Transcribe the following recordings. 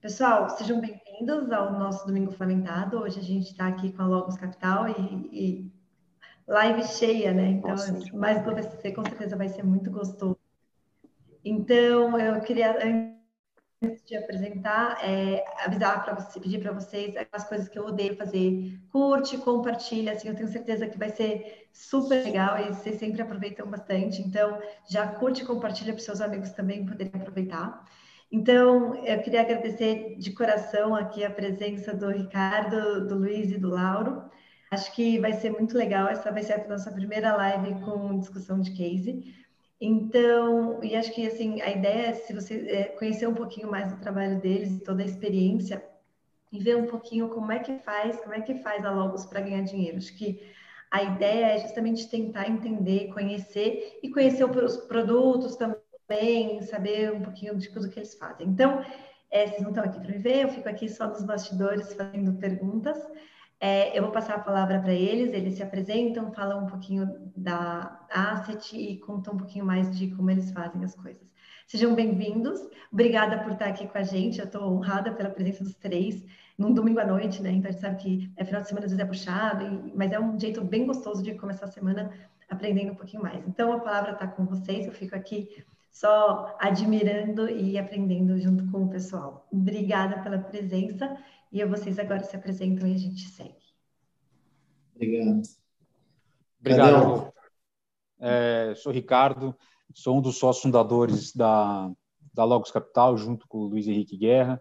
Pessoal, sejam bem-vindos ao nosso Domingo Flamentado. Hoje a gente está aqui com a Logos Capital e live cheia, né? Então, mais do VCC com certeza vai ser muito gostoso. Então, eu queria, antes de apresentar, avisar para você, pedir para vocês as coisas que eu odeio fazer. Curte, compartilha, assim, eu tenho certeza que vai ser super legal e vocês sempre aproveitam bastante. Então, já curte e compartilha para os seus amigos também poderem aproveitar. Então, eu queria agradecer de coração aqui a presença do Ricardo, do Luiz e do Lauro. Acho que vai ser muito legal. Essa vai ser a nossa primeira live com discussão de case. Então, e acho que assim, a ideia é se você conhecer um pouquinho mais do trabalho deles, toda a experiência, e ver um pouquinho como é que faz a Logos para ganhar dinheiro. Acho que a ideia é justamente tentar entender, conhecer e conhecer os produtos também, saber um pouquinho de tudo que eles fazem. Então, vocês não estão aqui para me ver, eu fico aqui só nos bastidores fazendo perguntas. Eu vou passar a palavra para eles se apresentam, falam um pouquinho da Asset e contam um pouquinho mais de como eles fazem as coisas. Sejam bem-vindos, obrigada por estar aqui com a gente, eu estou honrada pela presença dos três, num domingo à noite, né? Então a gente sabe que final de semana às vezes é puxado, mas é um jeito bem gostoso de começar a semana aprendendo um pouquinho mais. Então a palavra está com vocês, eu fico aqui só admirando e aprendendo junto com o pessoal. Obrigada pela presença. E vocês agora se apresentam e a gente segue. Obrigado. Obrigado. Sou Ricardo, sou um dos sócios fundadores da Logos Capital, junto com o Luiz Henrique Guerra.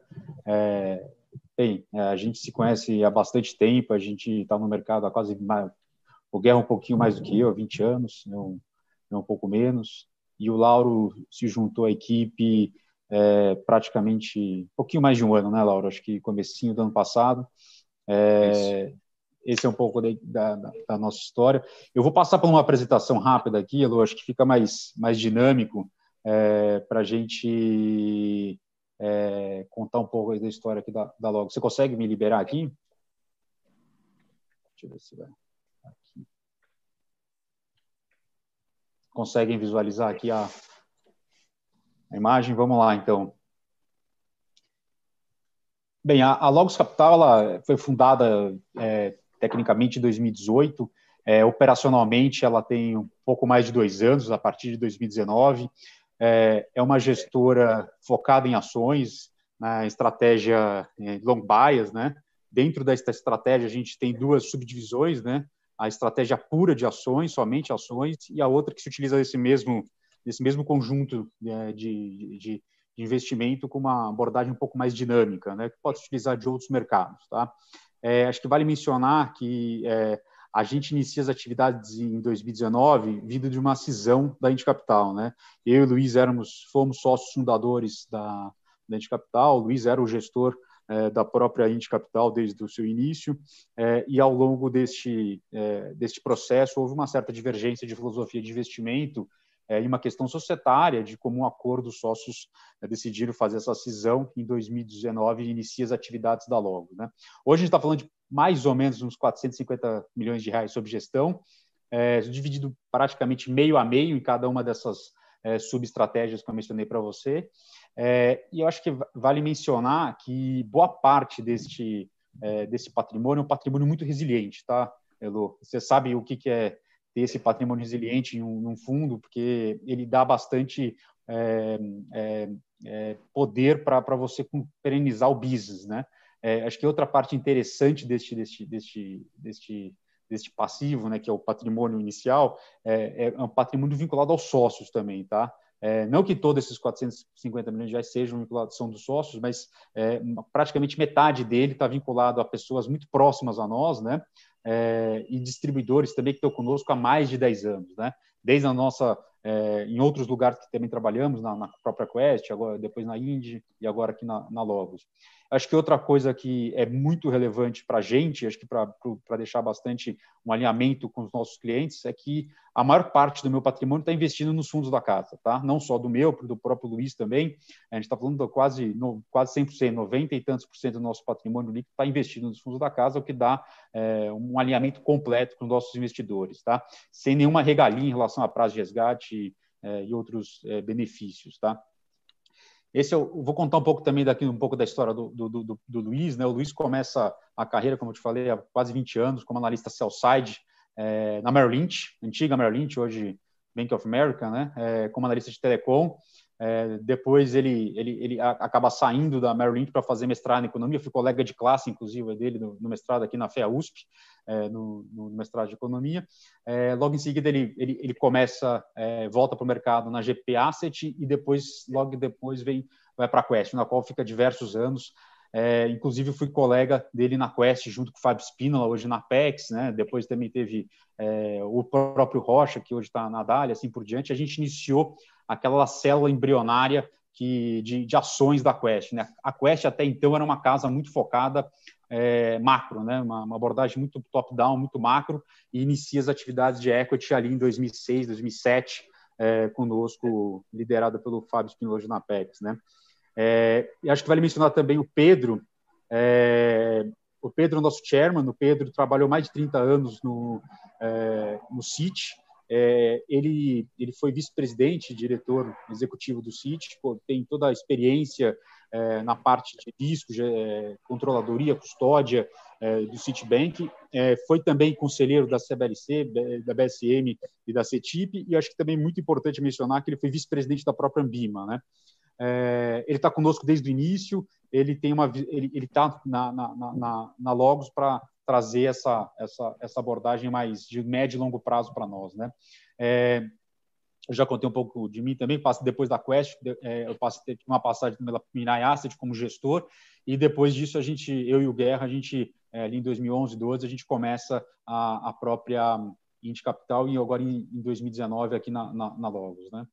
A gente se conhece há bastante tempo, a gente está no mercado há quase... O Guerra um pouquinho mais do que eu, há 20 anos, eu um pouco menos. E o Lauro se juntou à equipe praticamente um pouquinho mais de um ano, né, Lauro? Acho que comecinho do ano passado. Esse é um pouco da nossa história. Eu vou passar por uma apresentação rápida aqui, Lu, acho que fica mais dinâmico para a gente contar um pouco da história aqui da Logos. Você consegue me liberar aqui? Deixa eu ver se vai. Aqui. Conseguem visualizar aqui a imagem? Vamos lá, então. Bem, a Logos Capital ela foi fundada tecnicamente em 2018. Operacionalmente, ela tem um pouco mais de 2 anos, a partir de 2019. É uma gestora focada em ações, na estratégia long bias, né? Dentro desta estratégia, a gente tem 2 subdivisões, né? A estratégia pura de ações, somente ações, e a outra que se utiliza desse mesmo conjunto de investimento com uma abordagem um pouco mais dinâmica, né, que pode se utilizar de outros mercados. Tá? Acho que vale mencionar que a gente inicia as atividades em 2019 vindo de uma cisão da Indi Capital. Né? Eu e o Luiz fomos sócios fundadores da Indi Capital, o Luiz era o gestor da própria Indi Capital desde o seu início, e ao longo deste processo houve uma certa divergência de filosofia de investimento e uma questão societária de como um acordo os sócios decidiram fazer essa cisão em 2019 e inicia as atividades da Logos. Né? Hoje a gente está falando de mais ou menos uns 450 milhões de reais sob gestão, dividido praticamente meio a meio em cada uma dessas subestratégias que eu mencionei para você. E eu acho que vale mencionar que boa parte desse patrimônio é um patrimônio muito resiliente, tá, Elo? Você sabe o que é ter esse patrimônio resiliente em um fundo, porque ele dá bastante poder para você perenizar o business, né? Acho que outra parte interessante deste passivo, né, que é o patrimônio inicial, é um patrimônio vinculado aos sócios também, tá? Não que todos esses 450 milhões de reais sejam vinculados, são dos sócios, mas praticamente metade dele está vinculado a pessoas muito próximas a nós, né? E distribuidores também que estão conosco há mais de 10 anos, né? Desde a nossa, em outros lugares que também trabalhamos, na própria Quest, agora, depois na Indy e agora aqui na Logos. Acho que outra coisa que é muito relevante para a gente, acho que para deixar bastante um alinhamento com os nossos clientes, é que a maior parte do meu patrimônio está investindo nos fundos da casa, tá? Não só do meu, do próprio Luiz também. A gente está falando de quase 100%, 90 e tantos por cento do nosso patrimônio líquido está investido nos fundos da casa, o que dá um alinhamento completo com os nossos investidores, tá? Sem nenhuma regalia em relação a prazo de resgate e outros benefícios, tá? Esse eu vou contar um pouco também daqui, um pouco da história do Luiz, né? O Luiz começa a carreira, como eu te falei, há quase 20 anos, como analista sell-side na Merrill Lynch, antiga Merrill Lynch, hoje Bank of America, né? Como analista de telecom. Depois ele acaba saindo da Merrill Lynch para fazer mestrado em economia, fui colega de classe, inclusive, dele no mestrado aqui na FEA USP, no mestrado de economia. Logo em seguida ele começa, volta para o mercado na GP Asset e logo depois vai para a Quest, na qual fica diversos anos. Inclusive fui colega dele na Quest junto com o Fábio Spínola, hoje na Apex, né? Depois também teve o próprio Rocha, que hoje está na Dália, assim por diante. A gente iniciou aquela célula embrionária de ações da Quest, né? A Quest até então era uma casa muito focada macro, né? Uma abordagem muito top-down, muito macro, e inicia as atividades de equity ali em 2006, 2007, conosco, liderada pelo Fábio Spínola hoje na Apex, né? E acho que vale mencionar também o Pedro. O Pedro é o nosso chairman. O Pedro trabalhou mais de 30 anos no Citi. Ele foi vice-presidente, diretor executivo do Citi, tem toda a experiência na parte de risco, controladoria, custódia do Citibank. Foi também conselheiro da CBLC, da BSM e da CETIP, e acho que também é muito importante mencionar que ele foi vice-presidente da própria Ambima, né? Ele está conosco desde o início, ele está na Logos para trazer essa abordagem mais de médio e longo prazo para nós, né? Eu já contei um pouco de mim também, depois da Quest, eu passei uma passagem pela Mirai Asset como gestor, e depois disso eu e o Guerra, ali em 2011, 2012, a gente começa a própria Indi Capital, e agora em 2019 aqui na Logos, né?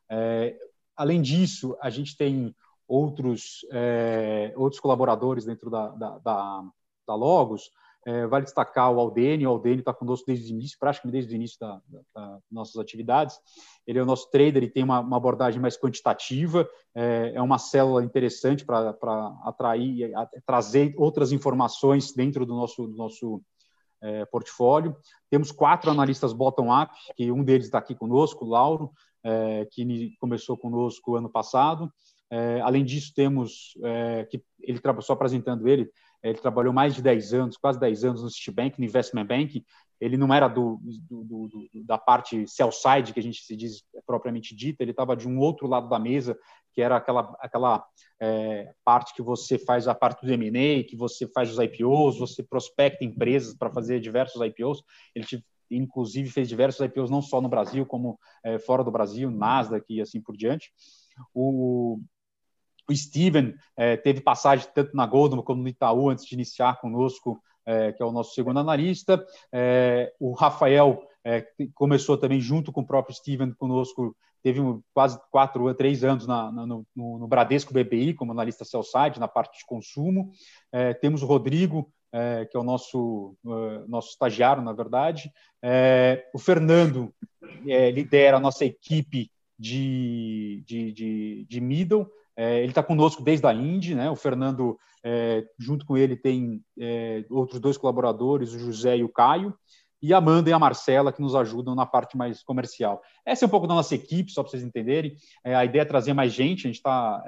Além disso, a gente tem outros colaboradores dentro da Logos. Vale destacar o Aldênio. O Aldênio está conosco desde o início, praticamente desde o início das nossas atividades. Ele é o nosso trader e tem uma abordagem mais quantitativa. É uma célula interessante para atrair e trazer outras informações dentro do nosso portfólio. Temos 4 analistas bottom-up, que um deles está aqui conosco, o Lauro, que começou conosco ano passado. Além disso, temos, só apresentando ele trabalhou mais de 10 anos, quase 10 anos no Citibank, no Investment Bank. Ele não era da parte sell-side, que a gente se diz propriamente dita, ele estava de um outro lado da mesa, que era aquela parte que você faz a parte do M&A, que você faz os IPOs, você prospecta empresas para fazer diversos IPOs. Ele inclusive fez diversos IPOs não só no Brasil, como fora do Brasil, Nasdaq e assim por diante. O Steven teve passagem tanto na Goldman como no Itaú antes de iniciar conosco, que é o nosso segundo analista. O Rafael começou também junto com o próprio Steven conosco, teve quase 3 anos no Bradesco BPI como analista sell-side na parte de consumo. Temos o Rodrigo, que é o nosso estagiário, na verdade. O Fernando lidera a nossa equipe de middle. Ele está conosco desde a Indy, né? O Fernando, junto com ele, tem outros 2 colaboradores, o José e o Caio, e a Amanda e a Marcela, que nos ajudam na parte mais comercial. Essa é um pouco da nossa equipe, só para vocês entenderem. A ideia é trazer mais gente, a gente está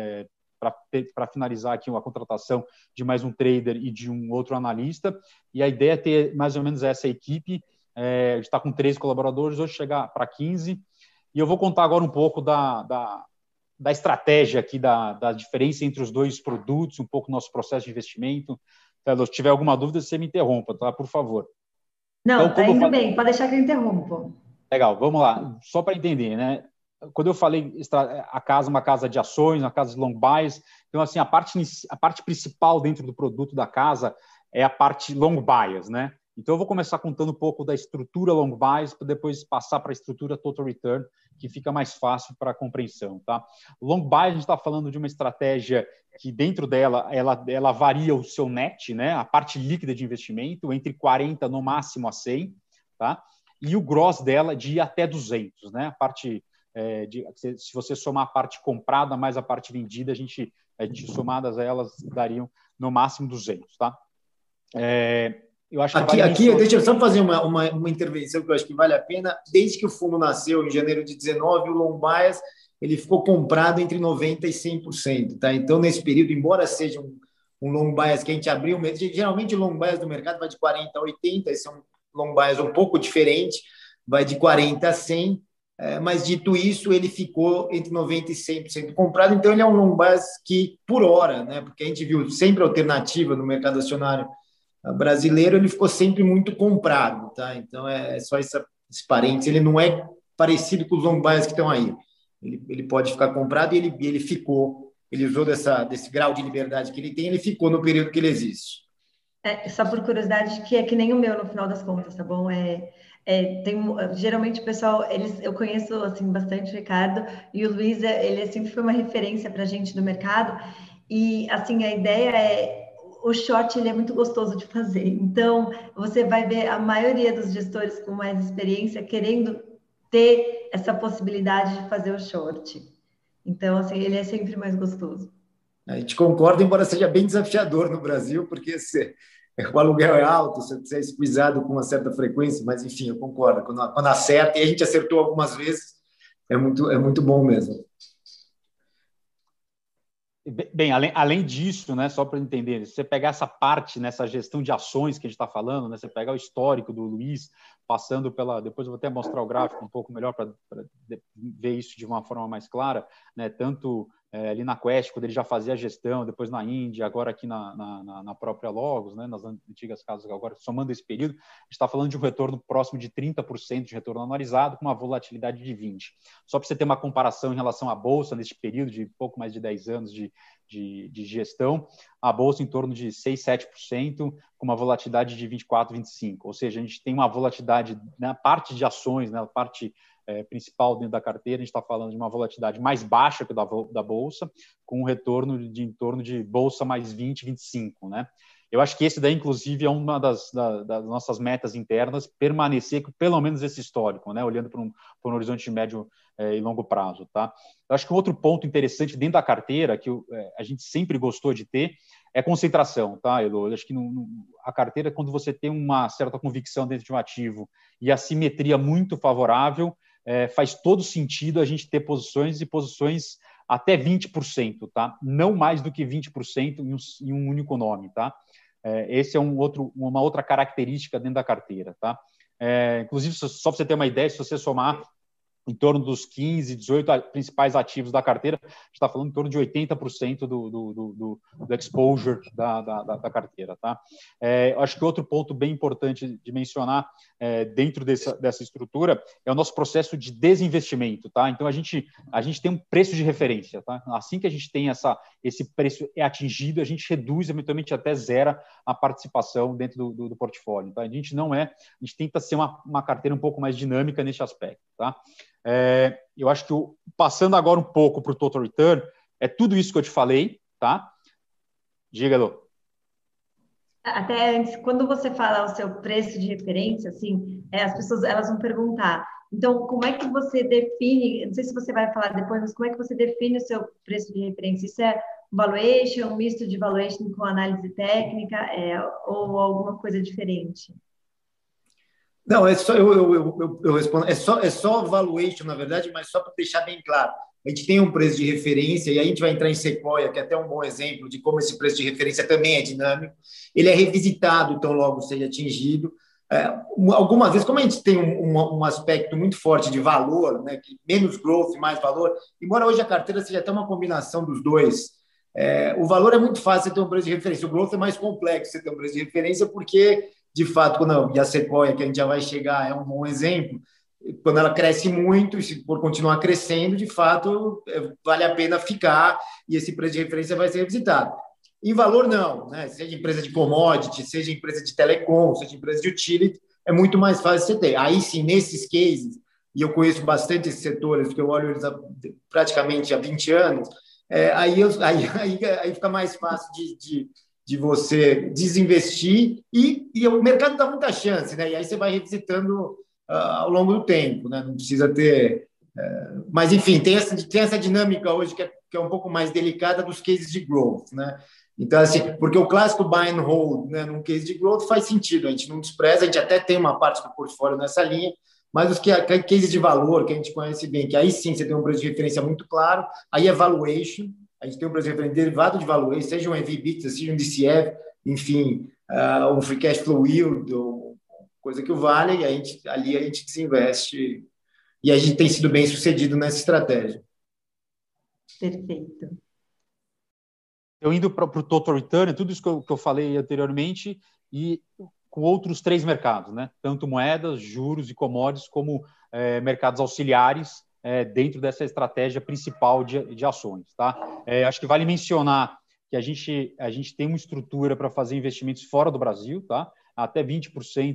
para finalizar aqui uma contratação de mais um trader e de um outro analista, e a ideia é ter mais ou menos essa equipe. A gente está com 13 colaboradores, hoje chegar para 15, e eu vou contar agora um pouco da estratégia aqui, da diferença entre os 2 produtos, um pouco do nosse processo de investimento. Então, se tiver alguma dúvida, você me interrompa, tá? Por favor. Não, então, tá indo bem, pode deixar que eu interrompo. Legal, vamos lá. Só para entender, né? Quando eu falei uma casa de ações, uma casa de long buys, então, assim, a parte principal dentro do produto da casa é a parte long bias, né? Então, eu vou começar contando um pouco da estrutura long bias, para depois passar para a estrutura total return, que fica mais fácil para a compreensão, tá? Long bias, a gente está falando de uma estratégia que dentro dela, ela varia o seu net, né? A parte líquida de investimento, entre 40 no máximo a 100, tá? E o gross dela de até 200, né? A parte, se você somar a parte comprada mais a parte vendida, a gente somadas a elas dariam no máximo 200, tá? Eu acho que aqui deixa eu só fazer uma intervenção que eu acho que vale a pena. Desde que o fundo nasceu, em janeiro de 19, o long bias ele ficou comprado entre 90% e 100%. Tá? Então, nesse período, embora seja um long bias que a gente abriu, geralmente o long bias do mercado vai de 40 a 80, esse é um long bias um pouco diferente, vai de 40 a 100, mas dito isso, ele ficou entre 90% e 100% comprado, então ele é um long bias que, por hora, né, porque a gente viu sempre alternativa no mercado acionário brasileiro, ele ficou sempre muito comprado, tá? Então é só esse parênteses, ele não é parecido com os long bias que estão aí, ele pode ficar comprado e ele ficou, ele usou desse grau de liberdade que ele tem, ele ficou no período que ele existe. Só por curiosidade, que é que nem o meu no final das contas, tá bom? Geralmente o pessoal, eu conheço assim bastante o Ricardo e o Luiz, ele sempre foi uma referência para a gente do mercado. E assim a ideia o short ele é muito gostoso de fazer. Então você vai ver a maioria dos gestores com mais experiência querendo ter essa possibilidade de fazer o short. Então assim ele é sempre mais gostoso. A gente concorda, embora seja bem desafiador no Brasil, porque o aluguel é alto, você é esquisado com uma certa frequência, mas, enfim, eu concordo. Quando acerta, e a gente acertou algumas vezes, é muito bom mesmo. Bem, além disso, né, só para entender, se você pegar essa parte, nessa gestão de ações que a gente está falando, né, você pegar o histórico do Luiz, passando pela... Depois eu vou até mostrar o gráfico um pouco melhor para ver isso de uma forma mais clara, né, tanto ali na Quest, quando ele já fazia a gestão, depois na Índia, agora aqui na própria Logos, né, nas antigas casas, agora somando esse período, a gente está falando de um retorno próximo de 30% de retorno anualizado, com uma volatilidade de 20%. Só para você ter uma comparação em relação à Bolsa, neste período de pouco mais de 10 anos de gestão, a Bolsa em torno de 6%, 7%, com uma volatilidade de 24%, 25%. Ou seja, a gente tem uma volatilidade na parte de ações, na parte principal dentro da carteira, a gente está falando de uma volatilidade mais baixa que da Bolsa, com um retorno em torno de Bolsa mais 20%, 25%. Né? Eu acho que esse daí, inclusive, é uma das nossas metas internas, permanecer com pelo menos esse histórico, né? Olhando para um horizonte de médio e longo prazo. Tá? Eu acho que um outro ponto interessante dentro da carteira, que a gente sempre gostou de ter, é concentração. Tá, Elo? Eu acho que a carteira, quando você tem uma certa convicção dentro de um ativo e a simetria muito favorável, faz todo sentido a gente ter posições até 20%, tá? Não mais do que 20% em um único nome. Tá? Esse é uma outra característica dentro da carteira. Tá? Inclusive, só para você ter uma ideia, se você somar em torno dos 15, 18 principais ativos da carteira, a gente está falando em torno de 80% do exposure da carteira. Tá? Acho que outro ponto bem importante de mencionar dentro dessa estrutura é o nosso processo de desinvestimento. Tá? Então, a gente tem um preço de referência. Tá? Assim que a gente tem esse preço atingido, a gente reduz, eventualmente até zera a participação dentro do portfólio. Tá? A gente tenta ser uma carteira um pouco mais dinâmica nesse aspecto. Tá? Eu acho que passando agora um pouco para o Total Return, é tudo isso que eu te falei, tá? Diga, Lô. Até antes, quando você fala o seu preço de referência, assim, as pessoas elas vão perguntar, então, como é que você define, não sei se você vai falar depois, mas como é que você define o seu preço de referência? Isso é valuation, um misto de valuation com análise técnica, ou alguma coisa diferente? Não, eu respondo. É só valuation, na verdade, mas só para deixar bem claro. A gente tem um preço de referência, e aí a gente vai entrar em Sequoia, que é até um bom exemplo de como esse preço de referência também é dinâmico. Ele é revisitado tão logo seja atingido. Algumas vezes, como a gente tem um aspecto muito forte de valor, né, menos growth, mais valor, embora hoje a carteira seja até uma combinação dos dois, o valor é muito fácil você ter um preço de referência. O growth é mais complexo você ter um preço de referência, porque de fato, e a Sequoia, que a gente já vai chegar, é um bom exemplo, quando ela cresce muito, e se for continuar crescendo, de fato, vale a pena ficar e esse preço de referência vai ser revisitado. Em valor, não, né? Seja empresa de commodity, seja empresa de telecom, seja empresa de utility, é muito mais fácil você ter. Aí sim, nesses cases, e eu conheço bastante esses setores, porque eu olho eles praticamente há 20 anos, aí fica mais fácil de você desinvestir e o mercado dá muita chance, né? E aí você vai revisitando ao longo do tempo, né? Não precisa ter... mas, enfim, tem essa dinâmica hoje que é um pouco mais delicada dos cases de growth, né? Então, assim, porque o clássico buy and hold, né, num case de growth faz sentido, a gente não despreza, a gente até tem uma parte do portfólio nessa linha, Mas os cases de valor que a gente conhece bem, que aí sim você tem um preço de referência muito claro, aí é valuation, a gente tem um preço de referência derivado de valuation, seja um EV/EBITDA, seja um DCF, enfim, um free cash flow yield, ou coisa que o vale, e ali a gente desinveste, e a gente tem sido bem sucedido nessa estratégia. Perfeito. Eu indo para o total return, tudo isso que eu falei anteriormente, e com outros 3 mercados, né? Tanto moedas, juros e commodities, como mercados auxiliares dentro dessa estratégia principal de ações. Tá? Acho que vale mencionar que a gente tem uma estrutura para fazer investimentos fora do Brasil, tá? Até 20%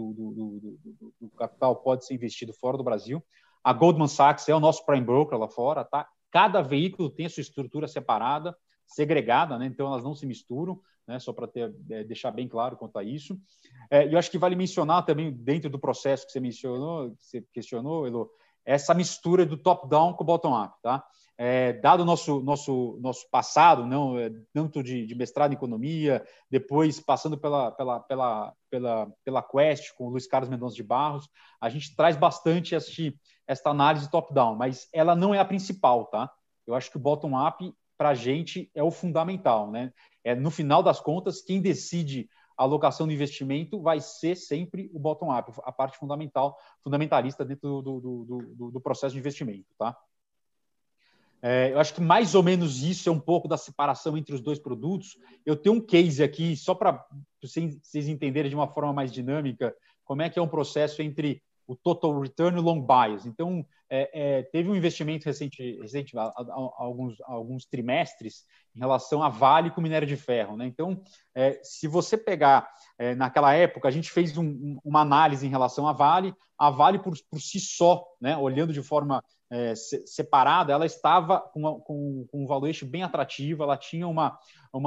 do capital pode ser investido fora do Brasil. A Goldman Sachs é o nosso prime broker lá fora. Tá? Cada veículo tem a sua estrutura separada, segregada, né? Então elas não se misturam, né? Só para deixar bem claro quanto a isso. E eu acho que vale mencionar também, dentro do processo que você mencionou, que você questionou, Elo, essa mistura do top-down com o bottom-up. Tá? Dado o nosso passado, não, tanto de mestrado em economia, depois passando pela Quest, com o Luiz Carlos Mendonça de Barros, a gente traz bastante esta análise top-down, mas ela não é a principal. Tá? Eu acho que o bottom-up, para a gente, é o fundamental. Né? No final das contas, quem decide a alocação do investimento vai ser sempre o bottom-up, a parte fundamentalista dentro do processo de investimento. Tá? Eu acho que mais ou menos isso é um pouco da separação entre os 2 produtos. Eu tenho um case aqui, só para vocês entenderem de uma forma mais dinâmica, como é que é um processo entre o total return e o long bias. Então, teve um investimento recente alguns trimestres, em relação a Vale com minério de ferro. Né? Então, se você pegar, naquela época, a gente fez uma análise em relação a Vale por si só, né? Olhando de forma separada, ela estava com um valuation bem atrativo, ela tinha uma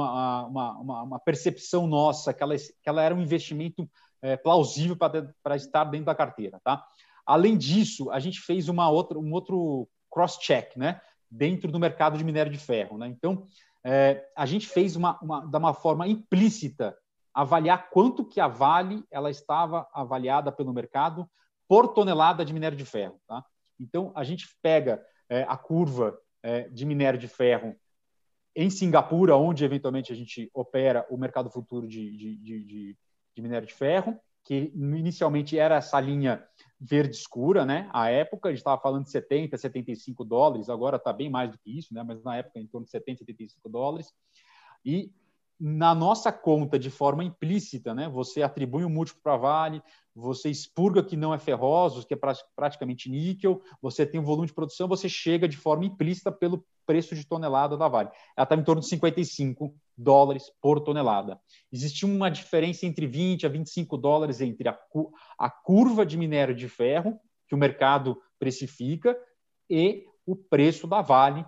percepção nossa que ela era um investimento plausível para estar dentro da carteira. Tá? Além disso, a gente fez um outro cross-check, né? Dentro do mercado de minério de ferro. Né? Então, a gente fez de uma forma implícita avaliar quanto que a Vale ela estava avaliada pelo mercado por tonelada de minério de ferro. Tá? Então, a gente pega a curva de minério de ferro em Singapura, onde eventualmente a gente opera o mercado futuro de minério de ferro, que inicialmente era essa linha verde escura, né? À época, a gente estava falando de 70, 75 dólares, agora está bem mais do que isso, né? Mas na época em torno de 70, 75 dólares. E na nossa conta, de forma implícita, né? Você atribui um múltiplo para a Vale, você expurga que não é ferroso, que é praticamente níquel, você tem um volume de produção, você chega de forma implícita pelo preço de tonelada da Vale. Ela está em torno de 55 dólares por tonelada. Existe uma diferença entre 20 a 25 dólares entre a curva de minério de ferro, que o mercado precifica, e o preço da Vale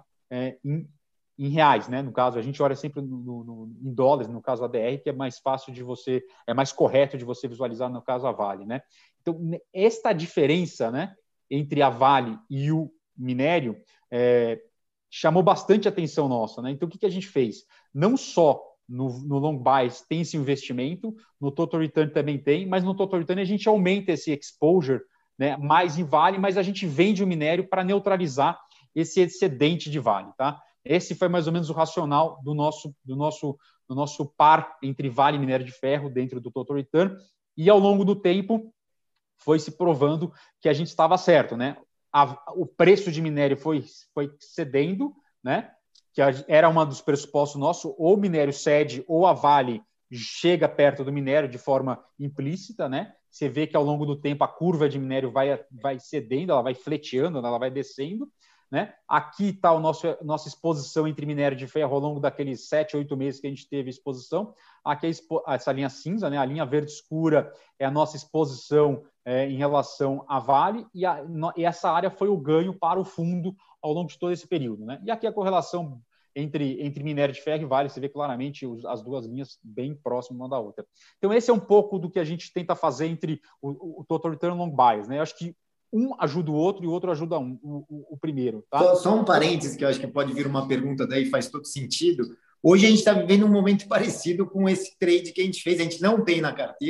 em reais, né? No caso, a gente olha sempre em dólares, no caso da DR, que é mais fácil é mais correto de você visualizar, no caso a Vale, né? Então, esta diferença, né, entre a Vale e o minério chamou bastante atenção nossa, né? Então, o que a gente fez? Não só no long bias tem esse investimento, no total return também tem, mas no total return a gente aumenta esse exposure, né, mais em Vale, mas a gente vende o minério para neutralizar esse excedente de Vale, tá? Esse foi mais ou menos o racional do nosso par entre Vale e minério de ferro dentro do total return, e ao longo do tempo foi se provando que a gente estava certo, né? O preço de minério foi cedendo, né? Que era um dos pressupostos nossos, ou o minério cede ou a Vale chega perto do minério de forma implícita, né? Você vê que ao longo do tempo a curva de minério vai cedendo, ela vai fleteando, ela vai descendo. Né? Aqui está a nossa exposição entre minério de ferro ao longo daqueles 7, 8 meses que a gente teve exposição. Aqui essa linha cinza, né? A linha verde escura é a nossa exposição em relação à Vale, e essa área foi o ganho para o fundo ao longo de todo esse período. Né? E aqui a correlação entre minério de ferro e Vale, você vê claramente as duas linhas bem próximas uma da outra. Então, esse é um pouco do que a gente tenta fazer entre o Total Return e o Long Bias. Né? Eu acho que um ajuda o outro e o outro ajuda o primeiro. Tá? Só um parênteses, que eu acho que pode vir uma pergunta daí, faz todo sentido. Hoje a gente está vivendo um momento parecido com esse trade que a gente fez, a gente não tem na carteira,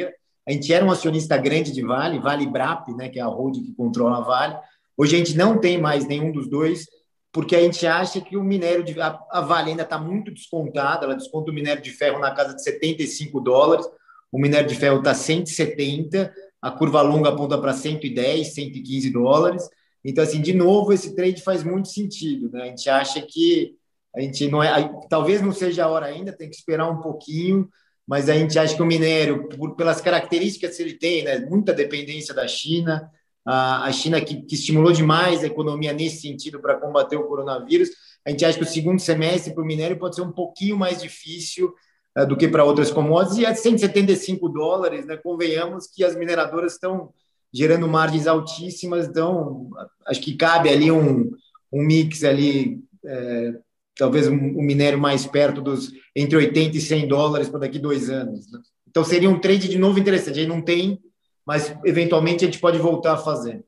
A gente era um acionista grande de Vale, Vale Brap, né, que é a holding que controla a Vale. Hoje a gente não tem mais nenhum dos dois, porque a gente acha que o minério de a Vale ainda está muito descontada, ela desconta o minério de ferro na casa de $75, o minério de ferro está 170, a curva longa aponta para 110, $115. Então, assim, de novo, esse trade faz muito sentido, né? A gente acha que a gente não é, talvez não seja a hora ainda, tem que esperar um pouquinho, mas a gente acha que o minério, pelas características que ele tem, né, muita dependência da China, a China que estimulou demais a economia nesse sentido para combater o coronavírus, a gente acha que o segundo semestre para o minério pode ser um pouquinho mais difícil do que para outras commodities, e a $175, né, convenhamos que as mineradoras estão gerando margens altíssimas, então acho que cabe ali um mix ali, talvez um minério mais perto dos entre $80 e $100 para daqui 2 anos, né? Então seria um trade de novo interessante. A gente não tem, mas eventualmente a gente pode voltar a fazer.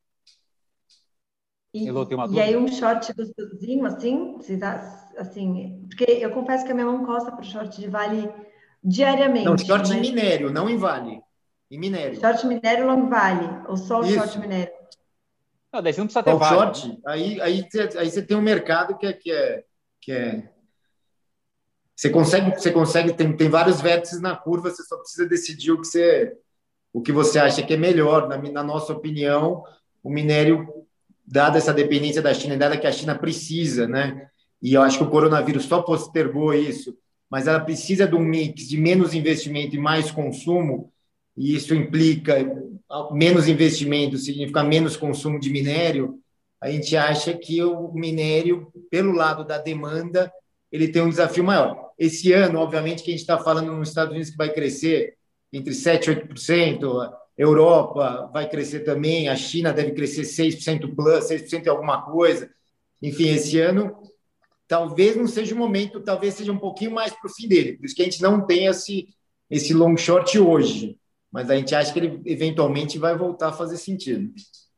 E aí um short gostosinho, assim, porque eu confesso que a minha mão costa para o short de Vale diariamente. Não, short em minério, não em Vale. Em minério. Short minério, long Vale, ou só o short minério? Não, daí você não precisa ter Vale. Short, aí você tem um mercado que é você consegue tem vários vértices na curva, você só precisa decidir o que você acha que é melhor. Na nossa opinião, o minério, dada essa dependência da China, dada que a China precisa, né? E eu acho que o coronavírus só postergou isso, mas ela precisa de um mix de menos investimento e mais consumo, e isso implica menos investimento, significa menos consumo de minério. A gente acha que o minério, pelo lado da demanda, ele tem um desafio maior. Esse ano, obviamente, que a gente está falando nos Estados Unidos que vai crescer entre 7% e 8%, a Europa vai crescer também, a China deve crescer 6% plus, 6% e alguma coisa. Enfim, esse ano talvez não seja o momento, talvez seja um pouquinho mais para o fim dele, por isso que a gente não tem esse long short hoje, mas a gente acha que ele eventualmente vai voltar a fazer sentido.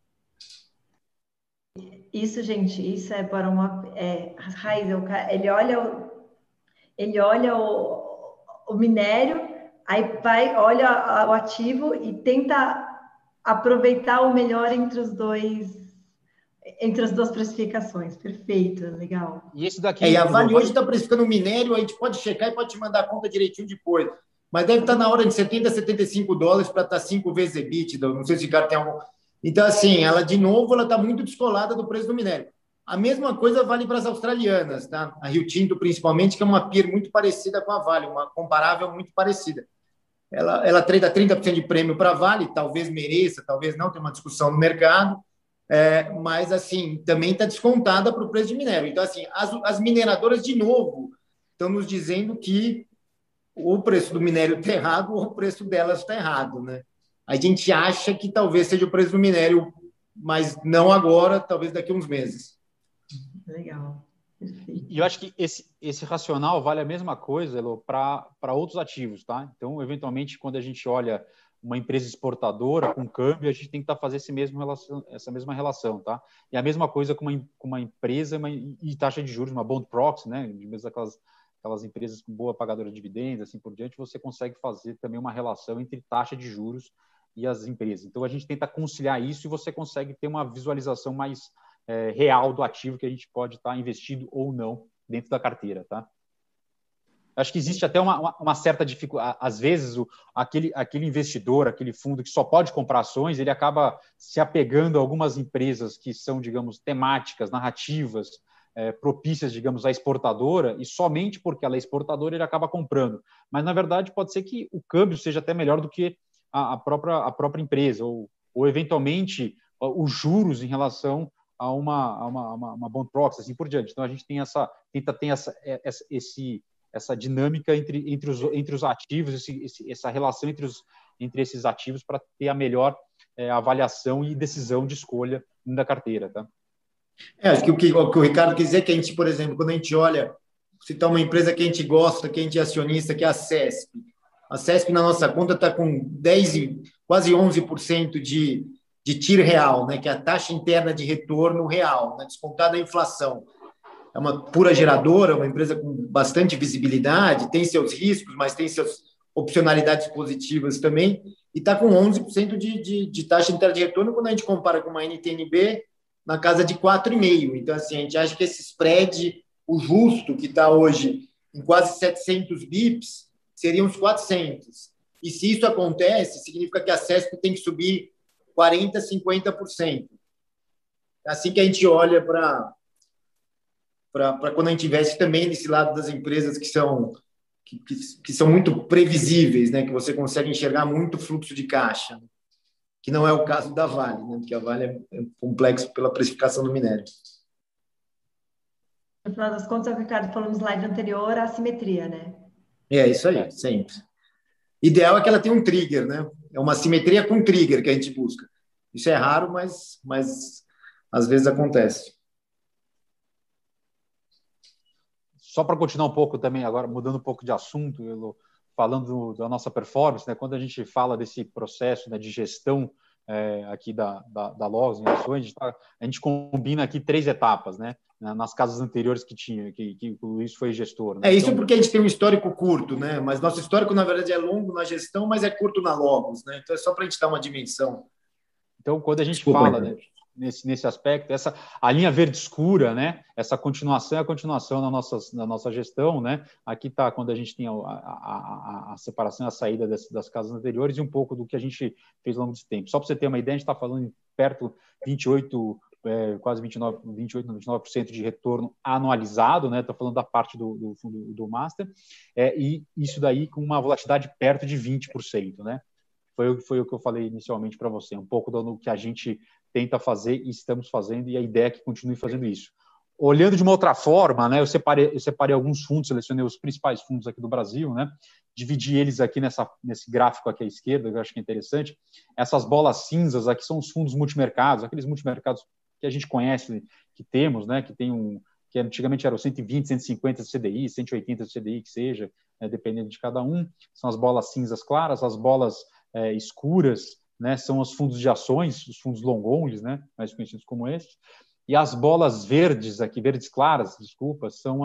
Isso, gente, isso é para uma raiz. Ele olha o minério, aí olha o ativo e tenta aproveitar o melhor entre as duas precificações. Perfeito, legal. E isso daqui. E a Vale hoje está precificando o minério, a gente pode checar e pode te mandar a conta direitinho depois. Mas deve estar na hora de $70 a $75 para estar 5 vezes EBITDA. Não sei se o cara tem algum. Então, assim, ela está muito descolada do preço do minério. A mesma coisa vale para as australianas, tá? A Rio Tinto, principalmente, que é uma peer muito parecida com a Vale, uma comparável muito parecida. Ela trade a 30% de prêmio para a Vale, talvez mereça, talvez não, tem uma discussão no mercado, mas, assim, também está descontada para o preço de minério. Então, assim, as mineradoras, de novo, estão nos dizendo que o preço do minério está errado ou o preço delas está errado, né? A gente acha que talvez seja o preço do minério, mas não agora, talvez daqui a uns meses. Legal. E eu acho que esse racional vale a mesma coisa, Elô, para outros ativos, tá? Então, eventualmente, quando a gente olha uma empresa exportadora com câmbio, a gente tem que fazer essa mesma relação, tá? E a mesma coisa com uma empresa e taxa de juros, uma bond proxy, né? Mesmo aquelas empresas com boa pagadora de dividendos, assim por diante, você consegue fazer também uma relação entre taxa de juros e as empresas. Então, a gente tenta conciliar isso e você consegue ter uma visualização mais real do ativo que a gente pode estar investido ou não dentro da carteira, tá? Acho que existe até uma certa dificuldade. Às vezes, aquele investidor, aquele fundo que só pode comprar ações, ele acaba se apegando a algumas empresas que são, digamos, temáticas, narrativas, propícias, digamos, à exportadora, e somente porque ela é exportadora ele acaba comprando. Mas, na verdade, pode ser que o câmbio seja até melhor do que a própria empresa, ou eventualmente, os juros em relação a uma bond proxy, assim por diante. Então, a gente tenta ter essa dinâmica entre os ativos, essa relação entre esses ativos para ter a melhor avaliação e decisão de escolha da carteira, tá? Acho que o que o Ricardo quer dizer é que a gente, por exemplo, quando a gente olha, citar uma empresa que a gente gosta, que a gente é acionista, que é a CESP. A CESP, na nossa conta, está com 10%, quase 11% de TIR real, né, que é a taxa interna de retorno real, né, descontada a inflação. É uma pura geradora, uma empresa com bastante visibilidade, tem seus riscos, mas tem suas opcionalidades positivas também. e está com 11% de taxa interna de retorno quando a gente compara com uma NTNB na casa de 4,5%. Então, assim, a gente acha que esse spread, o justo, que está hoje em quase 700 bips, seriam uns 400. E se isso acontece, significa que a CESP tem que subir 40%, 50%. É assim que a gente olha para quando a gente investe também nesse lado das empresas que são muito previsíveis, né? Que você consegue enxergar muito fluxo de caixa, que não é o caso da Vale, né? Porque a Vale é complexo pela precificação do minério. No final das contas, é o que o Ricardo falou no slide anterior, a assimetria, né? É isso aí, sempre. Ideal é que ela tenha um trigger, né? É uma simetria com trigger que a gente busca. Isso é raro, mas às vezes acontece. Só para continuar um pouco também, agora mudando um pouco de assunto, falando da nossa performance, né? Quando a gente fala desse processo, né, de gestão aqui da Logos em ações, a gente combina aqui 3 etapas, né? Nas casas anteriores que tinha, que o Luiz foi gestor. Né? Isso porque a gente tem um histórico curto, né? Mas nosso histórico, na verdade, é longo na gestão, mas é curto na Logos, né? Então é só para a gente dar uma dimensão. Então, quando a gente fala, né, nesse aspecto, a linha verde escura, né? Essa continuação é a continuação na nossa gestão, né? Aqui está quando a gente tem a separação e a saída das casas anteriores e um pouco do que a gente fez ao longo desse tempo. Só para você ter uma ideia, a gente está falando perto de 28, quase 29% de retorno anualizado, né? Estou falando da parte do fundo do Master, e isso daí com uma volatilidade perto de 20%, né? Foi o que eu falei inicialmente para você, um pouco do que a gente tenta fazer e estamos fazendo, e a ideia é que continue fazendo isso. Olhando de uma outra forma, né, eu separei alguns fundos, selecionei os principais fundos aqui do Brasil, né, dividi eles aqui nesse gráfico aqui à esquerda, que eu acho que é interessante. Essas bolas cinzas aqui são os fundos multimercados, aqueles multimercados que a gente conhece, que temos, né, que antigamente eram 120, 150 de CDI, 180 de CDI, que seja, dependendo de cada um. São as bolas cinzas claras, as bolas escuras, né, são os fundos de ações, os fundos long only, né, mais conhecidos como esses, e as bolas verdes aqui, verdes claras, desculpa, são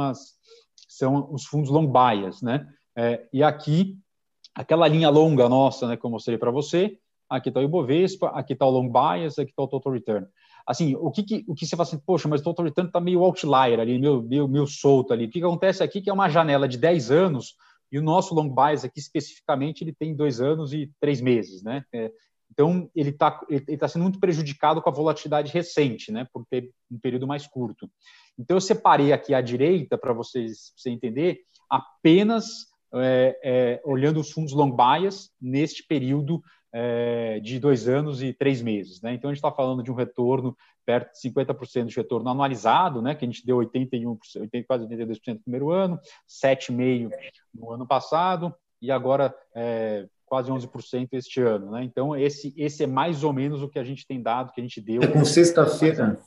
os fundos long bias, né, e aqui, aquela linha longa nossa, né, que eu mostrei para você, aqui está o Ibovespa, aqui está o long bias, aqui está o total return. Assim, o que você fala assim, poxa, mas o total return está meio outlier ali, meio solto ali. O que acontece aqui que é uma janela de 10 anos, e o nosso long bias aqui, especificamente, ele tem 2 anos e 3 meses, né? Então, ele tá sendo muito prejudicado com a volatilidade recente, né? Por ter um período mais curto. Então, eu separei aqui à direita, para você entender, apenas olhando os fundos long bias neste período de 2 anos e 3 meses, né? Então, a gente está falando de um retorno perto de 50% de retorno anualizado, né? Que a gente deu 81%, quase 82% no primeiro ano, 7,5% no ano passado e agora quase 11% este ano, né? Então, esse é mais ou menos o que a gente tem dado, que a gente deu. Com sexta-feira.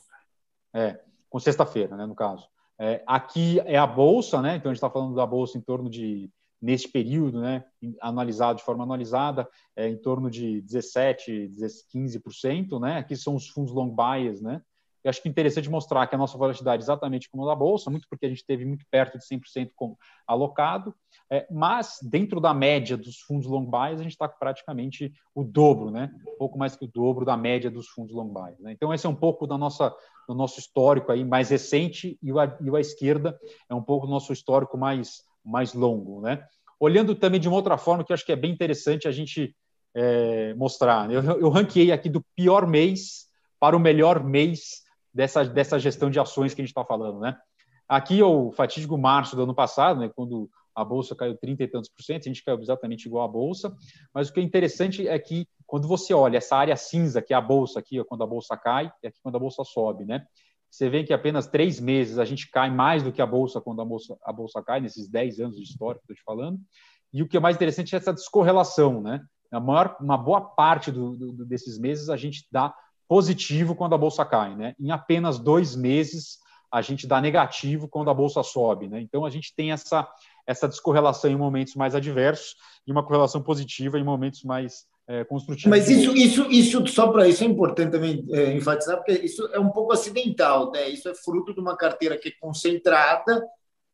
Com sexta-feira, né, no caso. Aqui é a Bolsa, né? Então, a gente está falando da Bolsa em torno de, neste período, né, analisado de forma anualizada, em torno de 17%, 15%, né? Aqui são os fundos long bias, né? Eu acho que é interessante mostrar que a nossa volatilidade é exatamente como a da Bolsa, muito porque a gente teve muito perto de 100% alocado, mas dentro da média dos fundos long bias, a gente está praticamente o dobro, né? Um pouco mais que o dobro da média dos fundos long bias, né? Então, esse é um pouco do nosso histórico aí mais recente e à esquerda é um pouco do nosso histórico mais longo, né? Olhando também de uma outra forma, que eu acho que é bem interessante a gente mostrar. Eu ranqueei aqui do pior mês para o melhor mês dessa gestão de ações que a gente está falando, né? Aqui é o fatídico março do ano passado, né, quando a Bolsa caiu 30 e tantos por cento, a gente caiu exatamente igual à Bolsa, mas o que é interessante é que quando você olha essa área cinza, que é a Bolsa aqui, é quando a Bolsa cai, e aqui quando a Bolsa sobe, né? Você vê que apenas 3 meses a gente cai mais do que a Bolsa quando a Bolsa cai, nesses 10 anos de história que eu estou te falando, e o que é mais interessante é essa descorrelação, né? Uma boa parte desses meses a gente dá positivo quando a Bolsa cai, né? Em apenas 2 meses a gente dá negativo quando a Bolsa sobe, né? Então a gente tem essa descorrelação em momentos mais adversos e uma correlação positiva em momentos mais construtivos. Mas isso é importante também enfatizar, porque isso é um pouco acidental, né? Isso é fruto de uma carteira que é concentrada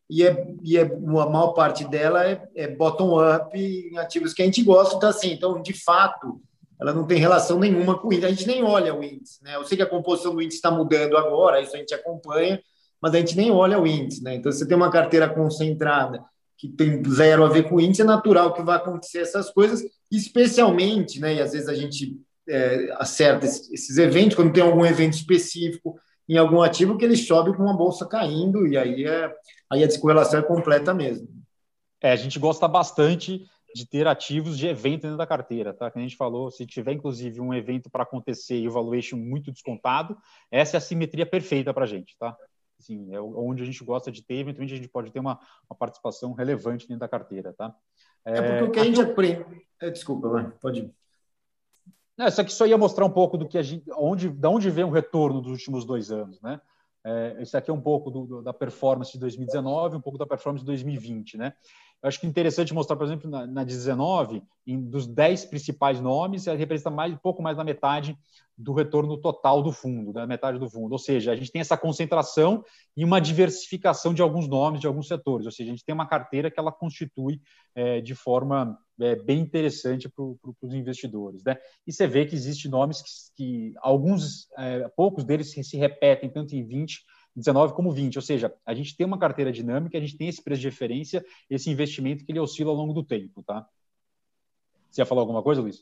a maior parte dela é bottom-up em ativos que a gente gosta. Então, assim, de fato, ela não tem relação nenhuma com o índice. A gente nem olha o índice, né? Eu sei que a composição do índice está mudando agora, isso a gente acompanha, mas a gente nem olha o índice, né? Então, você tem uma carteira concentrada que tem zero a ver com o índice, é natural que vai acontecer essas coisas, especialmente, né? E às vezes a gente acerta esses eventos, quando tem algum evento específico em algum ativo que ele sobe com uma bolsa caindo, e aí a descorrelação é completa mesmo. A gente gosta bastante de ter ativos de evento dentro da carteira, tá? Como a gente falou, se tiver, inclusive, um evento para acontecer e o valuation muito descontado, essa é a simetria perfeita para a gente, tá? Assim, é onde a gente gosta de ter, eventualmente a gente pode ter uma participação relevante dentro da carteira, tá? Porque o que a gente aprende... Desculpa, pode ir. Isso aqui só ia mostrar um pouco do que da onde vem o retorno dos últimos 2 anos, né? Isso aqui é um pouco da performance de 2019, um pouco da performance de 2020, né? Eu acho que é interessante mostrar, por exemplo, na 19, dos 10 principais nomes, ela representa um pouco mais da metade do retorno total do fundo, da metade do fundo. Ou seja, a gente tem essa concentração e uma diversificação de alguns nomes, de alguns setores. Ou seja, a gente tem uma carteira que ela constitui de forma bem interessante para os investidores, né? E você vê que existem nomes que poucos deles se repetem tanto em 20, 19 como 20, ou seja, a gente tem uma carteira dinâmica, a gente tem esse preço de referência, esse investimento que ele oscila ao longo do tempo, tá? Você ia falar alguma coisa, Luiz?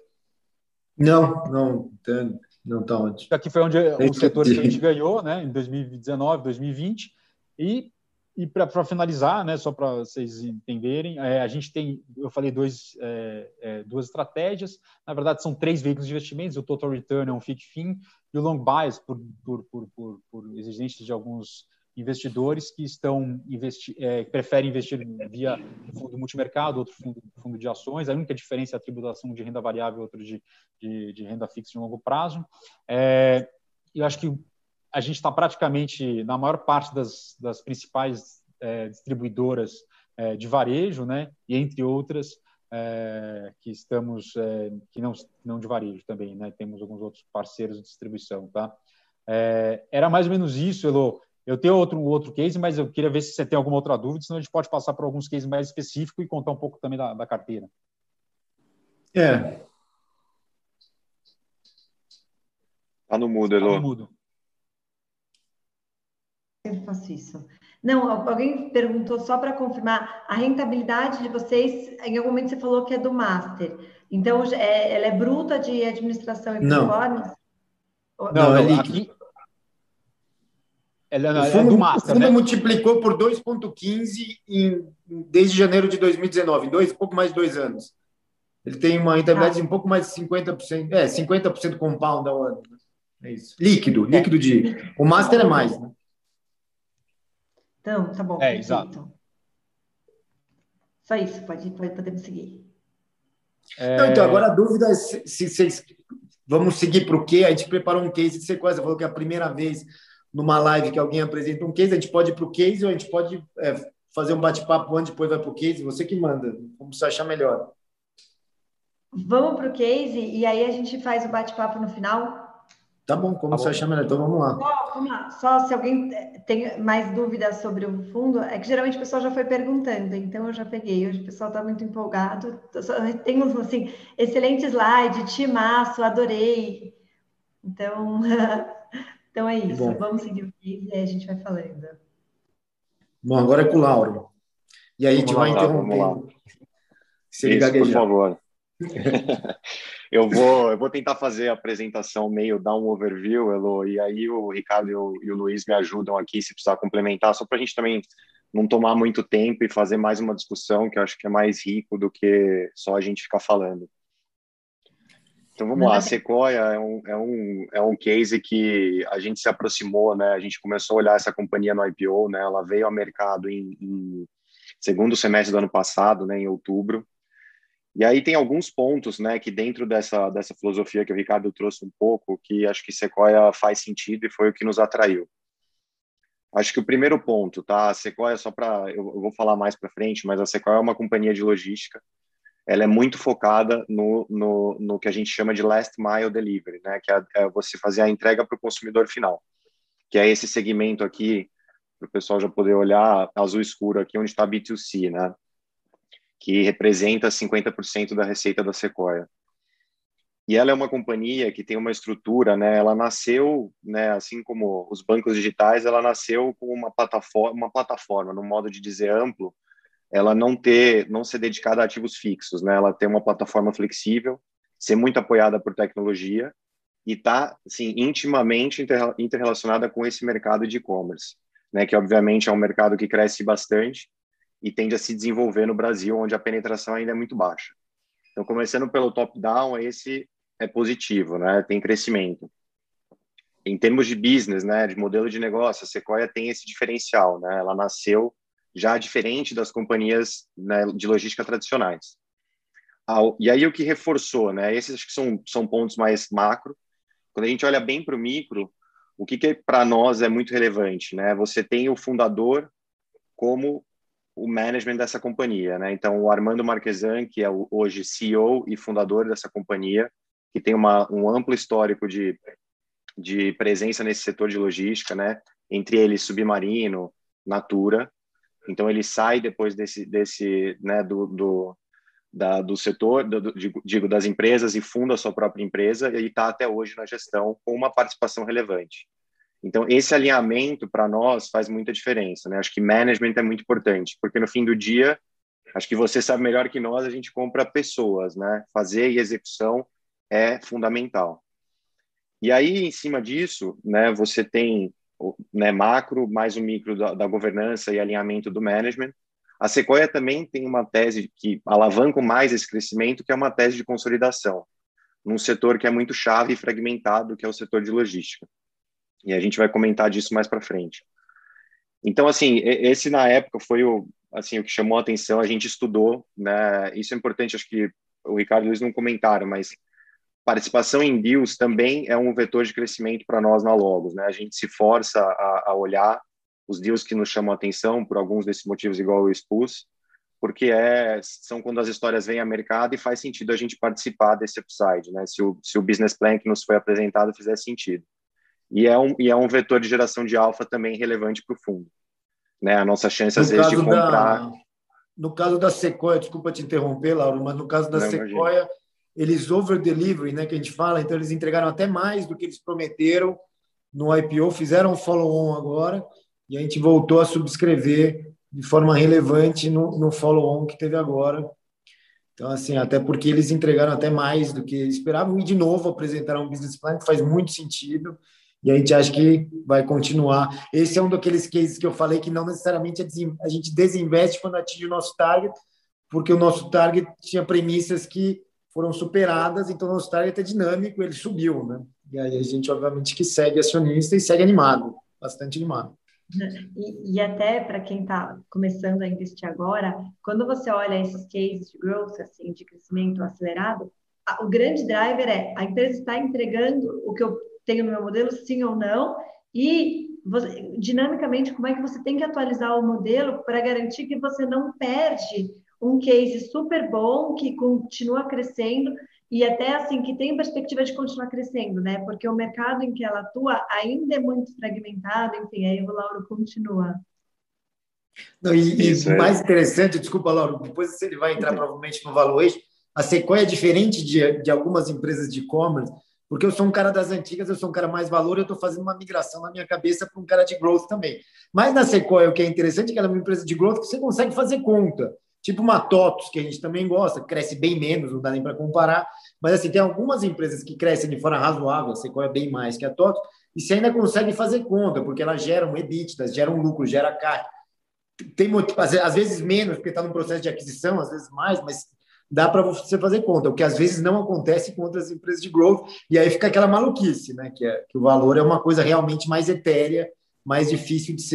Não está onde. Aqui foi onde os setores que a gente ganhou, né, em 2019, 2020, e para finalizar, né, só para vocês entenderem, a gente tem, eu falei duas estratégias, na verdade são 3 veículos de investimentos, o Total Return é um FIC-FIM, e o Long Bias, por exigências de alguns investidores que preferem investir via fundo multimercado, outro fundo de ações. A única diferença é a tributação de renda variável, outro de renda fixa de longo prazo. Eu acho que a gente está praticamente na maior parte das principais distribuidoras de varejo, né? E entre outras que estamos que não de varejo também, né? Temos alguns outros parceiros de distribuição, tá? Era mais ou menos isso, Elô. Eu tenho outro case, mas eu queria ver se você tem alguma outra dúvida, senão a gente pode passar por alguns cases mais específicos e contar um pouco também da carteira. Tá no mudo, Elô. Tá no mudo. Eu faço isso. Não, alguém perguntou só para confirmar, a rentabilidade de vocês, em algum momento você falou que é do Master. Então, ela é bruta de administração e performance? Não, é líquido. É do Master, o fundo né? multiplicou por 2,15 desde janeiro de 2019, um pouco mais de 2 anos. Ele tem uma rentabilidade de um pouco mais de 50%, 50% compound ao ano. É isso. Líquido de... O Master é mais, né? Então, tá bom. Exato. Só isso, podemos seguir. Então, agora a dúvida é se vocês... Vamos seguir para o quê? A gente preparou um case de sequência. Você falou que é a primeira vez numa live que alguém apresenta um case, a gente pode ir para o case ou a gente pode fazer um bate-papo antes, depois vai para o case? Você que manda. Como você achar melhor. Vamos para o case e aí a gente faz o bate-papo no final? Tá bom, como você achar melhor. Então, vamos lá. Só se alguém tem mais dúvidas sobre o fundo, é que geralmente o pessoal já foi perguntando, então eu já peguei. Hoje o pessoal está muito empolgado. Temos, assim, excelente slide, timaço, adorei. Então, é isso. Bom. Vamos seguir o case e aí a gente vai falando. Bom, agora é com o Lauro. E aí a gente vai interromper. Isso, por favor. Eu vou tentar fazer a apresentação meio, dar um overview, Elô, e aí o Ricardo e o Luiz me ajudam aqui se precisar complementar, só para a gente também não tomar muito tempo e fazer mais uma discussão que eu acho que é mais rico do que só a gente ficar falando. Então vamos lá, a Sequoia é um case que a gente se aproximou, né? A gente começou a olhar essa companhia no IPO, né? Ela veio ao mercado em segundo semestre do ano passado, né? Em outubro. E aí tem alguns pontos, né, que dentro dessa filosofia que o Ricardo trouxe um pouco, que acho que Sequoia faz sentido e foi o que nos atraiu. Acho que o primeiro ponto, tá? A Sequoia, eu vou falar mais para frente, mas a Sequoia é uma companhia de logística. Ela é muito focada no que a gente chama de last mile delivery, né, que é você fazer a entrega para o consumidor final, que é esse segmento aqui para o pessoal já poder olhar azul escuro aqui, onde está B2C, né? Que representa 50% da receita da Sequoia. E ela é uma companhia que tem uma estrutura, né? Ela nasceu, né? Assim como os bancos digitais, ela nasceu com uma plataforma, no modo de dizer amplo, ela não ser dedicada a ativos fixos, né? Ela tem uma plataforma flexível, ser muito apoiada por tecnologia e tá, assim, intimamente interrelacionada com esse mercado de e-commerce, né? Que obviamente é um mercado que cresce bastante e tende a se desenvolver no Brasil, onde a penetração ainda é muito baixa. Então, começando pelo top-down, esse é positivo, né? Tem crescimento. Em termos de business, né, de modelo de negócio, a Sequoia tem esse diferencial, né? Ela nasceu já diferente das companhias, né, de logística tradicionais. E aí o que reforçou, né? Esses acho que são pontos mais macro. Quando a gente olha bem para o micro, o que para nós é muito relevante, né? Você tem o fundador como o management dessa companhia, né? Então, o Armando Marquesan, que é hoje CEO e fundador dessa companhia, que tem um amplo histórico de presença nesse setor de logística, né? Entre eles, Submarino, Natura. Então, ele sai depois né, do setor, digo, das empresas e funda a sua própria empresa e está até hoje na gestão com uma participação relevante. Então, esse alinhamento, para nós, faz muita diferença, né? Acho que management é muito importante, porque no fim do dia, acho que você sabe melhor que nós, a gente compra pessoas, né? Fazer e execução é fundamental. E aí, em cima disso, né, você tem, né, macro, mais o micro da governança e alinhamento do management. A Sequoia também tem uma tese que alavanca mais esse crescimento, que é uma tese de consolidação, num setor que é muito chave e fragmentado, que é o setor de logística. E a gente vai comentar disso mais para frente. Então, assim, esse na época foi o que chamou a atenção, a gente estudou, né? Isso é importante, acho que o Ricardo e o Luiz não comentaram, mas participação em deals também é um vetor de crescimento para nós na Logos, né? A gente se força a olhar os deals que nos chamam a atenção, por alguns desses motivos, igual eu expus, porque são quando as histórias vêm ao mercado e faz sentido a gente participar desse upside, né? Se o business plan que nos foi apresentado fizer sentido. E é um vetor de geração de alfa também relevante para o fundo, né? A nossa chance, às vezes, de comprar... No caso da Sequoia, desculpa te interromper, Lauro, mas no caso da Sequoia, eles over-delivery, né, que a gente fala, então eles entregaram até mais do que eles prometeram no IPO, fizeram um follow-on agora, e a gente voltou a subscrever de forma relevante no follow-on que teve agora. Então, assim, até porque eles entregaram até mais do que esperavam, e de novo apresentaram um business plan que faz muito sentido, e a gente acha que vai continuar. Esse é um daqueles cases que eu falei que não necessariamente a gente desinveste quando atinge o nosso target, porque o nosso target tinha premissas que foram superadas, então o nosso target é dinâmico, ele subiu, né? E aí a gente, obviamente, que segue acionista e segue animado, bastante animado. E até para quem está começando a investir agora, quando você olha esses cases de growth, assim, de crescimento acelerado, o grande driver é a empresa está entregando o que eu tenho no meu modelo, sim ou não, e dinamicamente, como é que você tem que atualizar o modelo para garantir que você não perde um case super bom, que continua crescendo, e até assim, que tem perspectiva de continuar crescendo, né? Porque o mercado em que ela atua ainda é muito fragmentado, enfim, aí o Lauro continua. Não, mais interessante, desculpa, Lauro, depois ele vai entrar provavelmente no valuation, a Sequoia é diferente de algumas empresas de e-commerce, porque eu sou um cara das antigas, eu sou um cara mais valor, eu estou fazendo uma migração na minha cabeça para um cara de growth também. Mas na Sequoia, o que é interessante é que ela é uma empresa de growth que você consegue fazer conta. Tipo uma TOTUS, que a gente também gosta, cresce bem menos, não dá nem para comparar. Mas assim, tem algumas empresas que crescem de forma razoável, a Sequoia bem mais que a TOTUS, e você ainda consegue fazer conta, porque ela gera um EBITDA, gera um lucro, gera caixa. Tem, às vezes menos, porque está no processo de aquisição, às vezes mais, mas dá para você fazer conta, o que às vezes não acontece com outras empresas de growth, e aí fica aquela maluquice, né? Que o valor é uma coisa realmente mais etérea, mais difícil de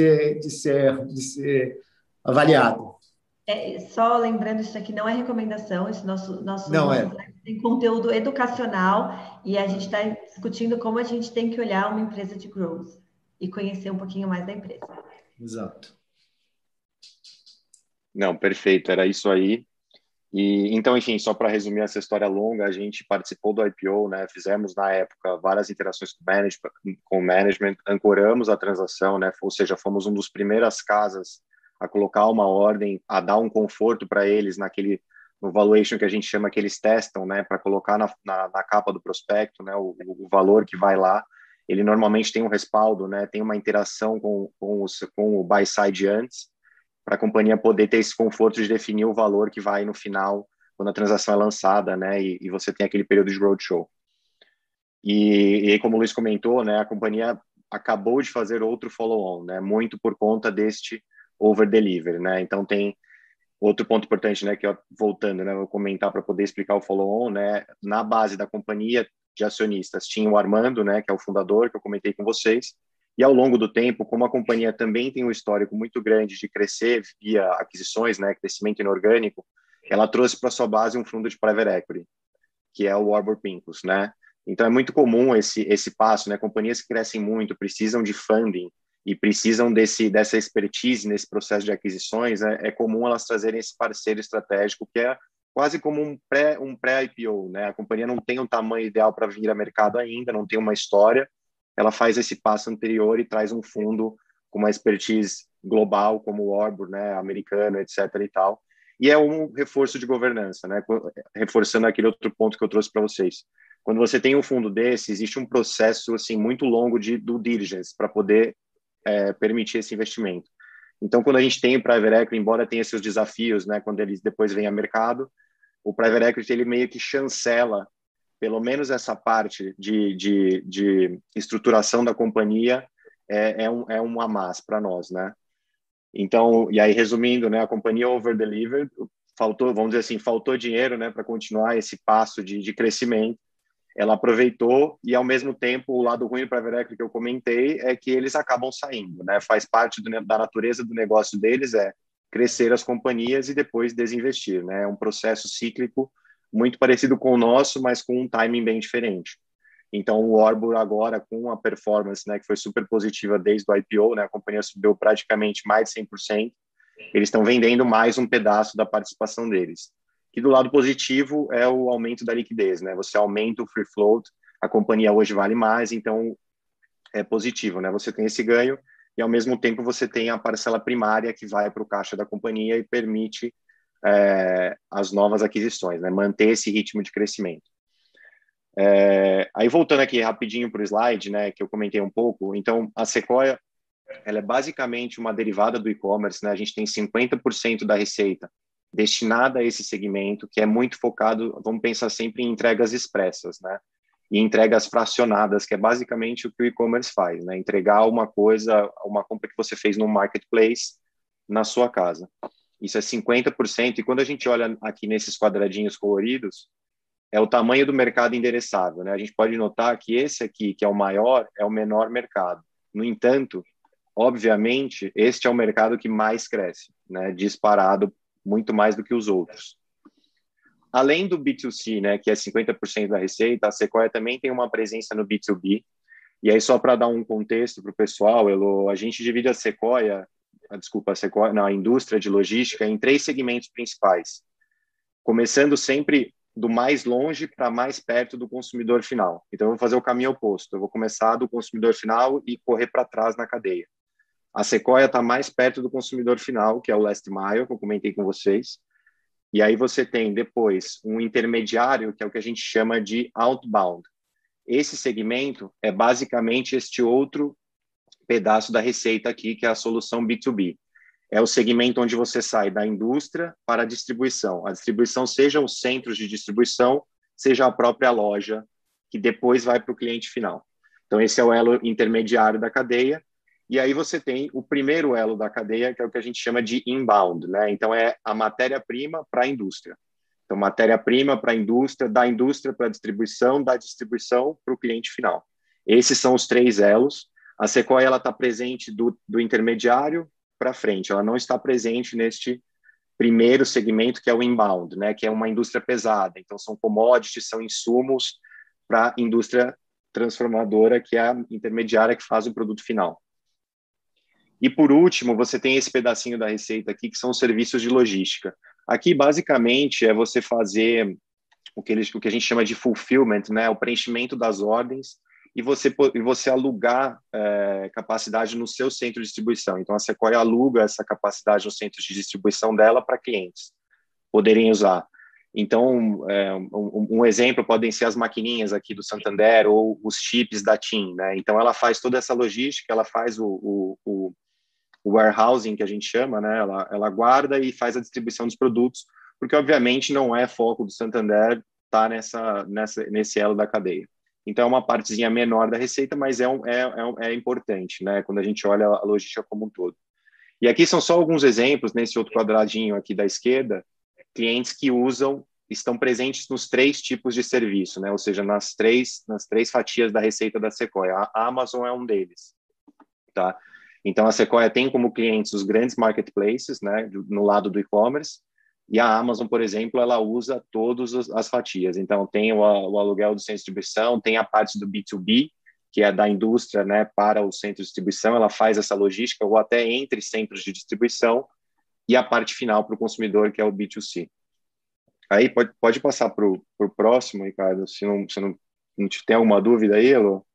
ser avaliado. Só lembrando, isso aqui não é recomendação, esse nosso tem conteúdo educacional e a gente está discutindo como a gente tem que olhar uma empresa de growth e conhecer um pouquinho mais da empresa. Exato. Não, perfeito, era isso aí. E então, enfim, só para resumir essa história longa, a gente participou do IPO, né? Fizemos na época várias interações com o management, ancoramos a transação, né? Ou seja, fomos uma das primeiras casas a colocar uma ordem, a dar um conforto para eles no valuation que a gente chama que eles testam, né? Para colocar na capa do prospecto, né? O valor que vai lá, ele normalmente tem um respaldo, né? Tem uma interação com o buy side antes, para a companhia poder ter esse conforto de definir o valor que vai no final, quando a transação é lançada, né, e você tem aquele período de roadshow. E como o Luiz comentou, né, a companhia acabou de fazer outro follow-on, né, muito por conta deste over-delivery, né, então tem outro ponto importante, né, que voltando, né, eu vou comentar para poder explicar o follow-on, né, na base da companhia de acionistas tinha o Armando, né, que é o fundador, que eu comentei com vocês, e ao longo do tempo, como a companhia também tem um histórico muito grande de crescer via aquisições, né, crescimento inorgânico, ela trouxe para sua base um fundo de private equity, que é o Warburg Pincus, né? Então é muito comum esse passo, né? Companhias que crescem muito, precisam de funding e precisam dessa expertise nesse processo de aquisições, né? É comum elas trazerem esse parceiro estratégico que é quase como um pré-IPO, né? A companhia não tem um tamanho ideal para vir a mercado ainda, não tem uma história, ela faz esse passo anterior e traz um fundo com uma expertise global, como o Warburg, né, americano, etc. e tal. E é um reforço de governança, né, reforçando aquele outro ponto que eu trouxe para vocês. Quando você tem um fundo desse, existe um processo assim muito longo de due diligence para poder permitir esse investimento. Então, quando a gente tem o private equity, embora tenha seus desafios, né, quando eles depois vêm a mercado, o private equity ele meio que chancela pelo menos essa parte de estruturação da companhia é um a mais para nós, né? Então, e aí resumindo, né, a companhia over-delivered, faltou, vamos dizer assim, faltou dinheiro, né, para continuar esse passo de crescimento. Ela aproveitou e, ao mesmo tempo, o lado ruim do private equity que eu comentei é que eles acabam saindo, né? Faz parte da natureza do negócio deles, crescer as companhias e depois desinvestir, né? É um processo cíclico muito parecido com o nosso, mas com um timing bem diferente. Então, o Warburg agora, com a performance, né, que foi super positiva desde o IPO, né, a companhia subiu praticamente mais de 100%, eles estão vendendo mais um pedaço da participação deles. Que do lado positivo é o aumento da liquidez, né? Você aumenta o free float, a companhia hoje vale mais, então é positivo, né? Você tem esse ganho e, ao mesmo tempo, você tem a parcela primária que vai para o caixa da companhia e permite as novas aquisições, né? Manter esse ritmo de crescimento. Aí, voltando aqui rapidinho para o slide, né, que eu comentei um pouco, então, a Sequoia, ela é basicamente uma derivada do e-commerce, né? A gente tem 50% da receita destinada a esse segmento, que é muito focado, vamos pensar sempre em entregas expressas, né? E entregas fracionadas, que é basicamente o que o e-commerce faz, né? Entregar uma compra que você fez no marketplace na sua casa. Isso é 50%, e quando a gente olha aqui nesses quadradinhos coloridos, é o tamanho do mercado endereçável, né? A gente pode notar que esse aqui, que é o maior, é o menor mercado. No entanto, obviamente, este é o mercado que mais cresce, né? Disparado muito mais do que os outros. Além do B2C, né, que é 50% da receita, a Sequoia também tem uma presença no B2B. E aí, só para dar um contexto para o pessoal, a gente divide a indústria de logística em 3 segmentos principais, começando sempre do mais longe para mais perto do consumidor final. Então, eu vou fazer o caminho oposto. Eu vou começar do consumidor final e correr para trás na cadeia. A Sequoia está mais perto do consumidor final, que é o last mile, que eu comentei com vocês. E aí você tem depois um intermediário, que é o que a gente chama de outbound. Esse segmento é basicamente este outro pedaço da receita aqui, que é a solução B2B. É o segmento onde você sai da indústria para a distribuição. A distribuição seja os centros de distribuição, seja a própria loja, que depois vai para o cliente final. Então, esse é o elo intermediário da cadeia. E aí você tem o primeiro elo da cadeia, que é o que a gente chama de inbound, né? Então, é a matéria-prima para a indústria. Então, matéria-prima para a indústria, da indústria para a distribuição, da distribuição para o cliente final. Esses são os 3 elos. A Sequoia está presente do intermediário para frente. Ela não está presente neste primeiro segmento, que é o inbound, né? Que é uma indústria pesada. Então, são commodities, são insumos para a indústria transformadora, que é a intermediária que faz o produto final. E, por último, você tem esse pedacinho da receita aqui, que são os serviços de logística. Aqui, basicamente, é você fazer o que a gente chama de fulfillment, né? O preenchimento das ordens e você alugar capacidade no seu centro de distribuição. Então, a Sequoia aluga essa capacidade no centro de distribuição dela para clientes poderem usar. Então, um exemplo podem ser as maquininhas aqui do Santander ou os chips da TIM, né? Então, ela faz toda essa logística, ela faz o warehousing, que a gente chama, né? Ela guarda e faz a distribuição dos produtos, porque, obviamente, não é foco do Santander estar nesse elo da cadeia. Então, é uma partezinha menor da receita, mas é importante, né? Quando a gente olha a logística como um todo. E aqui são só alguns exemplos, nesse outro quadradinho aqui da esquerda, clientes que estão presentes nos 3 tipos de serviço, né? Ou seja, nas três fatias da receita da Sequoia. A Amazon é um deles, tá? Então, a Sequoia tem como clientes os grandes marketplaces, né? No lado do e-commerce, e a Amazon, por exemplo, ela usa todas as fatias. Então, tem o aluguel do centro de distribuição, tem a parte do B2B, que é da indústria, né, para o centro de distribuição, ela faz essa logística, ou até entre centros de distribuição, e a parte final para o consumidor, que é o B2C. Aí pode passar para o próximo, Ricardo, se não tem alguma dúvida aí, Elô?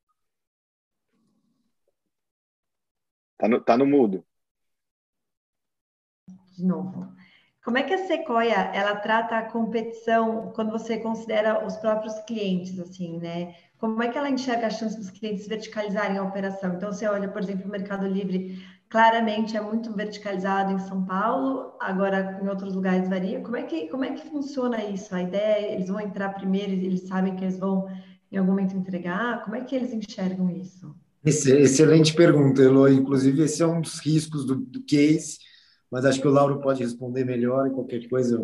Tá no mudo. De novo. Como é que a Sequoia, ela trata a competição quando você considera os próprios clientes, assim, né? Como é que ela enxerga a chance dos clientes verticalizarem a operação? Então, você olha, por exemplo, o Mercado Livre, claramente é muito verticalizado em São Paulo, agora em outros lugares varia. Como é que funciona isso? A ideia é, eles vão entrar primeiro, eles sabem que eles vão em algum momento entregar? Como é que eles enxergam isso? Excelente pergunta, Elo. Inclusive, esse é um dos riscos do case, mas acho que o Lauro pode responder melhor e qualquer coisa.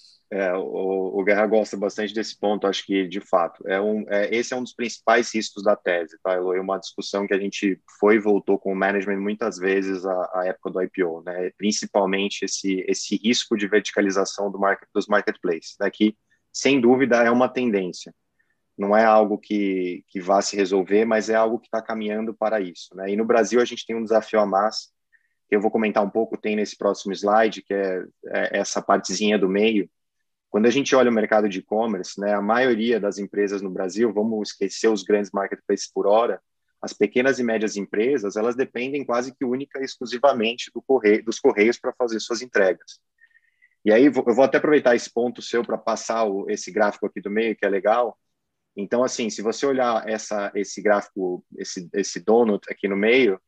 O Guerra gosta bastante desse ponto, acho que, de fato, esse é um dos principais riscos da tese, tá, Elo? É uma discussão que a gente foi e voltou com o management muitas vezes à época do IPO, né? Principalmente esse risco de verticalização dos marketplaces, né? Que, sem dúvida, é uma tendência. Não é algo que vá se resolver, mas é algo que está caminhando para isso, né? E no Brasil a gente tem um desafio a mais, que eu vou comentar um pouco, tem nesse próximo slide, que é essa partezinha do meio. Quando a gente olha o mercado de e-commerce, né, a maioria das empresas no Brasil, vamos esquecer os grandes marketplaces por hora, as pequenas e médias empresas, elas dependem quase que única e exclusivamente dos correios para fazer suas entregas. E aí eu vou até aproveitar esse ponto seu para passar esse gráfico aqui do meio, que é legal. Então, assim, se você olhar esse gráfico, esse donut aqui no meio,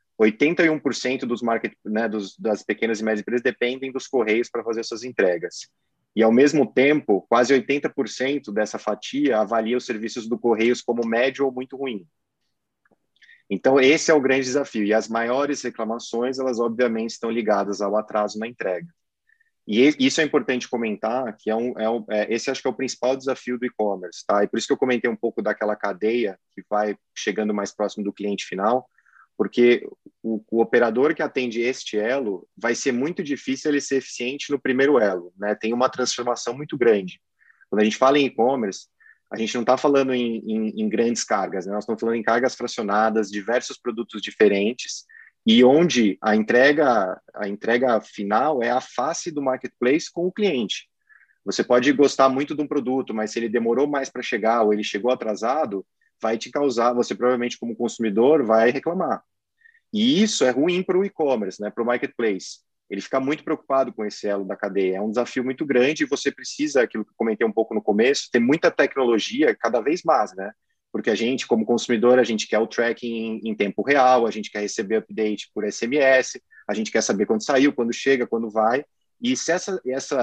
81% das pequenas e médias empresas dependem dos correios para fazer suas entregas. E, ao mesmo tempo, quase 80% dessa fatia avalia os serviços do Correios como médio ou muito ruim. Então, esse é o grande desafio. E as maiores reclamações, elas obviamente estão ligadas ao atraso na entrega. E isso é importante comentar, que esse acho que é o principal desafio do e-commerce, tá? E por isso que eu comentei um pouco daquela cadeia que vai chegando mais próximo do cliente final, porque o operador que atende este elo vai ser muito difícil ele ser eficiente no primeiro elo, né? Tem uma transformação muito grande. Quando a gente fala em e-commerce, a gente não está falando em grandes cargas, né? Nós estamos falando em cargas fracionadas, diversos produtos diferentes, e onde a entrega final é a face do marketplace com o cliente. Você pode gostar muito de um produto, mas se ele demorou mais para chegar ou ele chegou atrasado, vai te causar, você provavelmente como consumidor vai reclamar. E isso é ruim para o e-commerce, né, para o marketplace. Ele fica muito preocupado com esse elo da cadeia. É um desafio muito grande e você precisa, aquilo que eu comentei um pouco no começo, ter muita tecnologia cada vez mais, né? Porque a gente, como consumidor, a gente quer o tracking em tempo real, a gente quer receber update por SMS, a gente quer saber quando saiu, quando chega, quando vai. E se essa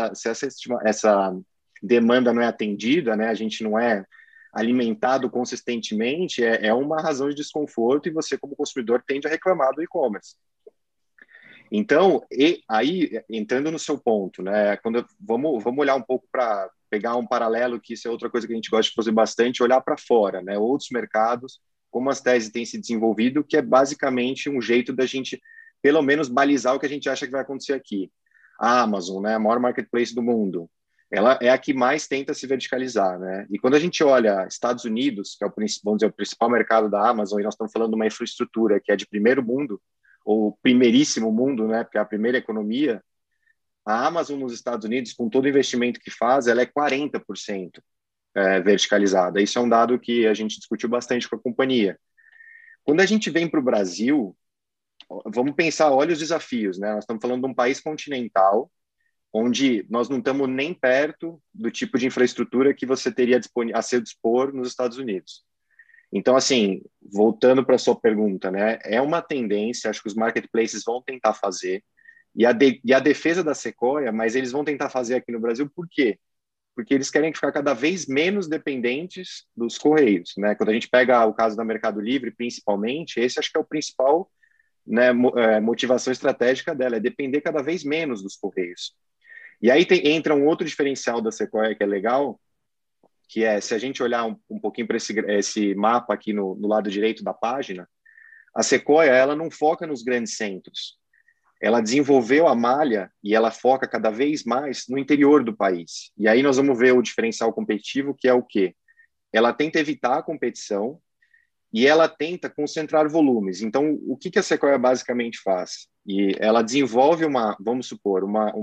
demanda não é atendida, né, a gente não é alimentado consistentemente, é uma razão de desconforto e você, como consumidor, tende a reclamar do e-commerce. Então, aí, entrando no seu ponto, né, vamos olhar um pouco para pegar um paralelo, que isso é outra coisa que a gente gosta de fazer bastante, olhar para fora, né, outros mercados, como as teses têm se desenvolvido, que é basicamente um jeito da gente, pelo menos, balizar o que a gente acha que vai acontecer aqui. A Amazon, né, a maior marketplace do mundo, ela é a que mais tenta se verticalizar, né? E quando a gente olha Estados Unidos, que é vamos dizer, o principal mercado da Amazon, e nós estamos falando de uma infraestrutura que é de primeiro mundo, ou primeiríssimo mundo, né? Porque é a primeira economia, A Amazon nos Estados Unidos, com todo o investimento que faz, ela é 40% verticalizada. Isso é um dado que a gente discutiu bastante com a companhia. Quando a gente vem para o Brasil, vamos pensar, olha os desafios, né? Nós estamos falando de um país continental, onde nós não estamos nem perto do tipo de infraestrutura que você teria a seu dispor nos Estados Unidos. Então, assim, voltando para a sua pergunta, né? É uma tendência, acho que os marketplaces vão tentar fazer, e a defesa da Sequoia, mas eles vão tentar fazer aqui no Brasil, por quê? Porque eles querem ficar cada vez menos dependentes dos correios, né? Quando a gente pega o caso da Mercado Livre, principalmente, esse acho que é o principal, né, motivação estratégica dela, é depender cada vez menos dos correios. E aí entra um outro diferencial da Sequoia que é legal, que é, se a gente olhar um pouquinho para esse mapa aqui no lado direito da página, a Sequoia, ela não foca nos grandes centros. Ela desenvolveu a malha e ela foca cada vez mais no interior do país. E aí nós vamos ver o diferencial competitivo, que é o quê? Ela tenta evitar a competição e ela tenta concentrar volumes. Então, o que a Sequoia basicamente faz? E ela desenvolve vamos supor,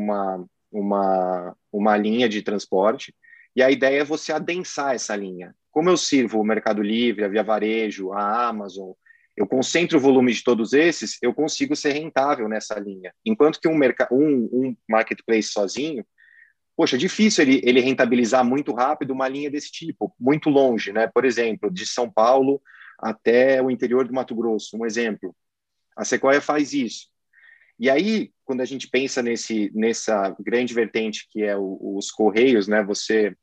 uma linha de transporte, e a ideia é você adensar essa linha. Como eu sirvo o Mercado Livre, a Via Varejo, a Amazon, eu concentro o volume de todos esses, eu consigo ser rentável nessa linha. Enquanto que um marketplace sozinho, poxa, é difícil ele rentabilizar muito rápido uma linha desse tipo, muito longe, né? Por exemplo, de São Paulo até o interior do Mato Grosso, um exemplo. A Sequoia faz isso. E aí, quando a gente pensa nessa grande vertente que é os correios, né? Você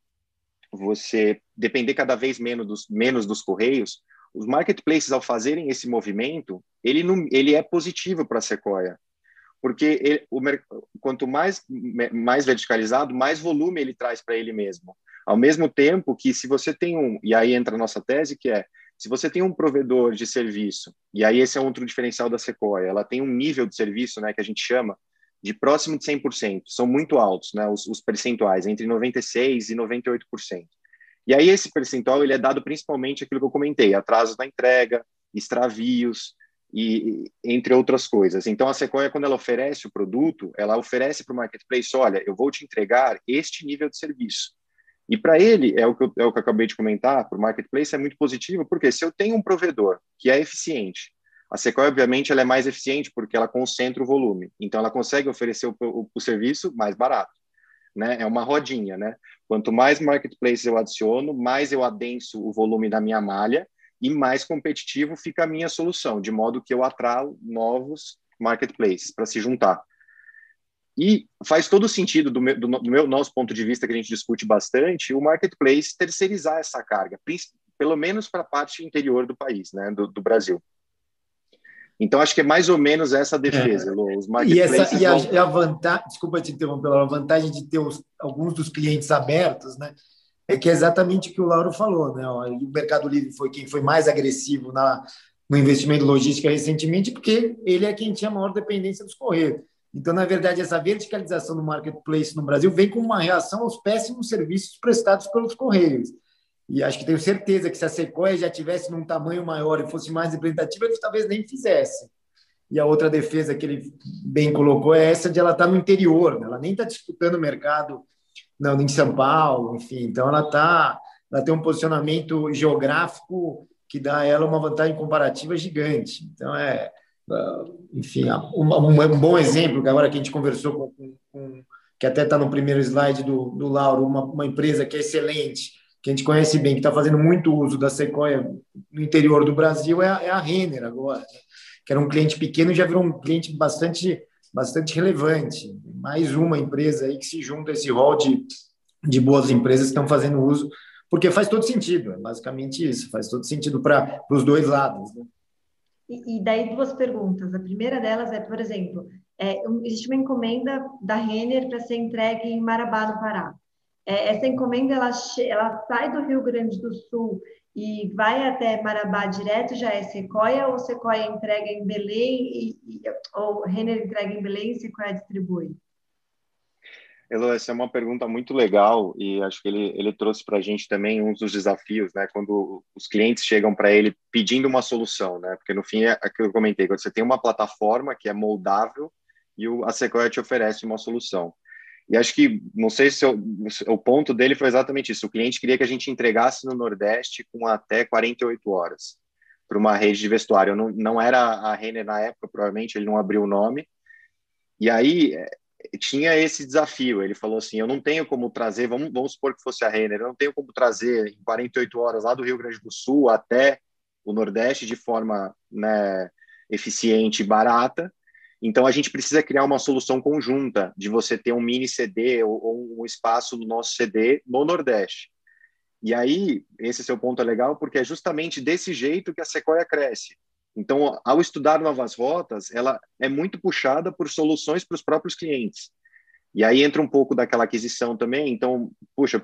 depender cada vez menos dos correios, os marketplaces, ao fazerem esse movimento, ele é positivo para a Sequoia, porque quanto mais verticalizado, mais volume ele traz para ele mesmo. Ao mesmo tempo que se você tem e aí entra a nossa tese, que é, se você tem um provedor de serviço, e aí esse é outro diferencial da Sequoia, ela tem um nível de serviço, né, que a gente chama de próximo de 100%, são muito altos, né, os percentuais, entre 96% e 98%. E aí esse percentual ele é dado principalmente aquilo que eu comentei, atrasos na entrega, extravios, e entre outras coisas. Então, a Sequoia, quando ela oferece o produto, ela oferece para o marketplace, olha, eu vou te entregar este nível de serviço. E para ele, é o que eu acabei de comentar, para o marketplace é muito positivo, porque se eu tenho um provedor que é eficiente, a Sequoia, obviamente, ela é mais eficiente porque ela concentra o volume. Então, ela consegue oferecer o serviço mais barato. Né? É uma rodinha, né? Quanto mais marketplaces eu adiciono, mais eu adenso o volume da minha malha e mais competitivo fica a minha solução, de modo que eu atraio novos marketplaces para se juntar. E faz todo sentido, do nosso ponto de vista, que a gente discute bastante, o marketplace terceirizar essa carga, pelo menos para a parte interior do país, né, do Brasil. Então, acho que é mais ou menos essa a defesa, Lô. Os marketplaces a vantagem, desculpa te interromper, a vantagem de ter alguns dos clientes abertos, né, é que é exatamente o que o Lauro falou, né? O Mercado Livre foi quem foi mais agressivo no investimento em logística recentemente, porque ele é quem tinha a maior dependência dos correios. Então, na verdade, essa verticalização do marketplace no Brasil vem com uma reação aos péssimos serviços prestados pelos correios. E acho que tenho certeza que se a Sequoia já tivesse num tamanho maior e fosse mais representativa, eles talvez nem fizessem. E a outra defesa que ele bem colocou é essa de ela estar no interior, né? Ela nem está disputando o mercado em São Paulo, enfim. Então, ela tem um posicionamento geográfico que dá a ela uma vantagem comparativa gigante. Então, enfim, um bom exemplo, que agora que a gente conversou que até está no primeiro slide do Lauro, uma empresa que é excelente, que a gente conhece bem, que está fazendo muito uso da Sequoia no interior do Brasil, é a Renner agora, né? Que era um cliente pequeno e já virou um cliente bastante relevante. Mais uma empresa aí que se junta a esse rol de boas empresas que estão fazendo uso, porque faz todo sentido, é basicamente isso, faz todo sentido para os dois lados, né? E daí duas perguntas. A primeira delas é, por exemplo, existe uma encomenda da Renner para ser entregue em Marabá, no Pará. Essa encomenda ela sai do Rio Grande do Sul e vai até Marabá direto, já é Sequoia, ou Sequoia entrega em Belém, ou Renner entrega em Belém e Sequoia distribui? Elo, essa é uma pergunta muito legal e acho que ele trouxe para a gente também um dos desafios, né? Quando os clientes chegam para ele pedindo uma solução, né? Porque no fim é aquilo que eu comentei, quando você tem uma plataforma que é moldável e a Sequoia te oferece uma solução. E acho que, não sei se o ponto dele foi exatamente isso. O cliente queria que a gente entregasse no Nordeste com até 48 horas para uma rede de vestuário. Não era a Renner na época, provavelmente ele não abriu o nome. E aí tinha esse desafio. Ele falou assim, eu não tenho como trazer, vamos supor que fosse a Renner, eu não tenho como trazer em 48 horas lá do Rio Grande do Sul até o Nordeste de forma, né, eficiente e barata. Então, a gente precisa criar uma solução conjunta de você ter um mini CD ou um espaço no nosso CD no Nordeste. E aí, esse seu ponto é legal, porque é justamente desse jeito que a Sequoia cresce. Então, ao estudar novas rotas, ela é muito puxada por soluções para os próprios clientes. E aí entra um pouco daquela aquisição também. Então, puxa,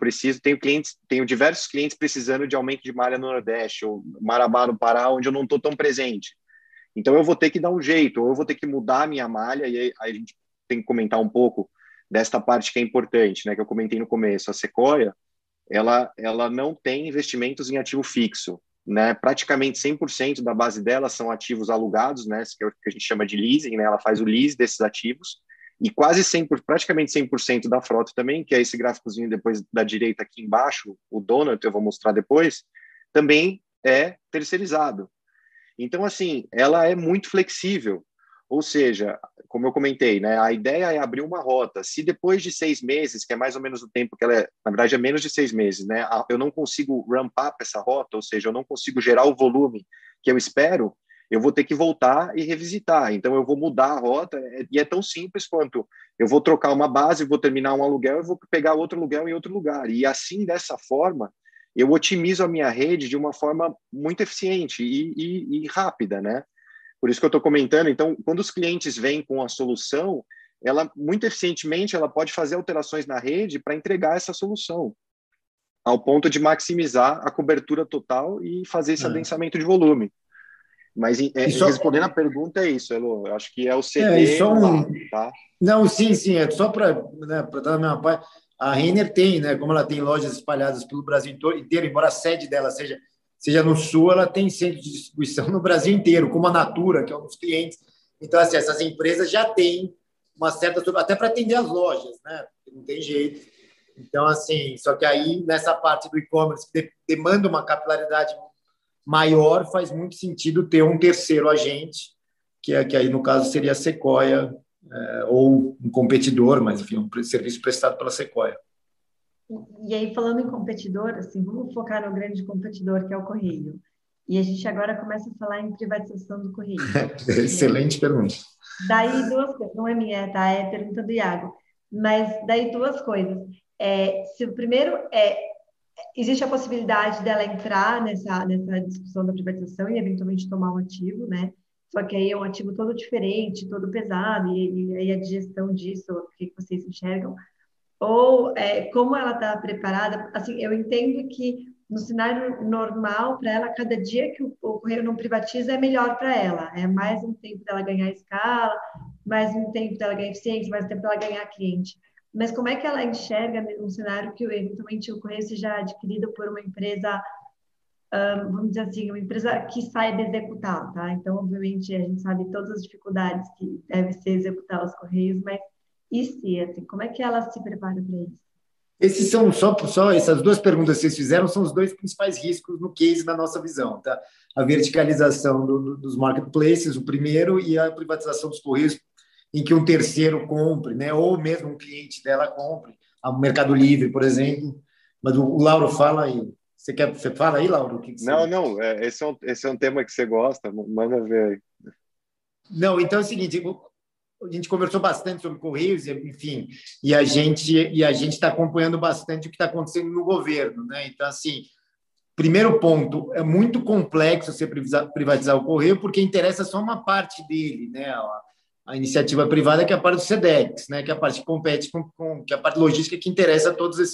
tenho diversos clientes precisando de aumento de malha no Nordeste, ou Marabá no Pará, onde eu não estou tão presente. Então, eu vou ter que dar um jeito, ou eu vou ter que mudar a minha malha, e aí a gente tem que comentar um pouco desta parte que é importante, né, que eu comentei no começo. A Sequoia, ela não tem investimentos em ativo fixo, né? Praticamente 100% da base dela são ativos alugados, né, que é o que a gente chama de leasing, né? Ela faz o lease desses ativos, e praticamente 100% da frota também, que é esse gráficozinho depois da direita aqui embaixo, o donut, eu vou mostrar depois, também é terceirizado. Então, assim, ela é muito flexível, ou seja, como eu comentei, né, a ideia é abrir uma rota. Se depois de 6 meses, que é mais ou menos o tempo que ela é, na verdade é menos de 6 meses, né, eu não consigo ramp up essa rota, ou seja, eu não consigo gerar o volume que eu espero, eu vou ter que voltar e revisitar. Então, eu vou mudar a rota, e é tão simples quanto eu vou trocar uma base, vou terminar um aluguel, eu vou pegar outro aluguel em outro lugar. E assim, dessa forma, eu otimizo a minha rede de uma forma muito eficiente e rápida, né? Por isso que eu estou comentando. Então, quando os clientes vêm com a solução, ela, muito eficientemente, ela pode fazer alterações na rede para entregar essa solução, ao ponto de maximizar a cobertura total e fazer esse adensamento de volume. Mas, respondendo a pergunta, é isso, Elo. Eu acho que é o CD lá, tá? Não, sim, é só para dar a minha parte. A Renner tem, né, como ela tem lojas espalhadas pelo Brasil inteiro, embora a sede dela seja no Sul, ela tem centro de distribuição no Brasil inteiro, como a Natura, que é um dos clientes. Então, assim, essas empresas já têm uma certa... Até para atender as lojas, né? Não tem jeito. Então, assim, só que aí, nessa parte do e-commerce, que demanda uma capilaridade maior, faz muito sentido ter um terceiro agente, que aí, no caso, seria a Sequoia, ou um competidor, mas, enfim, um serviço prestado pela Sequoia. E aí, falando em competidor, assim, vamos focar no grande competidor, que é o Correio. E a gente agora começa a falar em privatização do Correio. Excelente pergunta. Daí, duas coisas. Não é minha, tá? É pergunta do Iago. Mas daí, duas coisas. Se o primeiro existe a possibilidade dela entrar nessa discussão da privatização e, eventualmente, tomar um ativo, né? Só que aí é um ativo todo diferente, todo pesado, e aí a digestão disso, o que vocês enxergam? Ou como ela está preparada? Assim, eu entendo que no cenário normal, para ela, cada dia que o Correio não privatiza é melhor para ela. É mais um tempo dela ganhar escala, mais um tempo dela ganhar eficiência, mais um tempo dela ganhar cliente. Mas como é que ela enxerga um cenário que, eventualmente, o Correio seja adquirido por uma empresa, vamos dizer assim, uma empresa que saiba executar, tá? Então, obviamente, a gente sabe todas as dificuldades que deve ser executar os Correios, mas e se, assim, como é que ela se prepara para isso? Esses são só essas duas perguntas que vocês fizeram são os dois principais riscos no case, na nossa visão, tá? A verticalização dos marketplaces, o primeiro, e a privatização dos Correios, em que um terceiro compre, né? Ou mesmo um cliente dela compre, o Mercado Livre, por exemplo. Mas o Lauro fala aí. Você fala aí, Lauro? Não, esse é um tema que você gosta, manda ver aí. Não, então é o seguinte, a gente conversou bastante sobre Correios, enfim, e a gente está acompanhando bastante o que está acontecendo no governo, né? Então, assim, primeiro ponto, é muito complexo você privatizar o Correio, porque interessa só uma parte dele, né? A iniciativa privada, que é a parte do SEDEX, né? Que é a parte que compete que é a parte logística que interessa a todas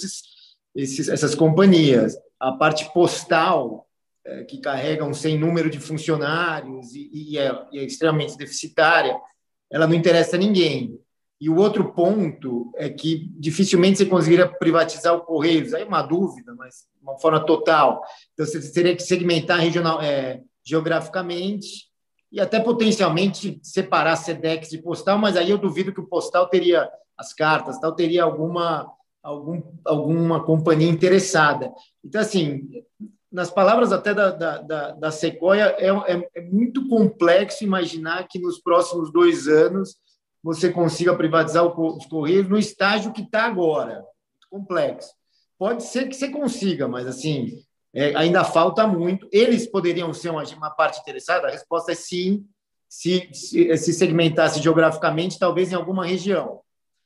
essas companhias. A parte postal, que carrega um sem número de funcionários e é extremamente deficitária, ela não interessa a ninguém. E o outro ponto é que dificilmente você conseguiria privatizar o Correios. Aí é uma dúvida, mas de uma forma total. Então, você teria que segmentar geograficamente e até potencialmente separar SEDEX de postal, mas aí eu duvido que o postal teria as cartas, tal, teria alguma companhia interessada. Então, assim, nas palavras até da Sequoia, é muito complexo imaginar que nos próximos 2 anos você consiga privatizar os Correios no estágio que está agora. Muito complexo. Pode ser que você consiga, mas assim, ainda falta muito. Eles poderiam ser uma parte interessada? A resposta é sim, se segmentasse geograficamente, talvez em alguma região.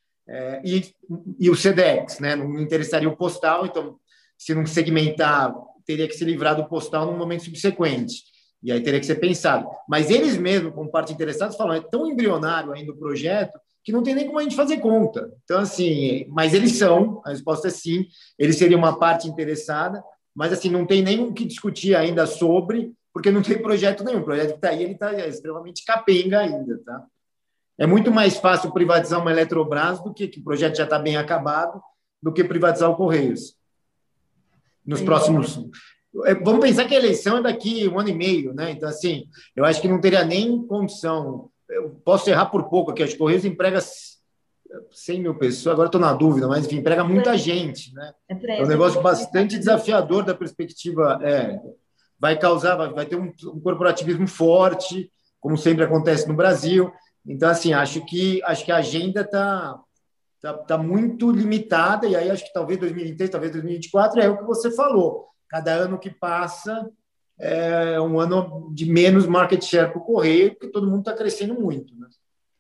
E o SEDEX, né? Não interessaria o postal, então, se não segmentar, teria que se livrar do postal num momento subsequente. E aí teria que ser pensado. Mas eles mesmos, como parte interessados, falam, é tão embrionário ainda o projeto que não tem nem como a gente fazer conta. Então, assim, mas eles são, a resposta é sim, eles seriam uma parte interessada, mas, assim, não tem nem o que discutir ainda sobre, porque não tem projeto nenhum. O projeto que está aí, ele está extremamente capenga ainda, tá? É muito mais fácil privatizar uma Eletrobras do que o projeto já está bem acabado, do que privatizar o Correios. Nos próximos... Vamos pensar que a eleição é daqui 1 ano e meio, né? Então, assim, eu acho que não teria nem condição. Eu posso errar por pouco aqui, os Correios emprega 100 mil pessoas, agora estou na dúvida, mas, enfim, emprega muita gente, né? É um negócio bastante desafiador da perspectiva. Vai ter um corporativismo forte, como sempre acontece no Brasil. Então, assim, acho que a agenda está muito limitada, e aí acho que talvez 2023, talvez 2024, é o que você falou. Cada ano que passa é um ano de menos market share para o Correio, porque todo mundo está crescendo muito, né?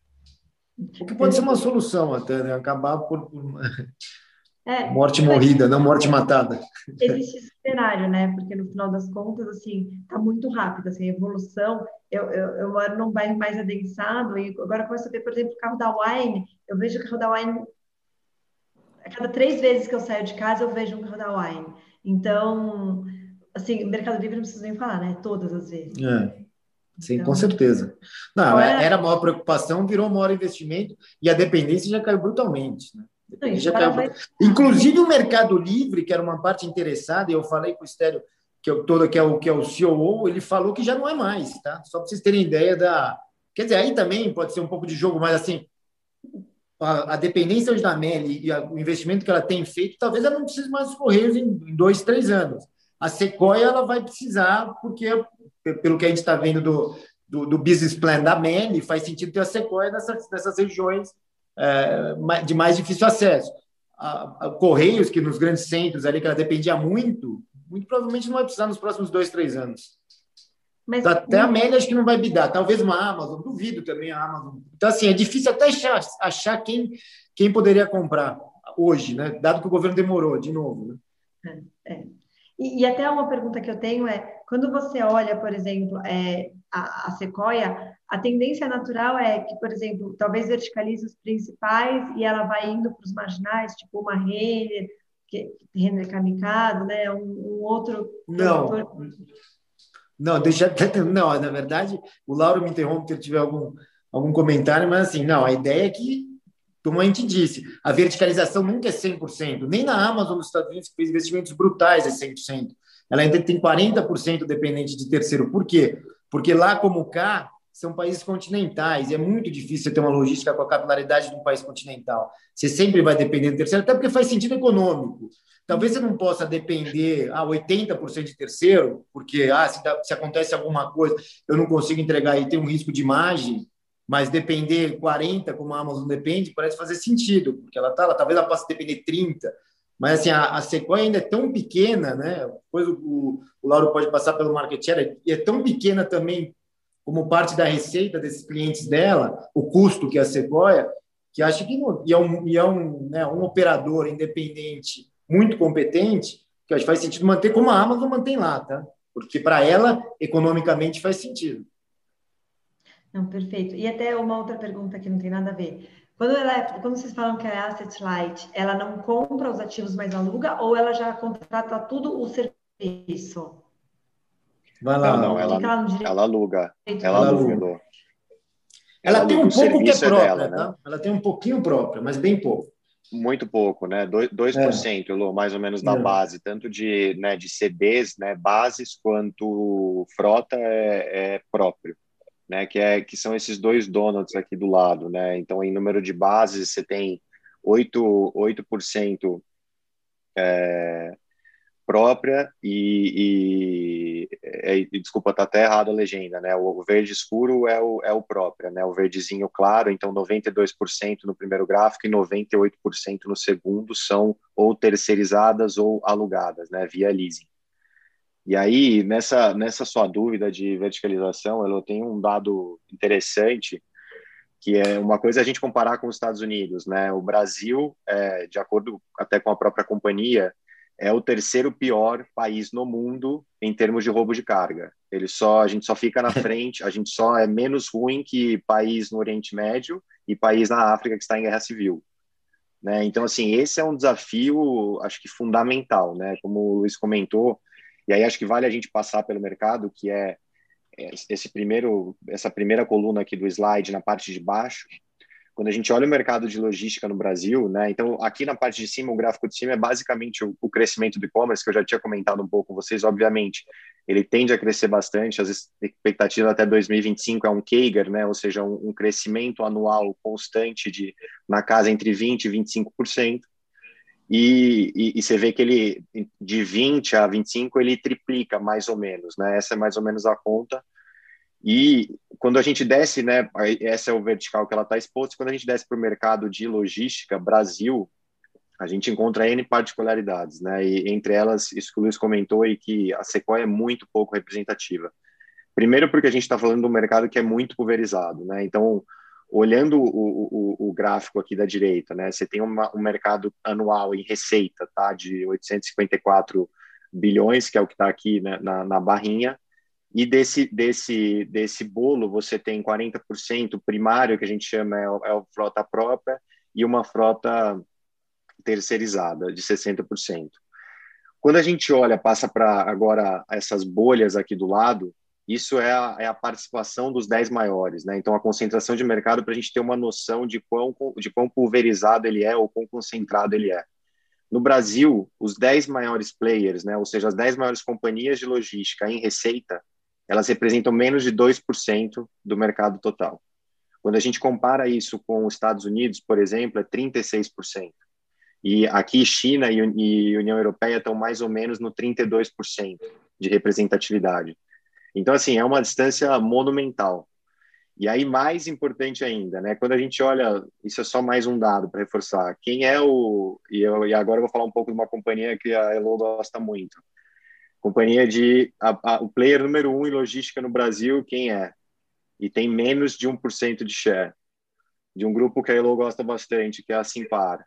O que pode ser uma solução até, né? Acabar por morte morrida, não morte matada. Existe esse cenário, né? Porque no final das contas, assim, está muito rápido, assim, a evolução. Eu moro num bairro mais adensado e agora começo a ver, por exemplo, o carro da Wine. Eu vejo o carro da Wine a cada 3 vezes que eu saio de casa, eu vejo um carro da Wine. Então, assim, o Mercado Livre não precisa nem falar, né? Todas as vezes. Sim, com certeza. Não, era a maior preocupação, virou o maior investimento e a dependência já caiu brutalmente, né? Inclusive o Mercado Livre, que era uma parte interessada, e eu falei com o Estélio, que é o COO, ele falou que já não é mais, tá? Só para vocês terem ideia da... Quer dizer, aí também pode ser um pouco de jogo, mas assim, a dependência hoje da Meli e o investimento que ela tem feito, talvez ela não precise mais dos Correios em 2, 3 anos. A Sequoia ela vai precisar, porque, pelo que a gente está vendo do business plan da Meli, faz sentido ter a Sequoia nessas regiões de mais difícil acesso. A Correios, que nos grandes centros ali, que ela dependia muito provavelmente não vai precisar nos próximos 2, 3 anos. Mas, até a Meli acho que não vai bidar. Talvez uma Amazon, duvido também a Amazon. Então, assim, é difícil até achar quem poderia comprar hoje, né? Dado que o governo demorou, de novo. Né? E até uma pergunta que eu tenho é, quando você olha, por exemplo, a Sequoia, a tendência natural é que, por exemplo, talvez verticalize os principais e ela vai indo para os marginais, tipo uma Renner, Renner Kamikado, né? Um outro... Não, na verdade, o Lauro me interrompe se ele tiver algum comentário, mas assim, não, a ideia é que, como a gente disse, a verticalização nunca é 100%, nem na Amazon nos Estados Unidos, que fez investimentos brutais, é 100%. Ela ainda tem 40% dependente de terceiro. Por quê? Porque lá como cá, são países continentais, e é muito difícil ter uma logística com a capilaridade de um país continental. Você sempre vai depender do terceiro, até porque faz sentido econômico. Talvez você não possa depender 80% de terceiro, porque se acontece alguma coisa, eu não consigo entregar e tem um risco de imagem, mas depender 40%, como a Amazon depende, parece fazer sentido, porque talvez ela possa depender 30%. Mas assim, a Sequoia ainda é tão pequena, né? Depois o Lauro pode passar pelo market share, e é tão pequena também como parte da receita desses clientes dela, o custo que é a Sequoia, que acho que um operador independente muito competente, que acho que faz sentido manter como a Amazon mantém lá, tá? Porque para ela, economicamente, faz sentido. Não, perfeito. E até uma outra pergunta que não tem nada a ver. Quando vocês falam que é asset light, ela não compra os ativos, mas aluga, ou ela já contrata tudo o serviço? Vai lá. Não, ela aluga. Ela aluga. Ela tem um pouco que é própria, dela, tá? Né? Ela tem um pouquinho própria, mas bem pouco. Muito pouco, né? 2%, Elô, mais ou menos, da base, tanto de CDs, né, bases, quanto frota é próprio, né? Que são esses 2 donuts aqui do lado, né? Então, em número de bases, você tem 8% própria desculpa, tá até errado a legenda, né? O verde escuro é o próprio, né? O verdezinho claro, então 92% no primeiro gráfico e 98% no segundo são ou terceirizadas ou alugadas, né? Via leasing. E aí, nessa sua dúvida de verticalização, eu tenho um dado interessante, que é uma coisa a gente comparar com os Estados Unidos, né? O Brasil, de acordo até com a própria companhia, é o terceiro pior país no mundo em termos de roubo de carga. A gente só fica na frente, a gente só é menos ruim que país no Oriente Médio e país na África que está em guerra civil, né? Então, assim, esse é um desafio, acho que fundamental, né? Como o Luiz comentou, e aí acho que vale a gente passar pelo mercado, que essa primeira coluna aqui do slide na parte de baixo. Quando a gente olha o mercado de logística no Brasil, né? Então, aqui na parte de cima, o gráfico de cima é basicamente o crescimento do e-commerce, que eu já tinha comentado um pouco com vocês. Obviamente, ele tende a crescer bastante, as expectativas até 2025 é um CAGR, né? Ou seja, um crescimento anual constante na casa entre 20% e 25%. E você vê que ele, de 20 a 25, ele triplica mais ou menos, né? Essa é mais ou menos a conta. E quando a gente desce, né, essa é o vertical que ela está exposta, quando a gente desce para o mercado de logística, Brasil, a gente encontra N particularidades, né, e entre elas, isso que o Luiz comentou, e que a Sequoia é muito pouco representativa. Primeiro porque a gente está falando de um mercado que é muito pulverizado, né, então, olhando o gráfico aqui da direita, né, você tem um mercado anual em receita, tá, de 854 bilhões, que é o que está aqui, né, na barrinha. E desse bolo, você tem 40% primário, que a gente chama a frota própria, e uma frota terceirizada, de 60%. Quando a gente passa para agora essas bolhas aqui do lado, isso é a participação dos 10 maiores, né? Então, a concentração de mercado, para a gente ter uma noção de quão pulverizado ele é ou quão concentrado ele é. No Brasil, os 10 maiores players, né? Ou seja, as 10 maiores companhias de logística em receita, elas representam menos de 2% do mercado total. Quando a gente compara isso com os Estados Unidos, por exemplo, é 36%. E aqui China e União Europeia estão mais ou menos no 32% de representatividade. Então, assim, é uma distância monumental. E aí, mais importante ainda, né? Quando a gente olha, isso é só mais um dado para reforçar, quem é e agora eu vou falar um pouco de uma companhia que a Elo gosta muito. Companhia o player número 1 em logística no Brasil, quem é? E tem menos de 1% de share. De um grupo que a Elo gosta bastante, que é a Simpar.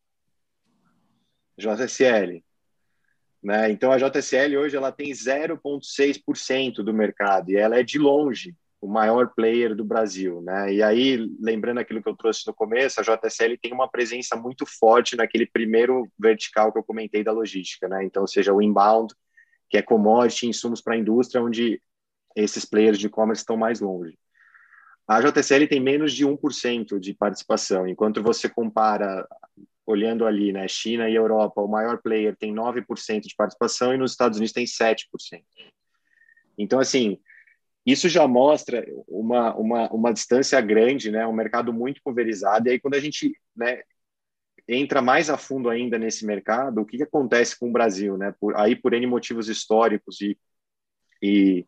JSL. Né? Então, a JSL hoje ela tem 0,6% do mercado e ela é, de longe, o maior player do Brasil. Né? E aí, lembrando aquilo que eu trouxe no começo, a JSL tem uma presença muito forte naquele primeiro vertical que eu comentei da logística. Né? Então, seja o inbound, que é commodity, insumos para a indústria, onde esses players de e-commerce estão mais longe. A JSL tem menos de 1% de participação, enquanto você compara, olhando ali, né, China e Europa, o maior player tem 9% de participação e nos Estados Unidos tem 7%. Então, assim, isso já mostra uma distância grande, né, um mercado muito pulverizado, e aí quando a gente, né, entra mais a fundo ainda nesse mercado, o que acontece com o Brasil, né? Por N motivos históricos e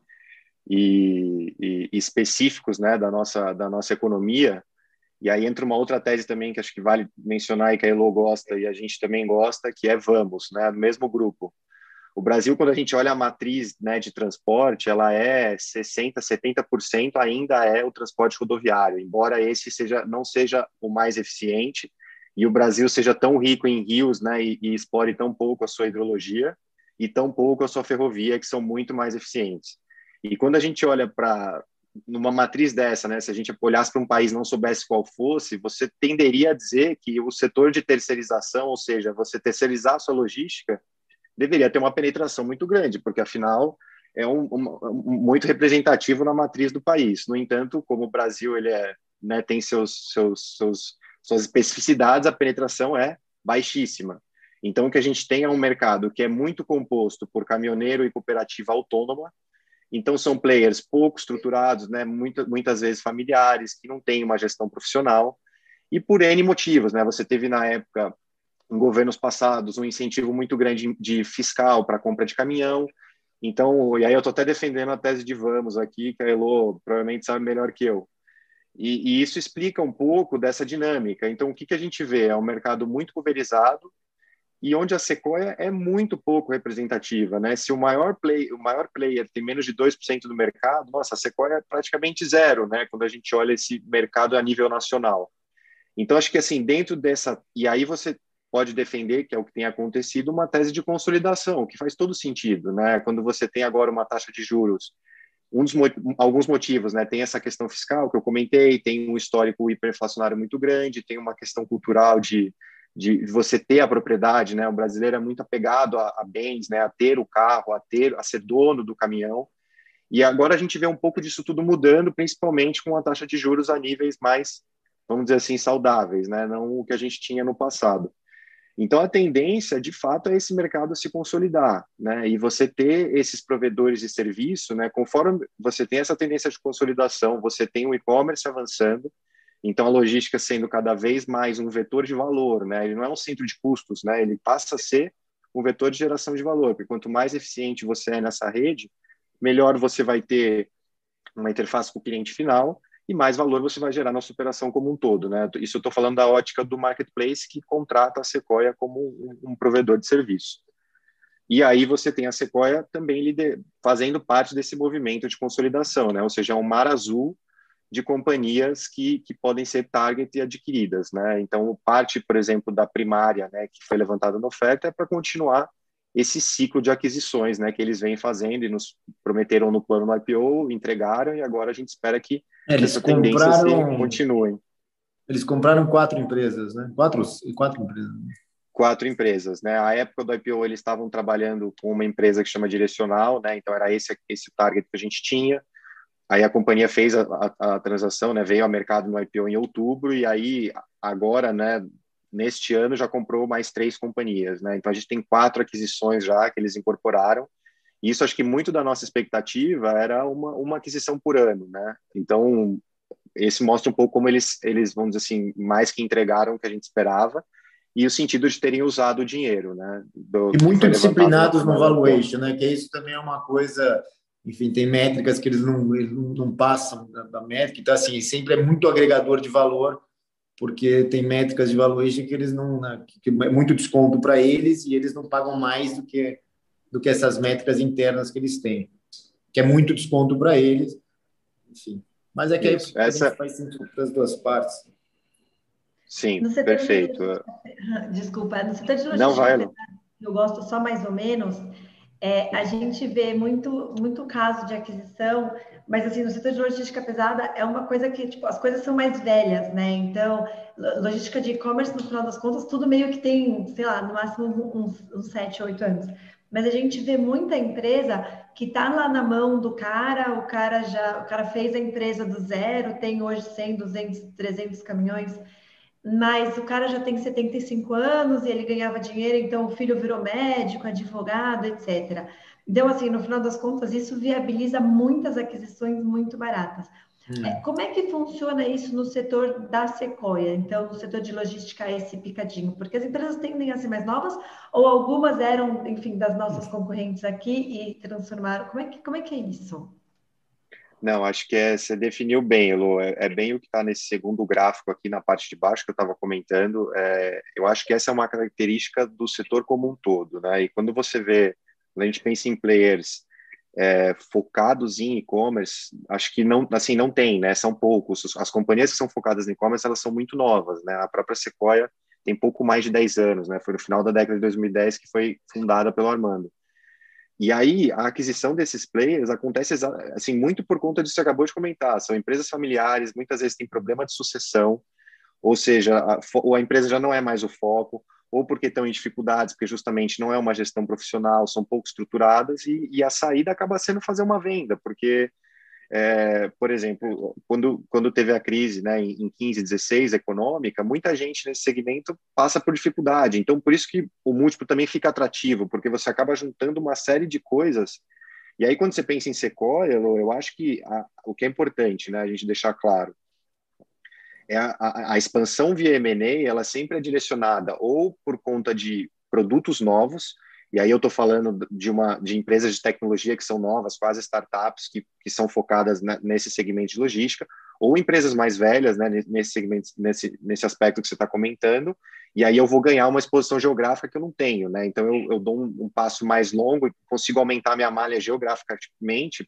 específicos, né, da nossa economia. E aí entra uma outra tese também que acho que vale mencionar e que a Elo gosta e a gente também gosta, que é Vamos, né, do mesmo grupo. O Brasil, quando a gente olha a matriz, né, de transporte, ela é 60%, 70% ainda é o transporte rodoviário, embora esse não seja o mais eficiente, e o Brasil seja tão rico em rios, né, e explore tão pouco a sua hidrologia e tão pouco a sua ferrovia, que são muito mais eficientes. E quando a gente olha numa matriz dessa, né, se a gente olhasse para um país e não soubesse qual fosse, você tenderia a dizer que o setor de terceirização, ou seja, você terceirizar a sua logística, deveria ter uma penetração muito grande, porque afinal é muito representativo na matriz do país. No entanto, como o Brasil ele né, tem suas especificidades, a penetração é baixíssima. Então, o que a gente tem é um mercado que é muito composto por caminhoneiro e cooperativa autônoma. Então, são players pouco estruturados, né, muitas vezes familiares, que não têm uma gestão profissional. e por N motivos, né? Você teve, na época, em governos passados, um incentivo muito grande de fiscal para compra de caminhão. Então, e aí eu estou até defendendo a tese de Vamos aqui, que a Elo provavelmente sabe melhor que eu. E isso explica um pouco dessa dinâmica. Então, o que a gente vê? É um mercado muito pulverizado e onde a Sequoia é muito pouco representativa, né? Se o maior player tem menos de 2% do mercado, nossa, a Sequoia é praticamente zero, né? Quando a gente olha esse mercado a nível nacional. Então, acho que assim, dentro dessa... E aí você pode defender, que é o que tem acontecido, uma tese de consolidação, que faz todo sentido, né? Quando você tem agora uma taxa de juros, alguns motivos, né? Tem essa questão fiscal que eu comentei, tem um histórico hiperinflacionário muito grande, tem uma questão cultural de você ter a propriedade, né? O brasileiro é muito apegado a bens, né? A ter o carro, a ser dono do caminhão. E agora a gente vê um pouco disso tudo mudando, principalmente com a taxa de juros a níveis mais, vamos dizer assim, saudáveis, né? Não o que a gente tinha no passado. Então, a tendência, de fato, é esse mercado se consolidar, né? E você ter esses provedores de serviço, né? Conforme você tem essa tendência de consolidação, você tem o e-commerce avançando, então a logística sendo cada vez mais um vetor de valor, né? Ele não é um centro de custos, né? Ele passa a ser um vetor de geração de valor, porque quanto mais eficiente você é nessa rede, melhor você vai ter uma interface com o cliente final e mais valor você vai gerar na sua operação como um todo, né? Isso eu estou falando da ótica do marketplace que contrata a Sequoia como um provedor de serviço. E aí você tem a Sequoia também fazendo parte desse movimento de consolidação, né? Ou seja, é um mar azul de companhias que podem ser target e adquiridas, né? Então, parte, por exemplo, da primária, né, que foi levantada na oferta, é para continuar esse ciclo de aquisições, né, que eles vêm fazendo e nos prometeram no plano do IPO, entregaram, e agora a gente espera que essa tendência continue. Eles compraram 4 empresas, né? Quatro empresas. 4 empresas, né? A época do IPO eles estavam trabalhando com uma empresa que chama Direcional, né? Então era esse target que a gente tinha. Aí a companhia fez a transação, né? Veio ao mercado no IPO em outubro e aí agora, né? Neste ano já comprou mais 3 companhias, né? Então a gente tem 4 aquisições já que eles incorporaram. E isso acho que muito da nossa expectativa era uma aquisição por ano, né? Então esse mostra um pouco como eles vamos dizer assim, mais que entregaram o que a gente esperava e o sentido de terem usado o dinheiro, né? E muito disciplinados no valuation, né? Que isso também é uma coisa, enfim, tem métricas que eles não passam da métrica, então assim, sempre é muito agregador de valor, porque tem métricas de valuation que eles não, né, que é muito desconto para eles e eles não pagam mais do que essas métricas internas que eles têm, que é muito desconto para eles, enfim. Mas é que aí faz sentido das duas partes. Sim, perfeito. Desculpa, no setor de logística, não vai, eu gosto só mais ou menos, a gente vê muito caso de aquisição, mas assim, no setor de logística pesada é uma coisa que, tipo, as coisas são mais velhas, né? Então, logística de e-commerce, no final das contas, tudo meio que tem, sei lá, no máximo uns 7, 8 anos. Mas a gente vê muita empresa que está lá na mão do cara, o cara fez a empresa do zero, tem hoje 100, 200, 300 caminhões, mas o cara já tem 75 anos e ele ganhava dinheiro, então o filho virou médico, advogado, etc. Então, assim, no final das contas, isso viabiliza muitas aquisições muito baratas. Como é que funciona isso no setor da Sequoia? Então, no setor de logística, esse picadinho? Porque as empresas tendem a ser mais novas ou algumas eram, enfim, das nossas concorrentes aqui e transformaram? Como é que é isso? Não, acho que você definiu bem, Elo. É bem o que está nesse segundo gráfico aqui na parte de baixo que eu estava comentando. Eu acho que essa é uma característica do setor como um todo, né? E quando a gente pensa em players focados em e-commerce, acho que não, assim, não tem, né? São poucos. As companhias que são focadas em e-commerce, elas são muito novas, né? A própria Sequoia tem pouco mais de 10 anos, né? Foi no final da década de 2010 que foi fundada pelo Armando. E aí, a aquisição desses players acontece assim, muito por conta disso que você acabou de comentar. São empresas familiares, muitas vezes tem problema de sucessão, ou seja, a empresa já não é mais o foco, ou porque estão em dificuldades, porque justamente não é uma gestão profissional, são pouco estruturadas, e a saída acaba sendo fazer uma venda, porque por exemplo, quando teve a crise, né, em 15, 16, econômica, muita gente nesse segmento passa por dificuldade. Então, por isso que o múltiplo também fica atrativo, porque você acaba juntando uma série de coisas. E aí, quando você pensa em Sequoia, eu acho que o que é importante, né, a gente deixar claro, a expansão via M&A, ela sempre é direcionada ou por conta de produtos novos, e aí eu estou falando de empresas de tecnologia que são novas, quase startups, que são focadas nesse segmento de logística, ou empresas mais velhas, né, nesse segmento, nesse aspecto que você está comentando, e aí eu vou ganhar uma exposição geográfica que eu não tenho, né? Então eu dou um passo mais longo e consigo aumentar minha malha geograficamente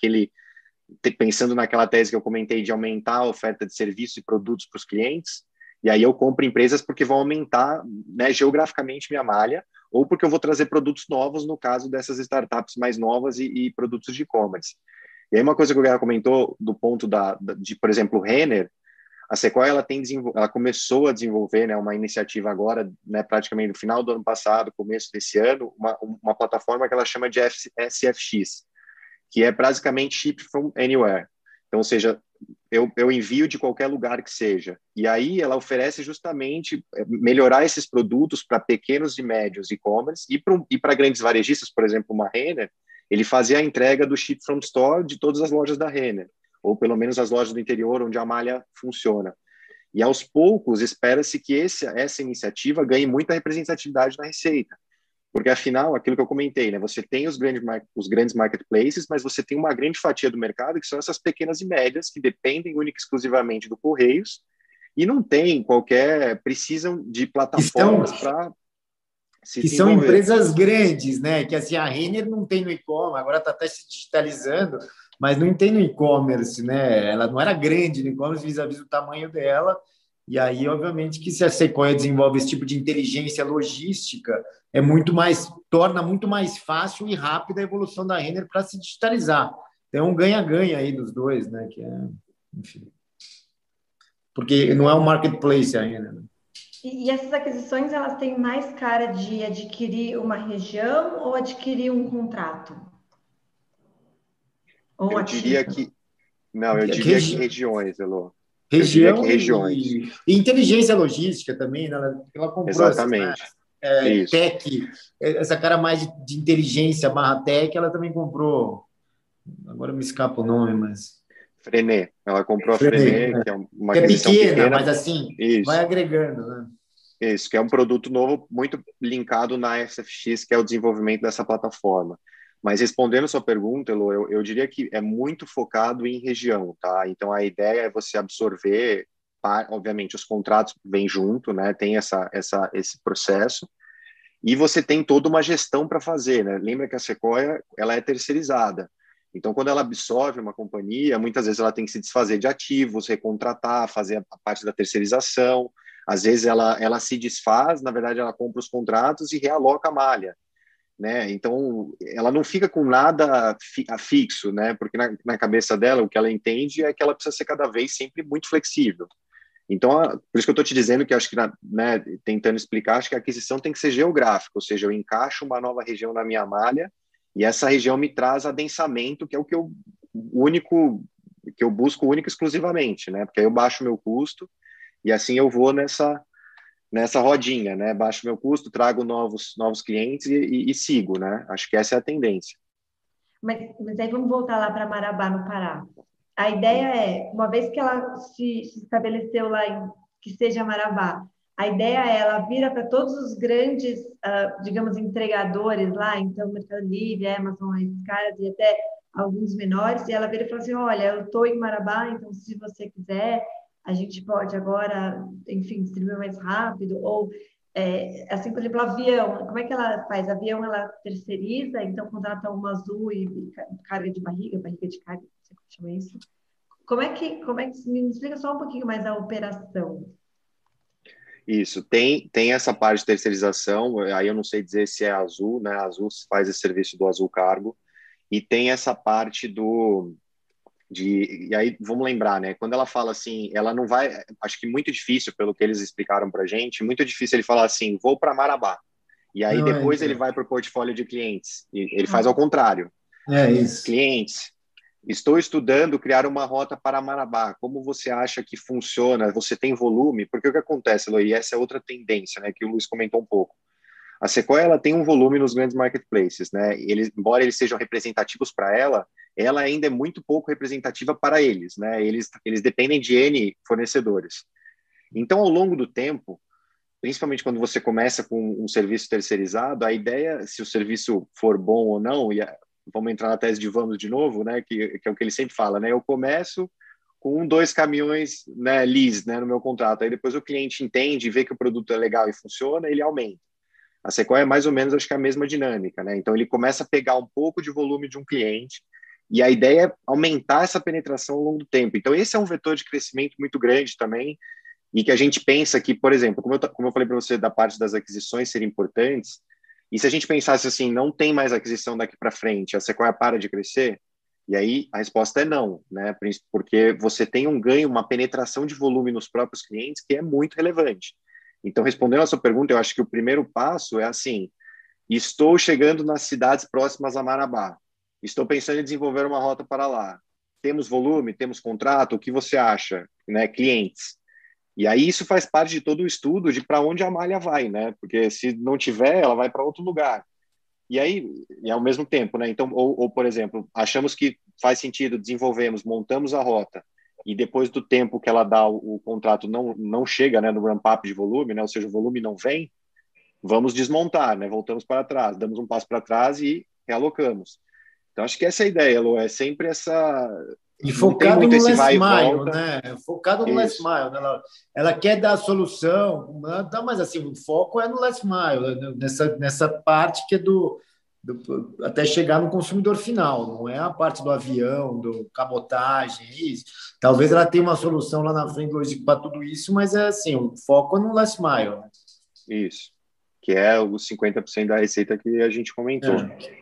pensando naquela tese que eu comentei de aumentar a oferta de serviços e produtos para os clientes, e aí eu compro empresas porque vão aumentar, né, geograficamente minha malha, ou porque eu vou trazer produtos novos, no caso dessas startups mais novas e produtos de e-commerce. E aí uma coisa que o Guerra comentou do ponto de, por exemplo, o Renner, a Sequoia ela começou a desenvolver, né, uma iniciativa agora, né, praticamente no final do ano passado, começo desse ano, uma plataforma que ela chama de SFX, que é basicamente Ship from Anywhere. Então, ou seja, eu envio de qualquer lugar que seja. E aí ela oferece justamente melhorar esses produtos para pequenos e médios e-commerce e para grandes varejistas, por exemplo, uma Renner, ele fazia a entrega do Ship from Store de todas as lojas da Renner, ou pelo menos as lojas do interior onde a malha funciona. E aos poucos espera-se que essa iniciativa ganhe muita representatividade na receita. Porque, afinal, aquilo que eu comentei, né? Você tem os grandes marketplaces, mas você tem uma grande fatia do mercado que são essas pequenas e médias que dependem única e exclusivamente do Correios e não tem precisam de plataformas para se que são empresas grandes, né? Que assim, a Renner não tem no e-commerce, agora está até se digitalizando, mas não tem no e-commerce, né? Ela não era grande no e-commerce vis-à-vis do tamanho dela. E aí, obviamente, que se a Sequoia desenvolve esse tipo de inteligência logística, torna muito mais fácil e rápida a evolução da Renner para se digitalizar. Então, um ganha-ganha aí dos dois, né? Que é, enfim. Porque não é um marketplace a Renner, né? E essas aquisições, elas têm mais cara de adquirir uma região ou adquirir um contrato? Ou eu diria que... Não, eu diria que regiões, Elô. Região e inteligência logística também, né? Ela comprou exatamente. Tech, essa cara mais de inteligência barra tech, ela também comprou, agora me escapa o nome, mas... Frenet, ela comprou a Frenet, que é uma aquisição pequena, mas assim, vai agregando, né? Isso, que é um produto novo muito linkado na SFX, que é o desenvolvimento dessa plataforma. Mas respondendo a sua pergunta, Elô, eu diria que é muito focado em região, tá? Então a ideia é você absorver, obviamente os contratos vêm junto, né? Tem esse processo, e você tem toda uma gestão para fazer, né? Lembra que a Sequoia, ela é terceirizada. Então, quando ela absorve uma companhia, muitas vezes ela tem que se desfazer de ativos, recontratar, fazer a parte da terceirização. Às vezes ela se desfaz, na verdade ela compra os contratos e realoca a malha, né? Então, ela não fica com nada fixo, né? Porque na cabeça dela, o que ela entende é que ela precisa ser cada vez sempre muito flexível. Então, por isso que eu estou te dizendo que acho que, né, tentando explicar, acho que a aquisição tem que ser geográfica, ou seja, eu encaixo uma nova região na minha malha e essa região me traz adensamento, que é o que eu busco único e exclusivamente, né? Porque aí eu baixo meu custo e assim eu vou nessa rodinha, né? Baixo meu custo, trago novos clientes e sigo, né? Acho que essa é a tendência. Mas aí vamos voltar lá para Marabá, no Pará. A ideia é, uma vez que ela se estabeleceu lá, que seja Marabá, a ideia é ela vira para todos os grandes, digamos, entregadores lá, então Mercado Livre, Amazon, esses caras, e até alguns menores, e ela vira e fala assim, olha, eu estou em Marabá, então se você quiser, a gente pode agora, enfim, distribuir mais rápido, ou assim, por exemplo, avião, como é que ela faz? Avião, ela terceiriza, então contrata uma Azul e carga de barriga de carga, não sei como chama isso. Como é que me explica só um pouquinho mais a operação? Isso, tem essa parte de terceirização, aí eu não sei dizer se é a Azul, né? A Azul faz esse serviço do Azul Cargo, e tem essa parte e aí vamos lembrar, né? Quando ela fala assim, ela não vai, acho que muito difícil, pelo que eles explicaram para a gente, muito difícil ele falar assim, vou para Marabá, e aí depois ele vai para o portfólio de clientes, e ele faz ao contrário. É isso. Clientes, estou estudando criar uma rota para Marabá, como você acha que funciona? Você tem volume? Porque o que acontece, Eloy, e essa é outra tendência, né, que o Luiz comentou um pouco. A Sequoia, ela tem um volume nos grandes marketplaces, né? Embora eles sejam representativos para ela, ela ainda é muito pouco representativa para eles, né? Eles dependem de N fornecedores. Então, ao longo do tempo, principalmente quando você começa com um serviço terceirizado, a ideia, se o serviço for bom ou não, vamos entrar na tese de vamos de novo, né? Que é o que ele sempre fala, né? Eu começo com 2 caminhões, né, lease, né, no meu contrato. Aí depois o cliente entende, vê que o produto é legal e funciona, ele aumenta. A Sequoia é mais ou menos, acho que a mesma dinâmica, né? Então ele começa a pegar um pouco de volume de um cliente e a ideia é aumentar essa penetração ao longo do tempo. Então esse é um vetor de crescimento muito grande também e que a gente pensa que, por exemplo, como eu falei para você da parte das aquisições serem importantes, e se a gente pensasse assim, não tem mais aquisição daqui para frente, a Sequoia para de crescer? E aí a resposta é não, né? Porque você tem um ganho, uma penetração de volume nos próprios clientes que é muito relevante. Então, respondendo a sua pergunta, eu acho que o primeiro passo é assim: estou chegando nas cidades próximas a Marabá, estou pensando em desenvolver uma rota para lá. Temos volume, temos contrato, o que você acha, né? Clientes. E aí isso faz parte de todo o estudo de para onde a malha vai, né? Porque se não tiver, ela vai para outro lugar. E aí, e ao mesmo tempo, né? Então, por exemplo, achamos que faz sentido, desenvolvemos, montamos a rota, e depois do tempo que ela dá o contrato não chega, né, no ramp-up de volume, né? Ou seja, o volume não vem, vamos desmontar, né? Voltamos para trás, damos um passo para trás e realocamos. Então, acho que essa é a ideia, Lu, é sempre essa... E focado no last mile, volta. né? Focado no last mile. Né? Ela quer dar a solução, mas assim, o foco é no last mile, né? nessa parte que é até chegar no consumidor final, não é a parte do avião, do cabotagem, isso. Talvez ela tenha uma solução lá na frente lógico para tudo isso, mas é assim, o foco é no last mile. Né? Isso, que é os 50% da receita que a gente comentou.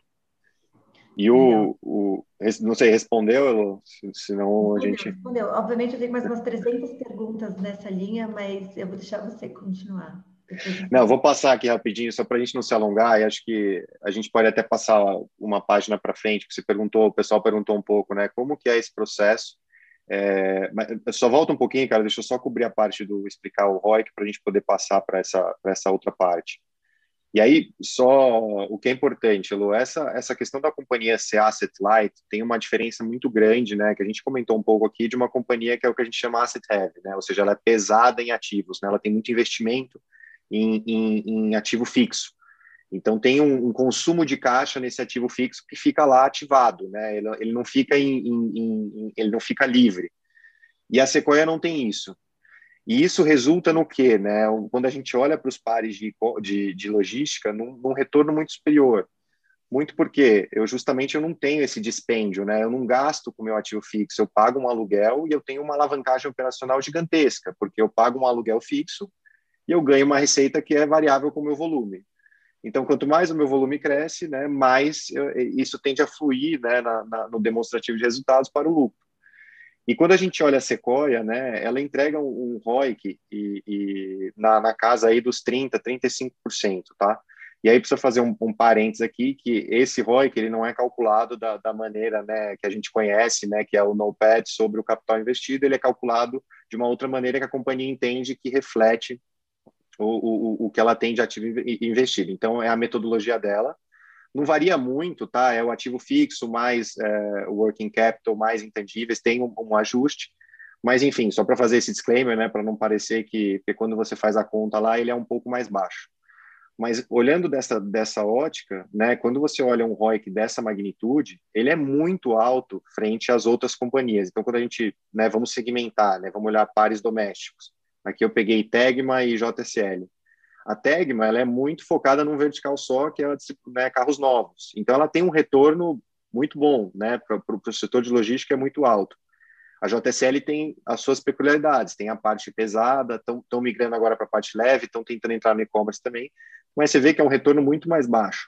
E não sei, respondeu, Elo? Senão a gente... Respondeu. Obviamente eu tenho mais umas 300 perguntas nessa linha, mas eu vou deixar você continuar. Não, vou passar aqui rapidinho, só para a gente não se alongar, e acho que a gente pode até passar uma página para frente, que o pessoal perguntou um pouco, né, como que é esse processo. Mas só volta um pouquinho, cara, deixa eu só cobrir a parte do explicar o ROIC para a gente poder passar para essa outra parte. E aí, só o que é importante, Lu, essa questão da companhia ser asset light tem uma diferença muito grande, né, que a gente comentou um pouco aqui, de uma companhia que é o que a gente chama asset heavy, né, ou seja, ela é pesada em ativos, né, ela tem muito investimento em ativo fixo. Então, tem um consumo de caixa nesse ativo fixo que fica lá ativado, né, ele não fica ele não fica livre. E a Sequoia não tem isso. E isso resulta no quê? Né? Quando a gente olha para os pares de logística, num retorno muito superior. Muito porque eu não tenho esse dispêndio, né? Eu não gasto com o meu ativo fixo, eu pago um aluguel e eu tenho uma alavancagem operacional gigantesca, porque eu pago um aluguel fixo e eu ganho uma receita que é variável com o meu volume. Então, quanto mais o meu volume cresce, né, mais isso tende a fluir, né, no demonstrativo de resultados para o lucro. E quando a gente olha a Sequoia, né, ela entrega um ROIC na casa aí dos 30%, 35%, tá? E aí precisa fazer um parênteses aqui, que esse ROIC ele não é calculado da maneira, né, que a gente conhece, né, que é o NOPAT sobre o capital investido, ele é calculado de uma outra maneira que a companhia entende que reflete o que ela tem de ativo investido. Então, é a metodologia dela. Não varia muito, tá? É o ativo fixo mais o working capital mais intangíveis, tem um ajuste, mas enfim, só para fazer esse disclaimer, né, para não parecer que quando você faz a conta lá, ele é um pouco mais baixo. Mas olhando dessa ótica, né, quando você olha um ROIC dessa magnitude, ele é muito alto frente às outras companhias. Então, quando a gente, né, vamos segmentar, né, vamos olhar pares domésticos. Aqui eu peguei Tegma e JSL. A Tegma ela é muito focada num vertical só, que é, né, carros novos. Então, ela tem um retorno muito bom, né, para o setor de logística é muito alto. A JSL tem as suas peculiaridades, tem a parte pesada, estão migrando agora para a parte leve, estão tentando entrar no e-commerce também, mas você vê que é um retorno muito mais baixo.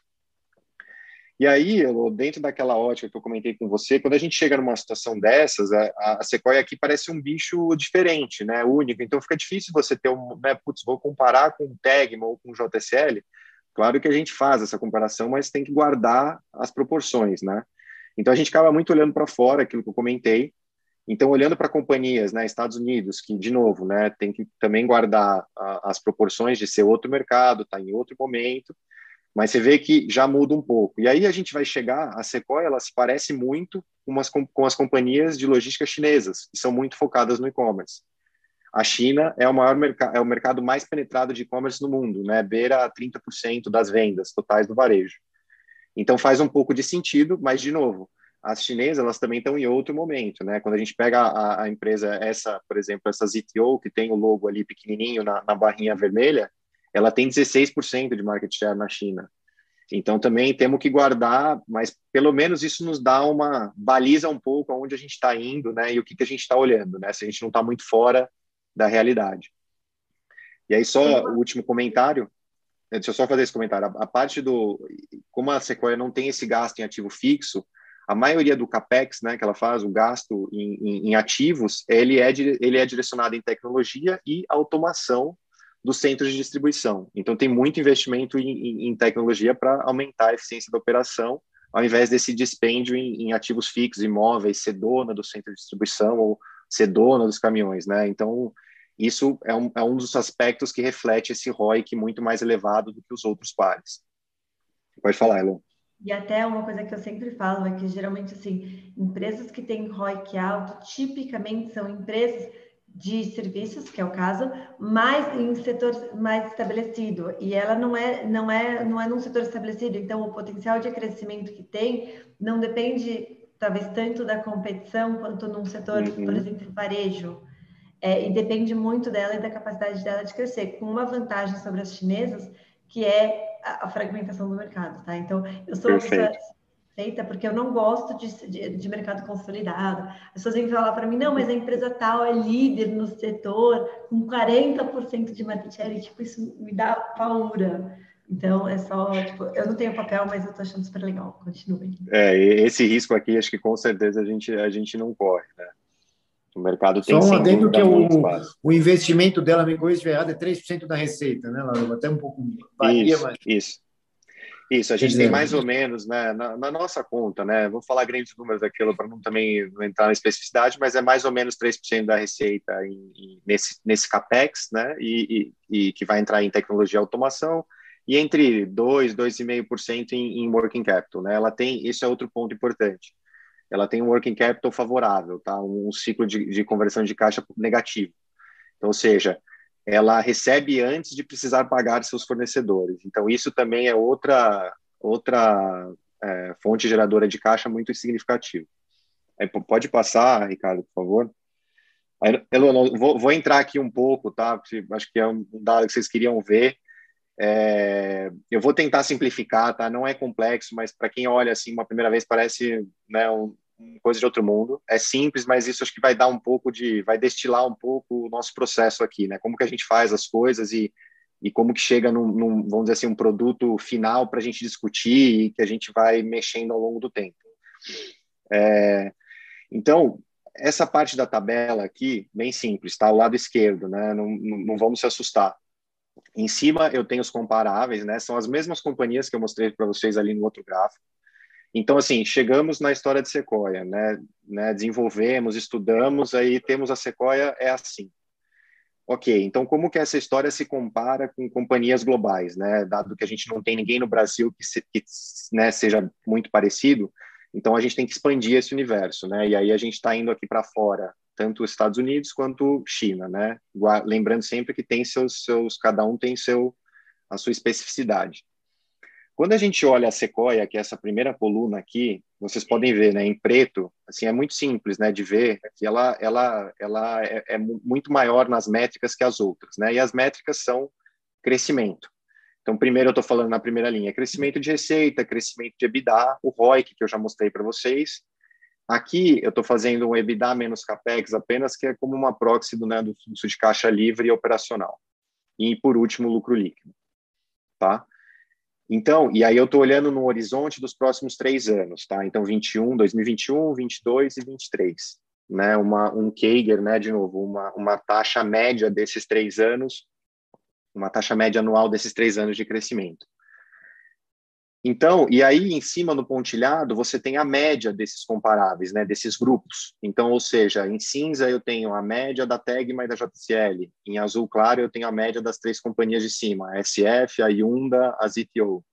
E aí, dentro daquela ótica que eu comentei com você, quando a gente chega numa situação dessas, a Sequoia aqui parece um bicho diferente, né, único. Então fica difícil você ter né, vou comparar com o Tegma ou com o JSL. Claro que a gente faz essa comparação, mas tem que guardar as proporções, né? Então a gente acaba muito olhando para fora, aquilo que eu comentei. Então, olhando para companhias, né, Estados Unidos, que, de novo, né, tem que também guardar as proporções de ser outro mercado, tá em outro momento. Mas você vê que já muda um pouco. E aí a gente vai chegar, a Sequoia, ela se parece muito com as companhias de logística chinesas, que são muito focadas no e-commerce. A China é o maior é o mercado mais penetrado de e-commerce no mundo, né? Beira 30% das vendas totais do varejo. Então faz um pouco de sentido, mas de novo, as chinesas elas também estão em outro momento, né? Quando a gente pega a empresa essa, por exemplo, essa ZTO, que tem o logo ali pequenininho na barrinha vermelha, ela tem 16% de market share na China. Então também temos que guardar, mas pelo menos isso nos dá uma baliza um pouco aonde a gente está indo, né? E o que a gente está olhando, né? Se a gente não está muito fora da realidade. E aí só o último comentário. Deixa eu só fazer esse comentário. A parte como a Sequoia não tem esse gasto em ativo fixo, a maioria do CAPEX, né, que ela faz, o gasto em ativos, ele é direcionado em tecnologia e automação dos centros de distribuição. Então, tem muito investimento em tecnologia para aumentar a eficiência da operação, ao invés desse dispêndio em ativos fixos, imóveis, ser dona do centro de distribuição ou ser dona dos caminhões, né? Então, isso é um dos aspectos que reflete esse ROIC muito mais elevado do que os outros pares. Pode falar, Elon. E até uma coisa que eu sempre falo é que, geralmente, assim, empresas que têm ROIC alto, tipicamente são empresas de serviços, que é o caso, mas em setor mais estabelecido. E ela não é num setor estabelecido, então o potencial de crescimento que tem não depende, talvez, tanto da competição quanto num setor, por exemplo, varejo. E depende muito dela e da capacidade dela de crescer, com uma vantagem sobre as chinesas, que é a fragmentação do mercado, tá? Então, eu sou uma pessoa feita porque eu não gosto de mercado consolidado. As pessoas vêm falar para mim, não, mas a empresa tal é líder no setor, com 40% de market share, e, tipo, isso me dá paura. Então, é só, tipo, eu não tenho papel, mas eu tô achando super legal. Continuem. Esse risco aqui, acho que com certeza a gente não corre, né? O mercado tem só um sem adendo dúvida que muito espaço. O investimento dela, me corrija se estiver errado, é 3% da receita, né, Laura? Até um pouco varia, mas... Isso, a gente tem mais ou menos, né, na nossa conta, né, vou falar grandes números daquilo para não também entrar na especificidade, mas é mais ou menos 3% da receita nesse CAPEX, né, e que vai entrar em tecnologia e automação, e entre 2,5% em working capital, né, isso é outro ponto importante, ela tem um working capital favorável, tá, um ciclo de conversão de caixa negativo, então, ou seja, ela recebe antes de precisar pagar seus fornecedores. Então, isso também é outra fonte geradora de caixa muito significativa. Pode passar, Ricardo, por favor. Elon, vou entrar aqui um pouco, tá? Porque acho que é um dado que vocês queriam ver. Eu vou tentar simplificar, tá? Não é complexo, mas para quem olha assim uma primeira vez parece, né, coisa de outro mundo. É simples, mas isso acho que vai dar vai destilar um pouco o nosso processo aqui, né? Como que a gente faz as coisas e como que chega vamos dizer assim, um produto final para a gente discutir e que a gente vai mexendo ao longo do tempo. Então, essa parte da tabela aqui, bem simples, tá? Ao lado esquerdo, né? Não vamos se assustar. Em cima eu tenho os comparáveis, né? São as mesmas companhias que eu mostrei para vocês ali no outro gráfico. Então, assim, chegamos na história de Sequoia, né? Desenvolvemos, estudamos, aí temos a Sequoia, é assim. Ok, então como que essa história se compara com companhias globais, né? Dado que a gente não tem ninguém no Brasil que né, seja muito parecido, então a gente tem que expandir esse universo, né? E aí a gente está indo aqui para fora, tanto os Estados Unidos quanto China, né? Lembrando sempre que tem cada um tem a sua especificidade. Quando a gente olha a Sequoia, que é essa primeira coluna aqui, vocês podem ver, né, em preto, assim, é muito simples, né, de ver que ela é muito maior nas métricas que as outras, né, e as métricas são crescimento. Então, primeiro eu estou falando na primeira linha, crescimento de receita, crescimento de EBITDA, o ROIC, que eu já mostrei para vocês. Aqui eu estou fazendo um EBITDA menos CAPEX apenas, que é como uma proxy do fluxo de caixa livre e operacional. E, por último, lucro líquido, tá? Então, e aí eu estou olhando no horizonte dos próximos 3 anos, tá? Então, 2021, 22 e 23, né? Um CAGR, né? De novo, uma taxa média desses 3 anos, uma taxa média anual desses 3 anos de crescimento. Então, e aí em cima no pontilhado você tem a média desses comparáveis, né? Desses grupos. Então, ou seja, em cinza eu tenho a média da Tegma e da JCL, em azul claro eu tenho a média das 3 companhias de cima, a SF, a Hyundai, a ZTO.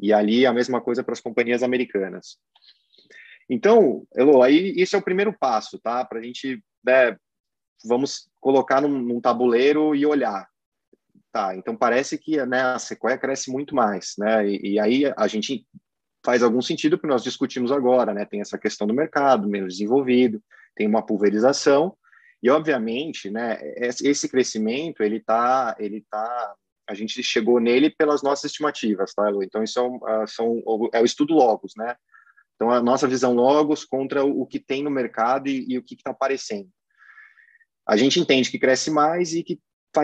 E ali a mesma coisa para as companhias americanas. Então, Elo, aí isso é o primeiro passo, tá? Para a gente, né, vamos colocar num tabuleiro e olhar. Tá, então parece que, né, a Sequoia cresce muito mais, né? E aí a gente faz algum sentido porque nós discutimos agora, né? Tem essa questão do mercado menos desenvolvido, tem uma pulverização e, obviamente, né, esse crescimento a gente chegou nele pelas nossas estimativas, tá, Elo? Então isso é o estudo Logos, né? Então a nossa visão Logos contra o que tem no mercado e o que está aparecendo. A gente entende que cresce mais e que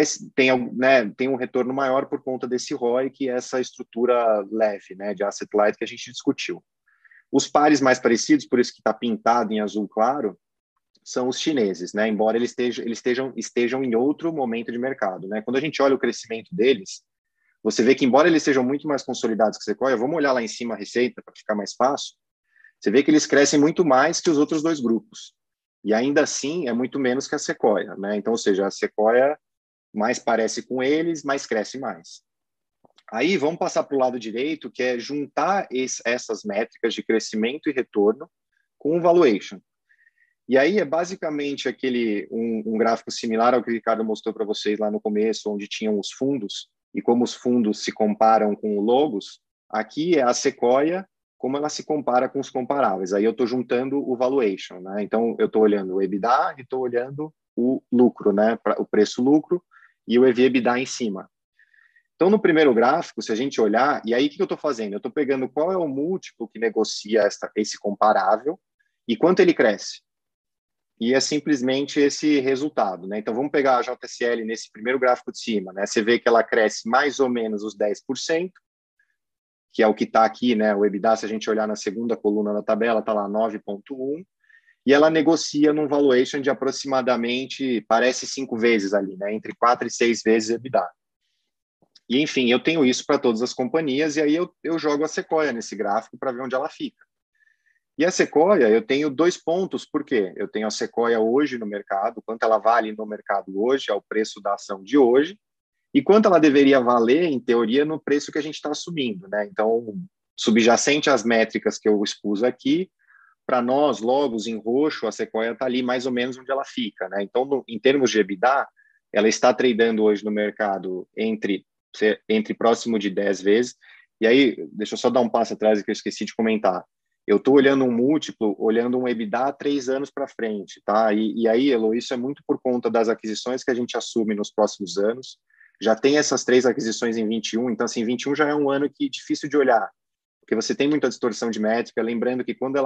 tem um retorno maior por conta desse ROI, que é essa estrutura leve, né, de asset light que a gente discutiu. Os pares mais parecidos, por isso que está pintado em azul claro, são os chineses, né, embora eles estejam em outro momento de mercado, né. Quando a gente olha o crescimento deles, você vê que, embora eles sejam muito mais consolidados que a Sequoia, vamos olhar lá em cima a receita para ficar mais fácil, você vê que eles crescem muito mais que os outros dois grupos. E ainda assim, é muito menos que a Sequoia, né. Então, ou seja, a Sequoia mais parece com eles, mas cresce mais. Aí vamos passar para o lado direito, que é juntar essas métricas de crescimento e retorno com o valuation. E aí é basicamente um gráfico similar ao que o Ricardo mostrou para vocês lá no começo, onde tinham os fundos, e como os fundos se comparam com o Logos. Aqui é a Sequoia, como ela se compara com os comparáveis. Aí eu estou juntando o valuation, né? Então eu estou olhando o EBITDA e estou olhando o lucro, né? O preço-lucro, e o EV/EBITDA em cima. Então, no primeiro gráfico, se a gente olhar, e aí o que eu estou fazendo? Eu estou pegando qual é o múltiplo que negocia esse comparável e quanto ele cresce. E é simplesmente esse resultado, né? Então, vamos pegar a JSL nesse primeiro gráfico de cima, né? Você vê que ela cresce mais ou menos os 10%, que é o que está aqui, né? O EBITDA, se a gente olhar na segunda coluna da tabela, está lá 9,1%. E ela negocia num valuation de aproximadamente, parece 5 vezes ali, né? Entre 4 e 6 vezes EBITDA. E, enfim, eu tenho isso para todas as companhias, e aí eu jogo a Sequoia nesse gráfico para ver onde ela fica. E a Sequoia, eu tenho 2 pontos, por quê? Eu tenho a Sequoia hoje no mercado, quanto ela vale no mercado hoje, ao preço da ação de hoje, e quanto ela deveria valer, em teoria, no preço que a gente está assumindo, né? Então, subjacente às métricas que eu expus aqui, para nós, Logos, em roxo, a Sequoia está ali mais ou menos onde ela fica, né? Então, em termos de EBITDA, ela está tradando hoje no mercado entre próximo de 10 vezes. E aí, deixa eu só dar um passo atrás que eu esqueci de comentar. Eu estou olhando um múltiplo, olhando um EBITDA 3 anos para frente, tá? E aí, Elo, isso é muito por conta das aquisições que a gente assume nos próximos anos. Já tem essas 3 aquisições em 21, então, assim, 21 já é um ano que é difícil de olhar, porque você tem muita distorção de métrica, lembrando que quando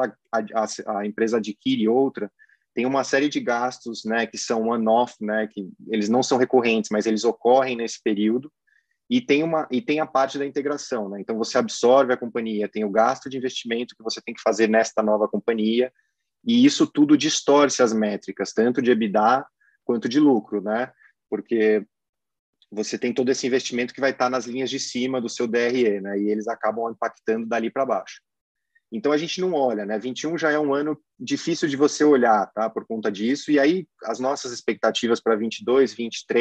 a empresa adquire outra, tem uma série de gastos, né, que são one-off, né, que eles não são recorrentes, mas eles ocorrem nesse período, e tem a parte da integração, né, então você absorve a companhia, tem o gasto de investimento que você tem que fazer nesta nova companhia, e isso tudo distorce as métricas, tanto de EBITDA quanto de lucro, né, porque você tem todo esse investimento que vai estar nas linhas de cima do seu DRE, né? E eles acabam impactando dali para baixo. Então, a gente não olha, né? 21 já é um ano difícil de você olhar, tá? Por conta disso. E aí, as nossas expectativas para 22,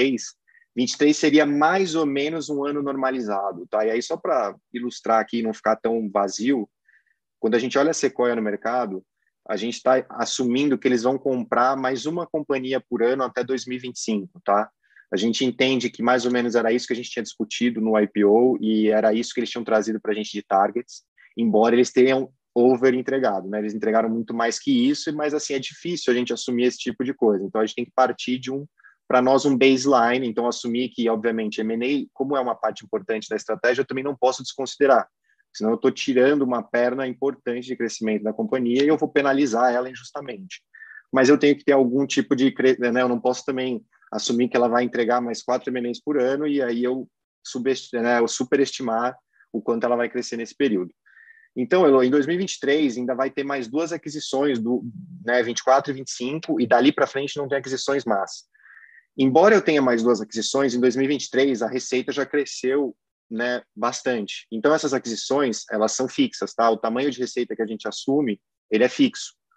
23 seria mais ou menos um ano normalizado, tá? E aí, só para ilustrar aqui e não ficar tão vazio, quando a gente olha a Sequoia no mercado, a gente está assumindo que eles vão comprar mais uma companhia por ano até 2025, tá? A gente entende que mais ou menos era isso que a gente tinha discutido no IPO e era isso que eles tinham trazido para a gente de targets, embora eles tenham over-entregado, né? Eles entregaram muito mais que isso, mas assim, é difícil a gente assumir esse tipo de coisa. Então, a gente tem que partir para nós, um baseline, então assumir que, obviamente, M&A, como é uma parte importante da estratégia, eu também não posso desconsiderar, senão eu estou tirando uma perna importante de crescimento da companhia e eu vou penalizar ela injustamente. Mas eu tenho que ter algum tipo de... né? Eu não posso também assumir que ela vai entregar mais 4 M&As por ano e aí eu superestimar o quanto ela vai crescer nesse período. Então, Elo, em 2023 ainda vai ter mais 2 aquisições, 24 e 25, e dali para frente não tem aquisições más. Embora eu tenha mais 2 aquisições, em 2023 a receita já cresceu, né, bastante. Então, essas aquisições, elas são fixas, tá? O tamanho de receita que a gente assume, ele é fixo.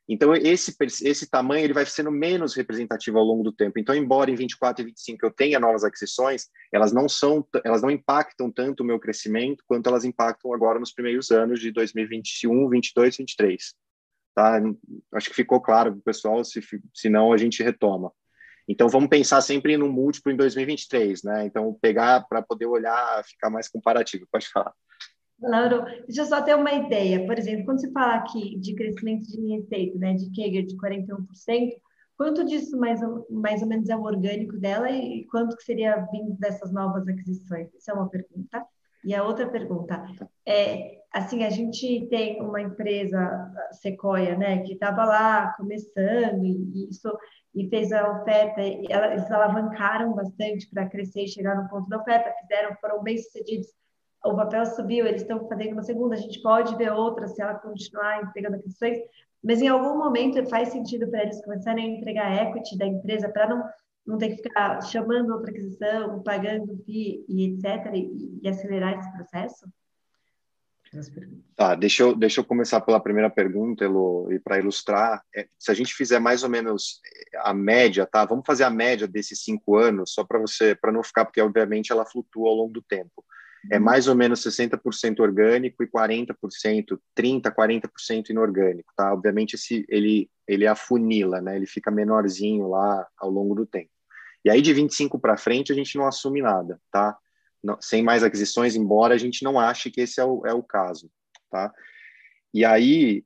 Então, esse tamanho ele vai sendo menos representativo ao longo do tempo. Então, embora em 24 e 25 eu tenha novas aquisições, elas não impactam tanto o meu crescimento quanto elas impactam agora nos primeiros anos de 2021, 22, 23. Tá? Acho que ficou claro para o pessoal, se não a gente retoma. Então, vamos pensar sempre no múltiplo em 2023, né? Então, pegar para poder olhar, ficar mais comparativo. Pode falar. Lauro, deixa eu só ter uma ideia. Por exemplo, quando você fala aqui de crescimento de receita, né, de CAGR de 41%, quanto disso mais ou menos é o orgânico dela e quanto que seria vindo dessas novas aquisições? Essa é uma pergunta. E a outra pergunta é, assim, a gente tem uma empresa, a Sequoia, né, que estava lá começando e fez a oferta, e eles alavancaram bastante para crescer e chegar no ponto da oferta, foram bem-sucedidos, o papel subiu, eles estão fazendo uma segunda, a gente pode ver outra se ela continuar entregando aquisições, mas em algum momento faz sentido para eles começarem a entregar equity da empresa para não ter que ficar chamando outra aquisição, pagando FII e etc., e acelerar esse processo? Tá, deixa eu começar pela primeira pergunta, Elo, e para ilustrar, se a gente fizer mais ou menos a média, tá? Vamos fazer a média desses 5 anos, só para não ficar, porque obviamente ela flutua ao longo do tempo. É mais ou menos 60% orgânico e 40%, 30%, 40% inorgânico, tá? Obviamente ele afunila, né? Ele fica menorzinho lá ao longo do tempo. E aí de 25 para frente a gente não assume nada, tá? Não, sem mais aquisições, embora a gente não ache que esse é o caso, tá? E aí,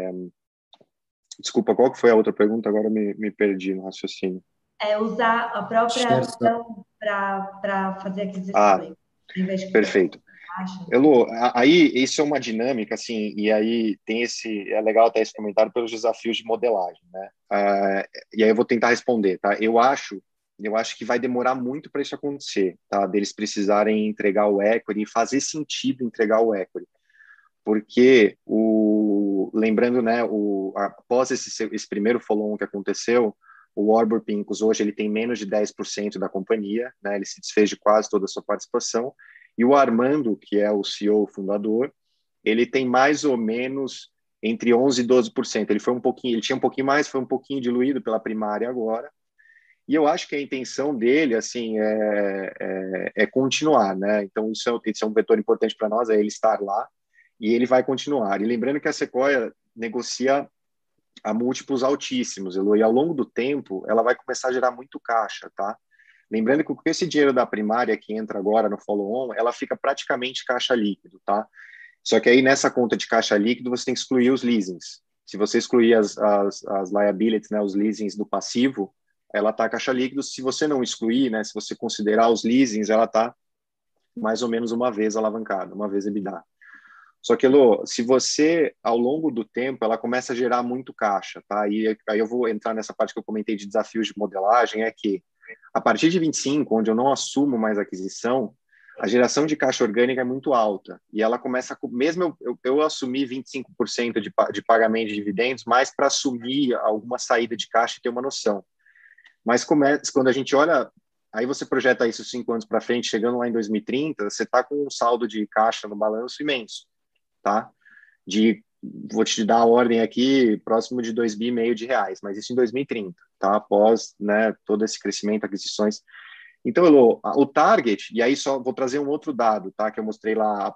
desculpa, qual que foi a outra pergunta? Agora me perdi no raciocínio. Usar a própria ação para fazer aquisições. Perfeito. Elo, aí isso é uma dinâmica, assim, e aí é legal até esse comentário pelos desafios de modelagem, né? E aí eu vou tentar responder, tá? Eu acho que vai demorar muito para isso acontecer, tá? Deles precisarem entregar o equity e fazer sentido entregar o equity. Porque, lembrando, né, após esse primeiro follow-on que aconteceu, o Warburg Pincus hoje ele tem menos de 10% da companhia, né? Ele se desfez de quase toda a sua participação. E o Armando, que é o CEO fundador, ele tem mais ou menos entre 11% e 12%. Ele tinha um pouquinho mais, foi um pouquinho diluído pela primária agora. E eu acho que a intenção dele, assim, é continuar, né? Então, isso é um vetor importante para nós, é ele estar lá, e ele vai continuar. E lembrando que a Sequoia negocia a múltiplos altíssimos, e ao longo do tempo, ela vai começar a gerar muito caixa, tá? Lembrando que com esse dinheiro da primária que entra agora no follow-on, ela fica praticamente caixa líquido, tá? Só que aí nessa conta de caixa líquido você tem que excluir os leasings. Se você excluir as liabilities, né, os leasings do passivo, ela está caixa líquido. Se você não excluir, né, se você considerar os leasings, ela está mais ou menos uma vez alavancada, uma vez EBITDA. Só que, Elô, se você, ao longo do tempo, ela começa a gerar muito caixa, tá? E aí eu vou entrar nessa parte que eu comentei de desafios de modelagem, é que a partir de 25, onde eu não assumo mais aquisição, a geração de caixa orgânica é muito alta. E ela começa, mesmo eu assumir 25% de pagamento de dividendos, mais para assumir alguma saída de caixa e ter uma noção. Mas quando a gente olha, aí você projeta isso 5 anos para frente, chegando lá em 2030, você está com um saldo de caixa no balanço imenso, tá? Vou te dar a ordem aqui, próximo de 2,5 bilhões de reais, mas isso em 2030, tá? Após, né, todo esse crescimento, aquisições. Então, Elô, o target, e aí só vou trazer um outro dado, tá? Que eu mostrei lá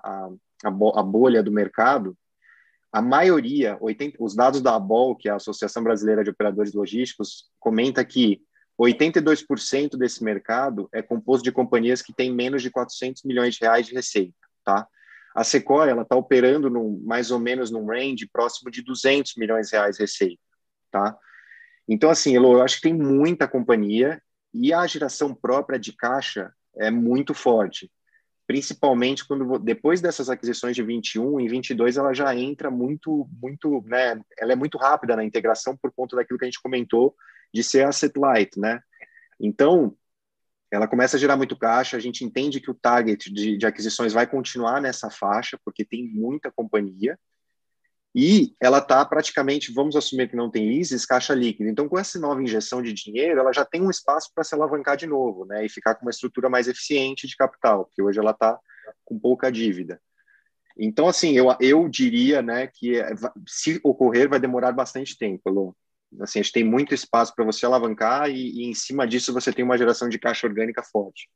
a bolha do mercado. A maioria, os dados da ABOL, que é a Associação Brasileira de Operadores Logísticos, comenta que 82% desse mercado é composto de companhias que têm menos de 400 milhões de reais de receita, tá? A Sequoia, ela está operando mais ou menos num range próximo de 200 milhões de reais de receita, tá? Então, assim, Elô, eu acho que tem muita companhia e a geração própria de caixa é muito forte, principalmente depois dessas aquisições de 21, em 22 ela já entra muito, né? Ela é muito rápida na integração por conta daquilo que a gente comentou de ser asset light, né? Então, ela começa a gerar muito caixa, a gente entende que o target de aquisições vai continuar nessa faixa, porque tem muita companhia, e ela está praticamente, vamos assumir que não tem leases, caixa líquida. Então, com essa nova injeção de dinheiro, ela já tem um espaço para se alavancar de novo, né? E ficar com uma estrutura mais eficiente de capital, porque hoje ela está com pouca dívida. Então, assim, eu diria, né, que se ocorrer, vai demorar bastante tempo, Elô. Assim, a gente tem muito espaço para você alavancar e em cima disso você tem uma geração de caixa orgânica forte.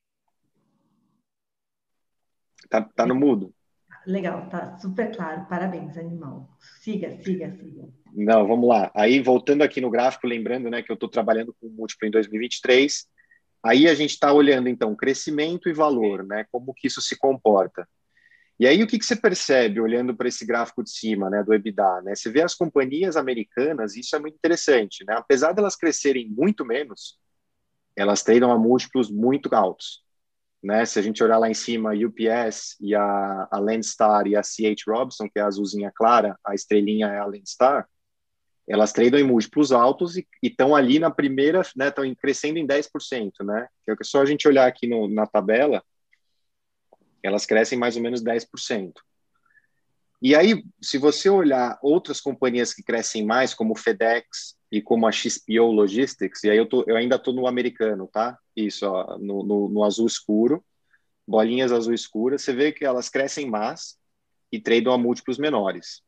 Tá no mudo. Legal, tá super claro. Parabéns, animal. Siga. Não, vamos lá. Aí, voltando aqui no gráfico, lembrando, né, que eu estou trabalhando com múltiplo em 2023, aí a gente está olhando, então, crescimento e valor, né, como que isso se comporta. E aí, o que você percebe olhando para esse gráfico de cima, né, do EBITDA, né? Você vê as companhias americanas, isso é muito interessante, né? Apesar de elas crescerem muito menos, elas tradam a múltiplos muito altos, né? Se a gente olhar lá em cima, a UPS e a Landstar e a C.H. Robinson, que é a azulzinha clara, a estrelinha é a Landstar, elas tradam em múltiplos altos e estão ali na primeira, né? Estão crescendo em 10%, né? Que é só a gente olhar aqui na tabela, elas crescem mais ou menos 10%. E aí, se você olhar outras companhias que crescem mais, como o FedEx e como a XPO Logistics, e aí eu ainda estou no americano, tá? Isso, ó, no azul escuro, bolinhas azul escuras, você vê que elas crescem mais e tradam a múltiplos menores.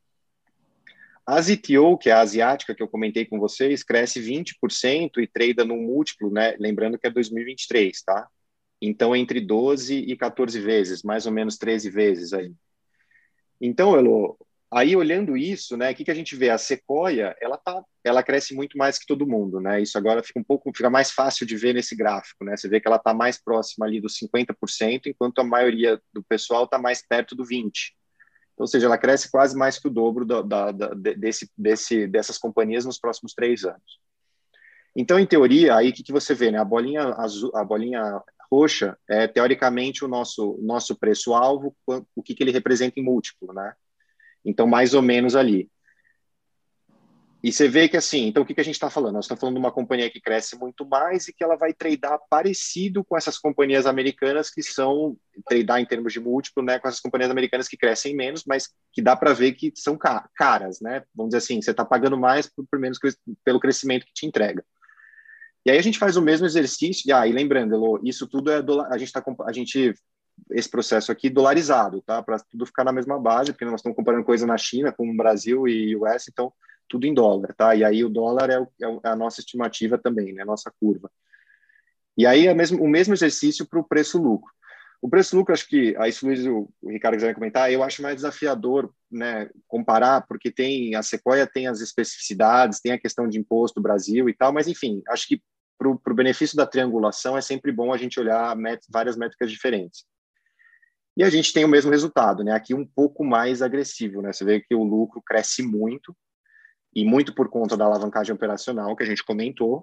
A ZTO, que é a asiática que eu comentei com vocês, cresce 20% e trada num múltiplo, né? Lembrando que é 2023, tá? Então, entre 12 e 14 vezes, mais ou menos 13 vezes aí. Então, Elô, aí olhando isso, né, o que a gente vê? A Sequoia, ela cresce muito mais que todo mundo, né? Isso agora fica mais fácil de ver nesse gráfico, né? Você vê que ela está mais próxima ali dos 50%, enquanto a maioria do pessoal está mais perto do 20%. Ou seja, ela cresce quase mais que o dobro dessas companhias nos próximos 3 anos. Então, em teoria, aí o que você vê, né? A bolinha azul, a bolinha roxa é teoricamente o nosso preço-alvo, o que ele representa em múltiplo, né? Então, mais ou menos ali. E você vê que assim, então o que a gente está falando? Nós estamos falando de uma companhia que cresce muito mais e que ela vai tradar parecido com essas companhias americanas que são, tradar em termos de múltiplo, né? Com essas companhias americanas que crescem menos, mas que dá para ver que são caras, né? Vamos dizer assim, você está pagando mais por menos pelo crescimento que te entrega. E aí a gente faz o mesmo exercício, e lembrando, Elô, isso tudo é esse processo aqui dolarizado, tá? Para tudo ficar na mesma base, porque nós estamos comparando coisa na China com o Brasil e US, então tudo em dólar, tá? E aí o dólar é a nossa estimativa também, né? A nossa curva. E aí é o mesmo exercício para o preço-lucro. O preço-lucro, acho que, aí se o Ricardo quiser comentar, eu acho mais desafiador, né, comparar, porque a Sequoia tem as especificidades, tem a questão de imposto do Brasil e tal, mas enfim, acho que para o benefício da triangulação é sempre bom a gente olhar várias métricas diferentes. E a gente tem o mesmo resultado, né? Aqui um pouco mais agressivo, né? Você vê que o lucro cresce muito, e muito por conta da alavancagem operacional que a gente comentou,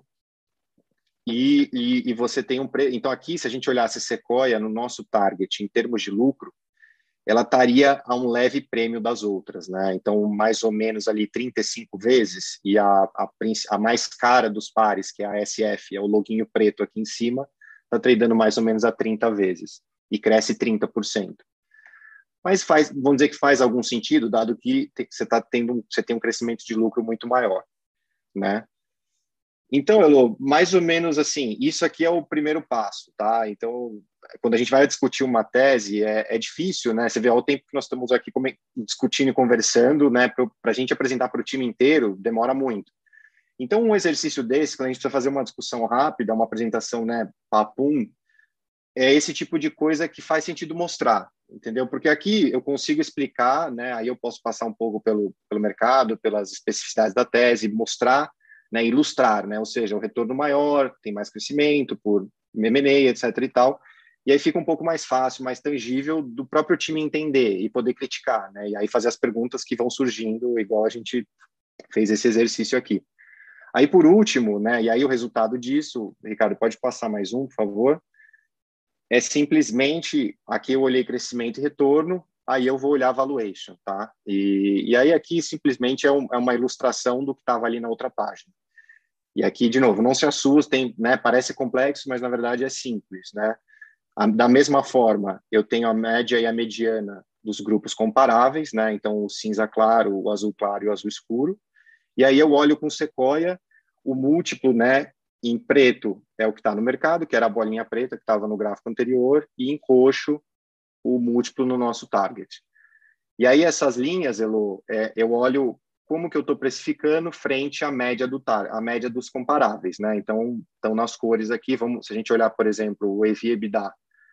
e você tem Então, aqui, se a gente olhasse Sequoia no nosso target, em termos de lucro, ela estaria a um leve prêmio das outras, né? Então, mais ou menos ali 35 vezes, e a mais cara dos pares, que é a SF, é o loguinho preto aqui em cima, está tradando mais ou menos a 30 vezes, e cresce 30%. Mas vamos dizer que faz algum sentido, dado que você tem um crescimento de lucro muito maior, né? Então, Elô, mais ou menos assim, isso aqui é o primeiro passo, tá? Então, quando a gente vai discutir uma tese, é difícil, né? Você vê, ao tempo que nós estamos aqui discutindo e conversando, né? Para a gente apresentar para o time inteiro, demora muito. Então, um exercício desse, quando a gente precisa fazer uma discussão rápida, uma apresentação, né, papum, é esse tipo de coisa que faz sentido mostrar, entendeu? Porque aqui eu consigo explicar, né? Aí eu posso passar um pouco pelo mercado, pelas especificidades da tese, mostrar, né, ilustrar, né? Ou seja, o retorno maior, tem mais crescimento por M&A, etc. e tal. E aí fica um pouco mais fácil, mais tangível do próprio time entender e poder criticar, né? E aí fazer as perguntas que vão surgindo, igual a gente fez esse exercício aqui. Aí, por último, né? E aí o resultado disso, Ricardo, pode passar mais um, por favor? É simplesmente, aqui eu olhei crescimento e retorno, aí eu vou olhar valuation, tá? E aí aqui simplesmente é uma ilustração do que estava ali na outra página. E aqui, de novo, não se assustem, né? Parece complexo, mas na verdade é simples, né? Da mesma forma, eu tenho a média e a mediana dos grupos comparáveis, né? Então, o cinza claro, o azul claro e o azul escuro. E aí eu olho com Sequoia o múltiplo, né? Em preto é o que está no mercado, que era a bolinha preta que estava no gráfico anterior, e em roxo o múltiplo no nosso target. E aí essas linhas, Elo, eu olho como que eu estou precificando frente à média a média dos comparáveis, né? Então, nas cores aqui, se a gente olhar, por exemplo, o EV/EBITDA,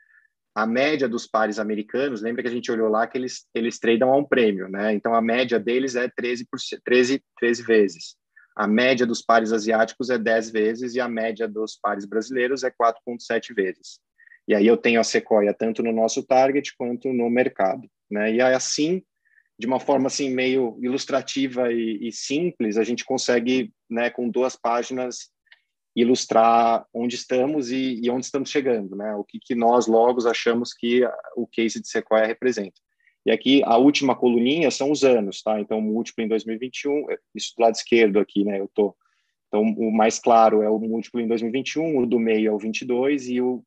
a média dos pares americanos, lembra que a gente olhou lá que eles tradam a um prêmio, né? Então, a média deles é 13 vezes. A média dos pares asiáticos é 10 vezes e a média dos pares brasileiros é 4,7 vezes. E aí eu tenho a Sequoia tanto no nosso target quanto no mercado, né? E aí, assim, de uma forma assim meio ilustrativa e simples, a gente consegue, né, com 2 páginas, ilustrar onde estamos e onde estamos chegando, né? O que nós, Logos, achamos que o case de Sequoia representa. E aqui, a última coluninha são os anos, tá? Então, o múltiplo em 2021, isso do lado esquerdo aqui, né? Então, o mais claro é o múltiplo em 2021, o do meio é o 22 e o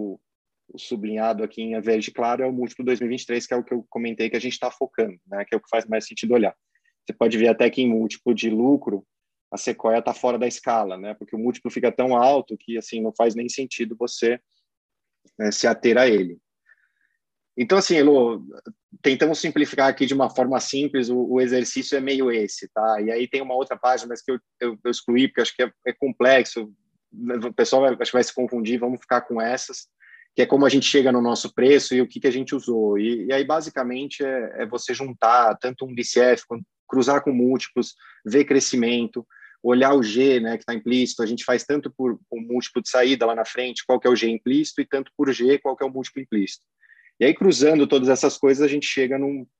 sublinhado aqui em verde claro é o múltiplo 2023, que é o que eu comentei que a gente está focando, né? Que é o que faz mais sentido olhar. Você pode ver até que em múltiplo de lucro, a Sequoia está fora da escala, né? Porque o múltiplo fica tão alto que assim não faz nem sentido você, né, se ater a ele. Então, assim, Elô, tentamos simplificar aqui de uma forma simples, o exercício é meio esse, tá? E aí tem uma outra página, mas que eu excluí, porque acho que é complexo, o pessoal acho que vai se confundir, vamos ficar com essas, que é como a gente chega no nosso preço e o que a gente usou. E aí, basicamente, é você juntar tanto um DCF, cruzar com múltiplos, ver crescimento, olhar o G, né, que está implícito. A gente faz tanto por o múltiplo de saída lá na frente, qual que é o G implícito, e tanto por G, qual que é o múltiplo implícito. E aí, cruzando todas essas coisas, a gente chega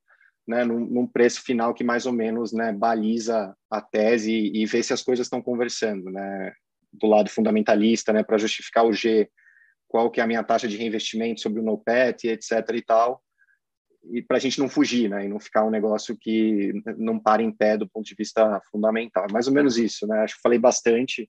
num preço final que mais ou menos, né, baliza a tese e vê se as coisas estão conversando, né, do lado fundamentalista, né, para justificar o G, qual que é a minha taxa de reinvestimento sobre o NOPAT, etc. e tal, e para a gente não fugir, né, e não ficar um negócio que não para em pé do ponto de vista fundamental. É mais ou menos isso, né, acho que falei bastante.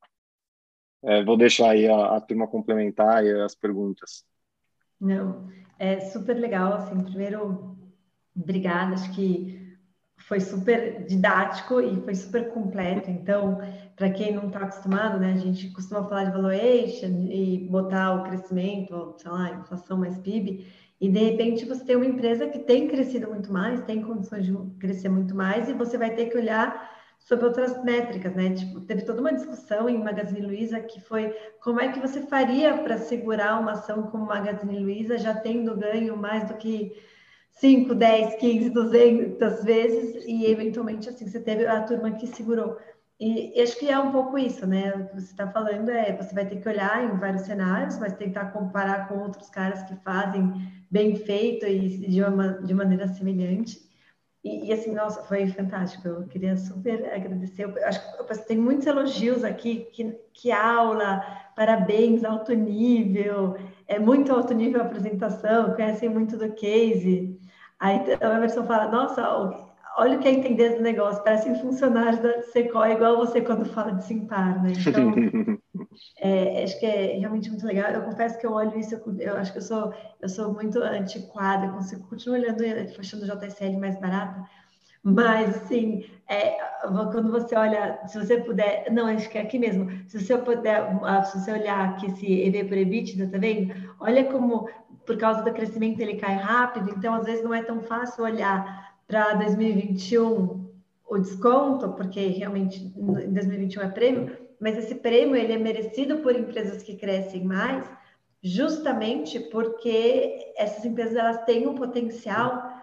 Vou deixar aí a turma complementar e as perguntas. Não, é super legal, assim, primeiro, obrigada, acho que foi super didático e foi super completo. Então, para quem não está acostumado, né, a gente costuma falar de valuation e botar o crescimento, sei lá, inflação mais PIB, e de repente você tem uma empresa que tem crescido muito mais, tem condições de crescer muito mais, e você vai ter que olhar sobre outras métricas, né? Tipo, teve toda uma discussão em Magazine Luiza que foi como é que você faria para segurar uma ação como Magazine Luiza já tendo ganho mais do que 5, 10, 15, 200 vezes e eventualmente assim você teve a turma que segurou. E acho que é um pouco isso, né? O que você está falando você vai ter que olhar em vários cenários, mas tentar comparar com outros caras que fazem bem feito e de maneira semelhante. E assim, nossa, foi fantástico. Eu queria super agradecer. Eu acho que tem muitos elogios aqui. Que aula, parabéns, alto nível. É muito alto nível a apresentação, conhecem muito do case. Aí a Emerson fala, nossa, olha o que é entender do negócio. Parece um funcionário da Sequoia, igual você quando fala de Simpar, né? Então, acho que é realmente muito legal. Eu confesso que eu olho isso, eu acho que eu sou muito antiquada, eu continuo olhando, achando o JSL mais barata, mas assim, quando você olha, se você puder, não, acho que é aqui mesmo, se você puder, se você olhar aqui esse EV por EBITDA, tá vendo? Olha como, por causa do crescimento, ele cai rápido, então às vezes não é tão fácil olhar para 2021 o desconto, porque realmente em 2021 é prêmio, mas esse prêmio ele é merecido por empresas que crescem mais, justamente porque essas empresas elas têm um potencial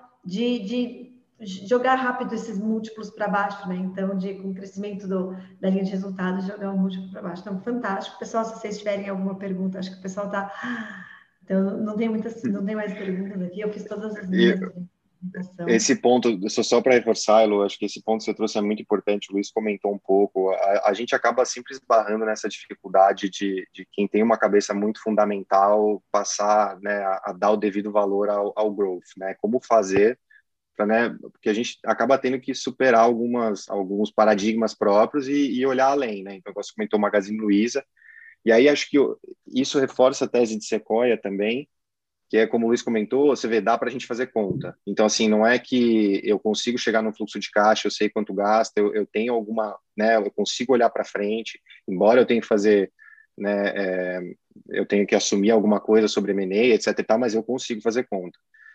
de jogar rápido esses múltiplos para baixo, né? Então, com o crescimento da linha de resultados, jogar o múltiplo para baixo. Então, fantástico. Pessoal, se vocês tiverem alguma pergunta, acho que o pessoal está... Então, não tem mais perguntas aqui. Eu fiz todas as minhas... Esse ponto, só para reforçar, Elo, acho que esse ponto que você trouxe é muito importante, o Luiz comentou um pouco, a gente acaba sempre esbarrando nessa dificuldade de quem tem uma cabeça muito fundamental passar, né, a dar o devido valor ao growth, né, como fazer, né, porque a gente acaba tendo que superar alguns paradigmas próprios e olhar além, né, então você comentou o Magazine Luiza, e aí acho que isso reforça a tese de Sequoia também, que é como o Luiz comentou, você vê, dá para a gente fazer conta. Então, assim, não é que eu consigo chegar no fluxo de caixa, eu sei quanto gasta, eu tenho alguma, né, eu consigo olhar para frente, embora eu tenha que fazer, né, eu tenho que assumir alguma coisa sobre M&A, etc e tal, mas eu consigo fazer conta.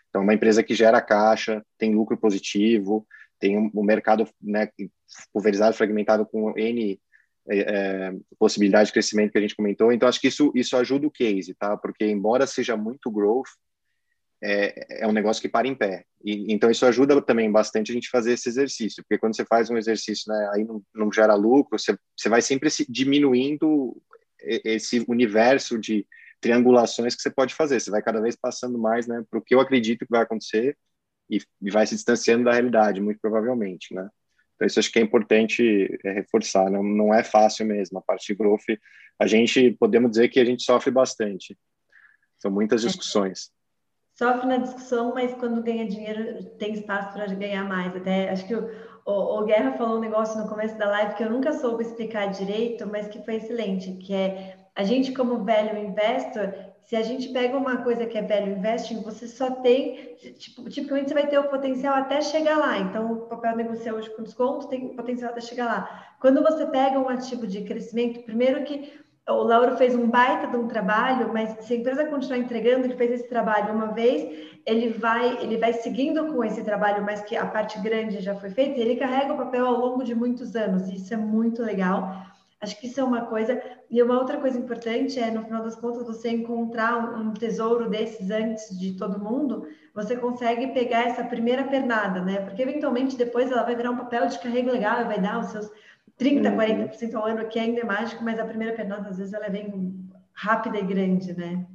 Então, é uma empresa que gera caixa, tem lucro positivo, tem um mercado, né, pulverizado, fragmentado com N possibilidade de crescimento que a gente comentou. Então, acho que isso ajuda o case, tá? Porque, embora seja muito growth, é um negócio que para em pé. Então, isso ajuda também bastante a gente fazer esse exercício, porque quando você faz um exercício, né, aí não gera lucro, você vai sempre diminuindo esse universo de triangulações que você pode fazer. Você vai cada vez passando mais, né, para o que eu acredito que vai acontecer e vai se distanciando da realidade, muito provavelmente, né? Então, isso acho que é importante reforçar. Não é fácil mesmo. A parte de growth, podemos dizer que a gente sofre bastante. São muitas discussões. Sofre na discussão, mas quando ganha dinheiro tem espaço para ganhar mais. Até acho que o Guerra falou um negócio no começo da live que eu nunca soube explicar direito, mas que foi excelente, que é a gente como value investor, se a gente pega uma coisa que é value investing, você só tem, tipicamente você vai ter o potencial até chegar lá. Então, o papel negociar hoje com desconto tem o potencial até chegar lá. Quando você pega um ativo de crescimento, primeiro que o Lauro fez um baita de um trabalho, mas se a empresa continuar entregando, ele fez esse trabalho uma vez, ele vai seguindo com esse trabalho, mas que a parte grande já foi feita, e ele carrega o papel ao longo de muitos anos, e isso é muito legal. Acho que isso é uma coisa. E uma outra coisa importante é, no final das contas, você encontrar um tesouro desses antes de todo mundo, você consegue pegar essa primeira pernada, né? Porque, eventualmente, depois ela vai virar um papel de carrego legal e vai dar os seus 30%, 40% ao ano, que ainda é mágico, mas a primeira pernada, às vezes, ela vem rápida e grande, né?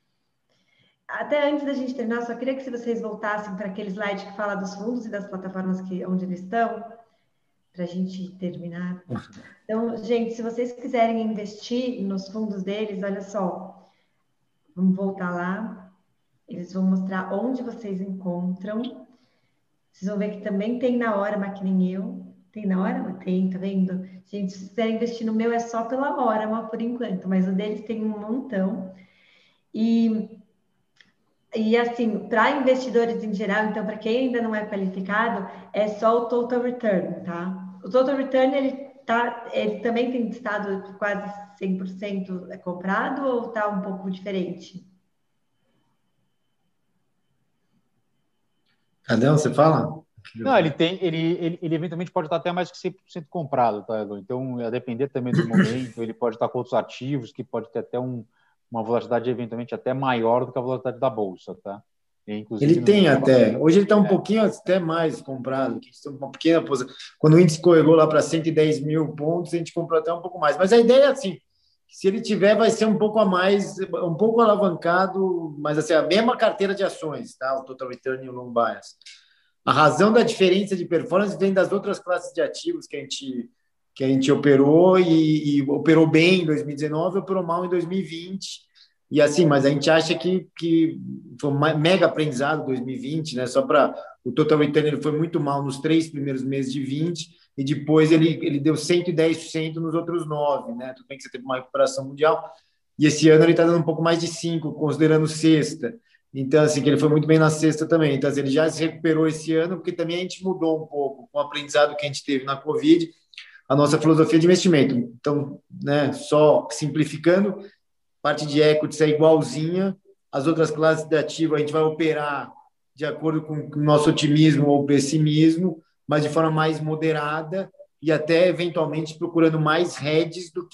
Até antes da gente terminar, só queria que se vocês voltassem para aquele slide que fala dos fundos e das plataformas onde eles estão, para a gente terminar. Então, gente, se vocês quiserem investir nos fundos deles, olha só, vamos voltar lá, eles vão mostrar onde vocês encontram. Vocês vão ver que também tem na hora, mas que nem eu. Tem na hora? Tem, tá vendo? Gente, se quiser investir no meu, é só pela hora, mas por enquanto. Mas o deles tem um montão. E assim, para investidores em geral, então, para quem ainda não é qualificado, é só o total return, tá? O total return, ele também tem estado quase 100% comprado ou tá um pouco diferente? Adão, você fala? Não, ele eventualmente pode estar até mais que 100% comprado, tá, Edu? Então, a depender também do momento, ele pode estar com outros ativos, que pode ter até uma volatilidade eventualmente até maior do que a volatilidade da bolsa, tá? E, inclusive, ele tem até. Hoje ele está um pouquinho até mais comprado, que tem uma pequena posição. Quando o índice corrigou lá para 110 mil pontos, a gente comprou até um pouco mais. Mas a ideia é assim, se ele tiver, vai ser um pouco a mais, um pouco alavancado, mas assim, a mesma carteira de ações, tá? O Total Return e o Long Bias. A razão da diferença de performance vem das outras classes de ativos que a gente operou e operou bem em 2019, operou mal em 2020. E assim, mas a gente acha que foi um mega aprendizado 2020, né? Só para o Total Return, ele foi muito mal nos 3 primeiros meses de 20 e depois ele deu 110% nos outros 9, né? Tudo bem que você teve uma recuperação mundial e esse ano ele está dando um pouco mais de 5, considerando sexta. Então, assim, que ele foi muito bem na sexta também. Então, assim, ele já se recuperou esse ano, porque também a gente mudou um pouco com o aprendizado que a gente teve na Covid, a nossa filosofia de investimento. Então, né, só simplificando, parte de equities é igualzinha, as outras classes de ativo a gente vai operar de acordo com o nosso otimismo ou pessimismo, mas de forma mais moderada e até, eventualmente, procurando mais hedges do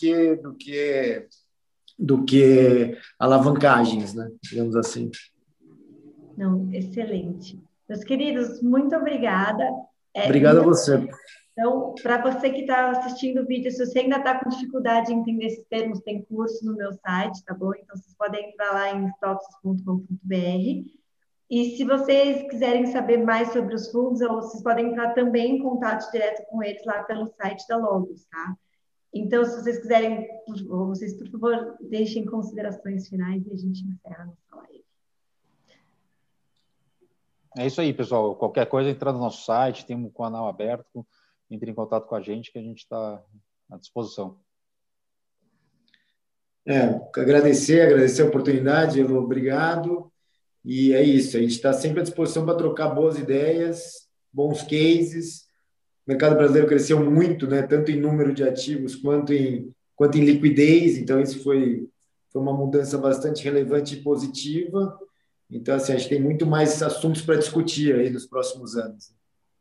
que alavancagens, né? Digamos assim. Não, excelente. Meus queridos, muito obrigada. Obrigado a você. Então, para você que está assistindo o vídeo, se você ainda está com dificuldade em entender esses termos, tem curso no meu site, tá bom? Então, vocês podem entrar lá em stocks.com.br. E se vocês quiserem saber mais sobre os fundos, vocês podem entrar também em contato direto com eles lá pelo site da Logos, tá? Então, se vocês quiserem, vocês, por favor, deixem considerações finais e a gente encerra nossa live. É isso aí, pessoal. Qualquer coisa, entra no nosso site, tem um canal aberto, entre em contato com a gente, que a gente está à disposição. Agradecer a oportunidade, Elô, obrigado. E é isso, a gente está sempre à disposição para trocar boas ideias, bons cases. O mercado brasileiro cresceu muito, né, tanto em número de ativos quanto em liquidez, então isso foi uma mudança bastante relevante e positiva. Então, assim, acho que tem muito mais assuntos para discutir aí nos próximos anos.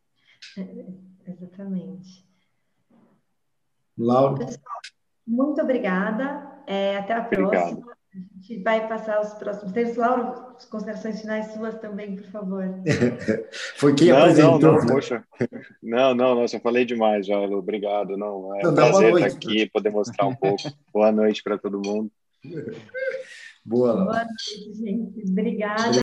Exatamente. Laura? Pessoal, muito obrigada. Até a próxima. A gente vai passar os próximos textos. Laura, as considerações finais suas também, por favor. Foi quem apresentou. Não, poxa. Não, só falei demais, já, Lu. Obrigado. Não, é um Dá prazer estar aqui, poder mostrar um pouco. Boa noite para todo mundo. Boa, Laura. Boa noite, gente. Obrigada.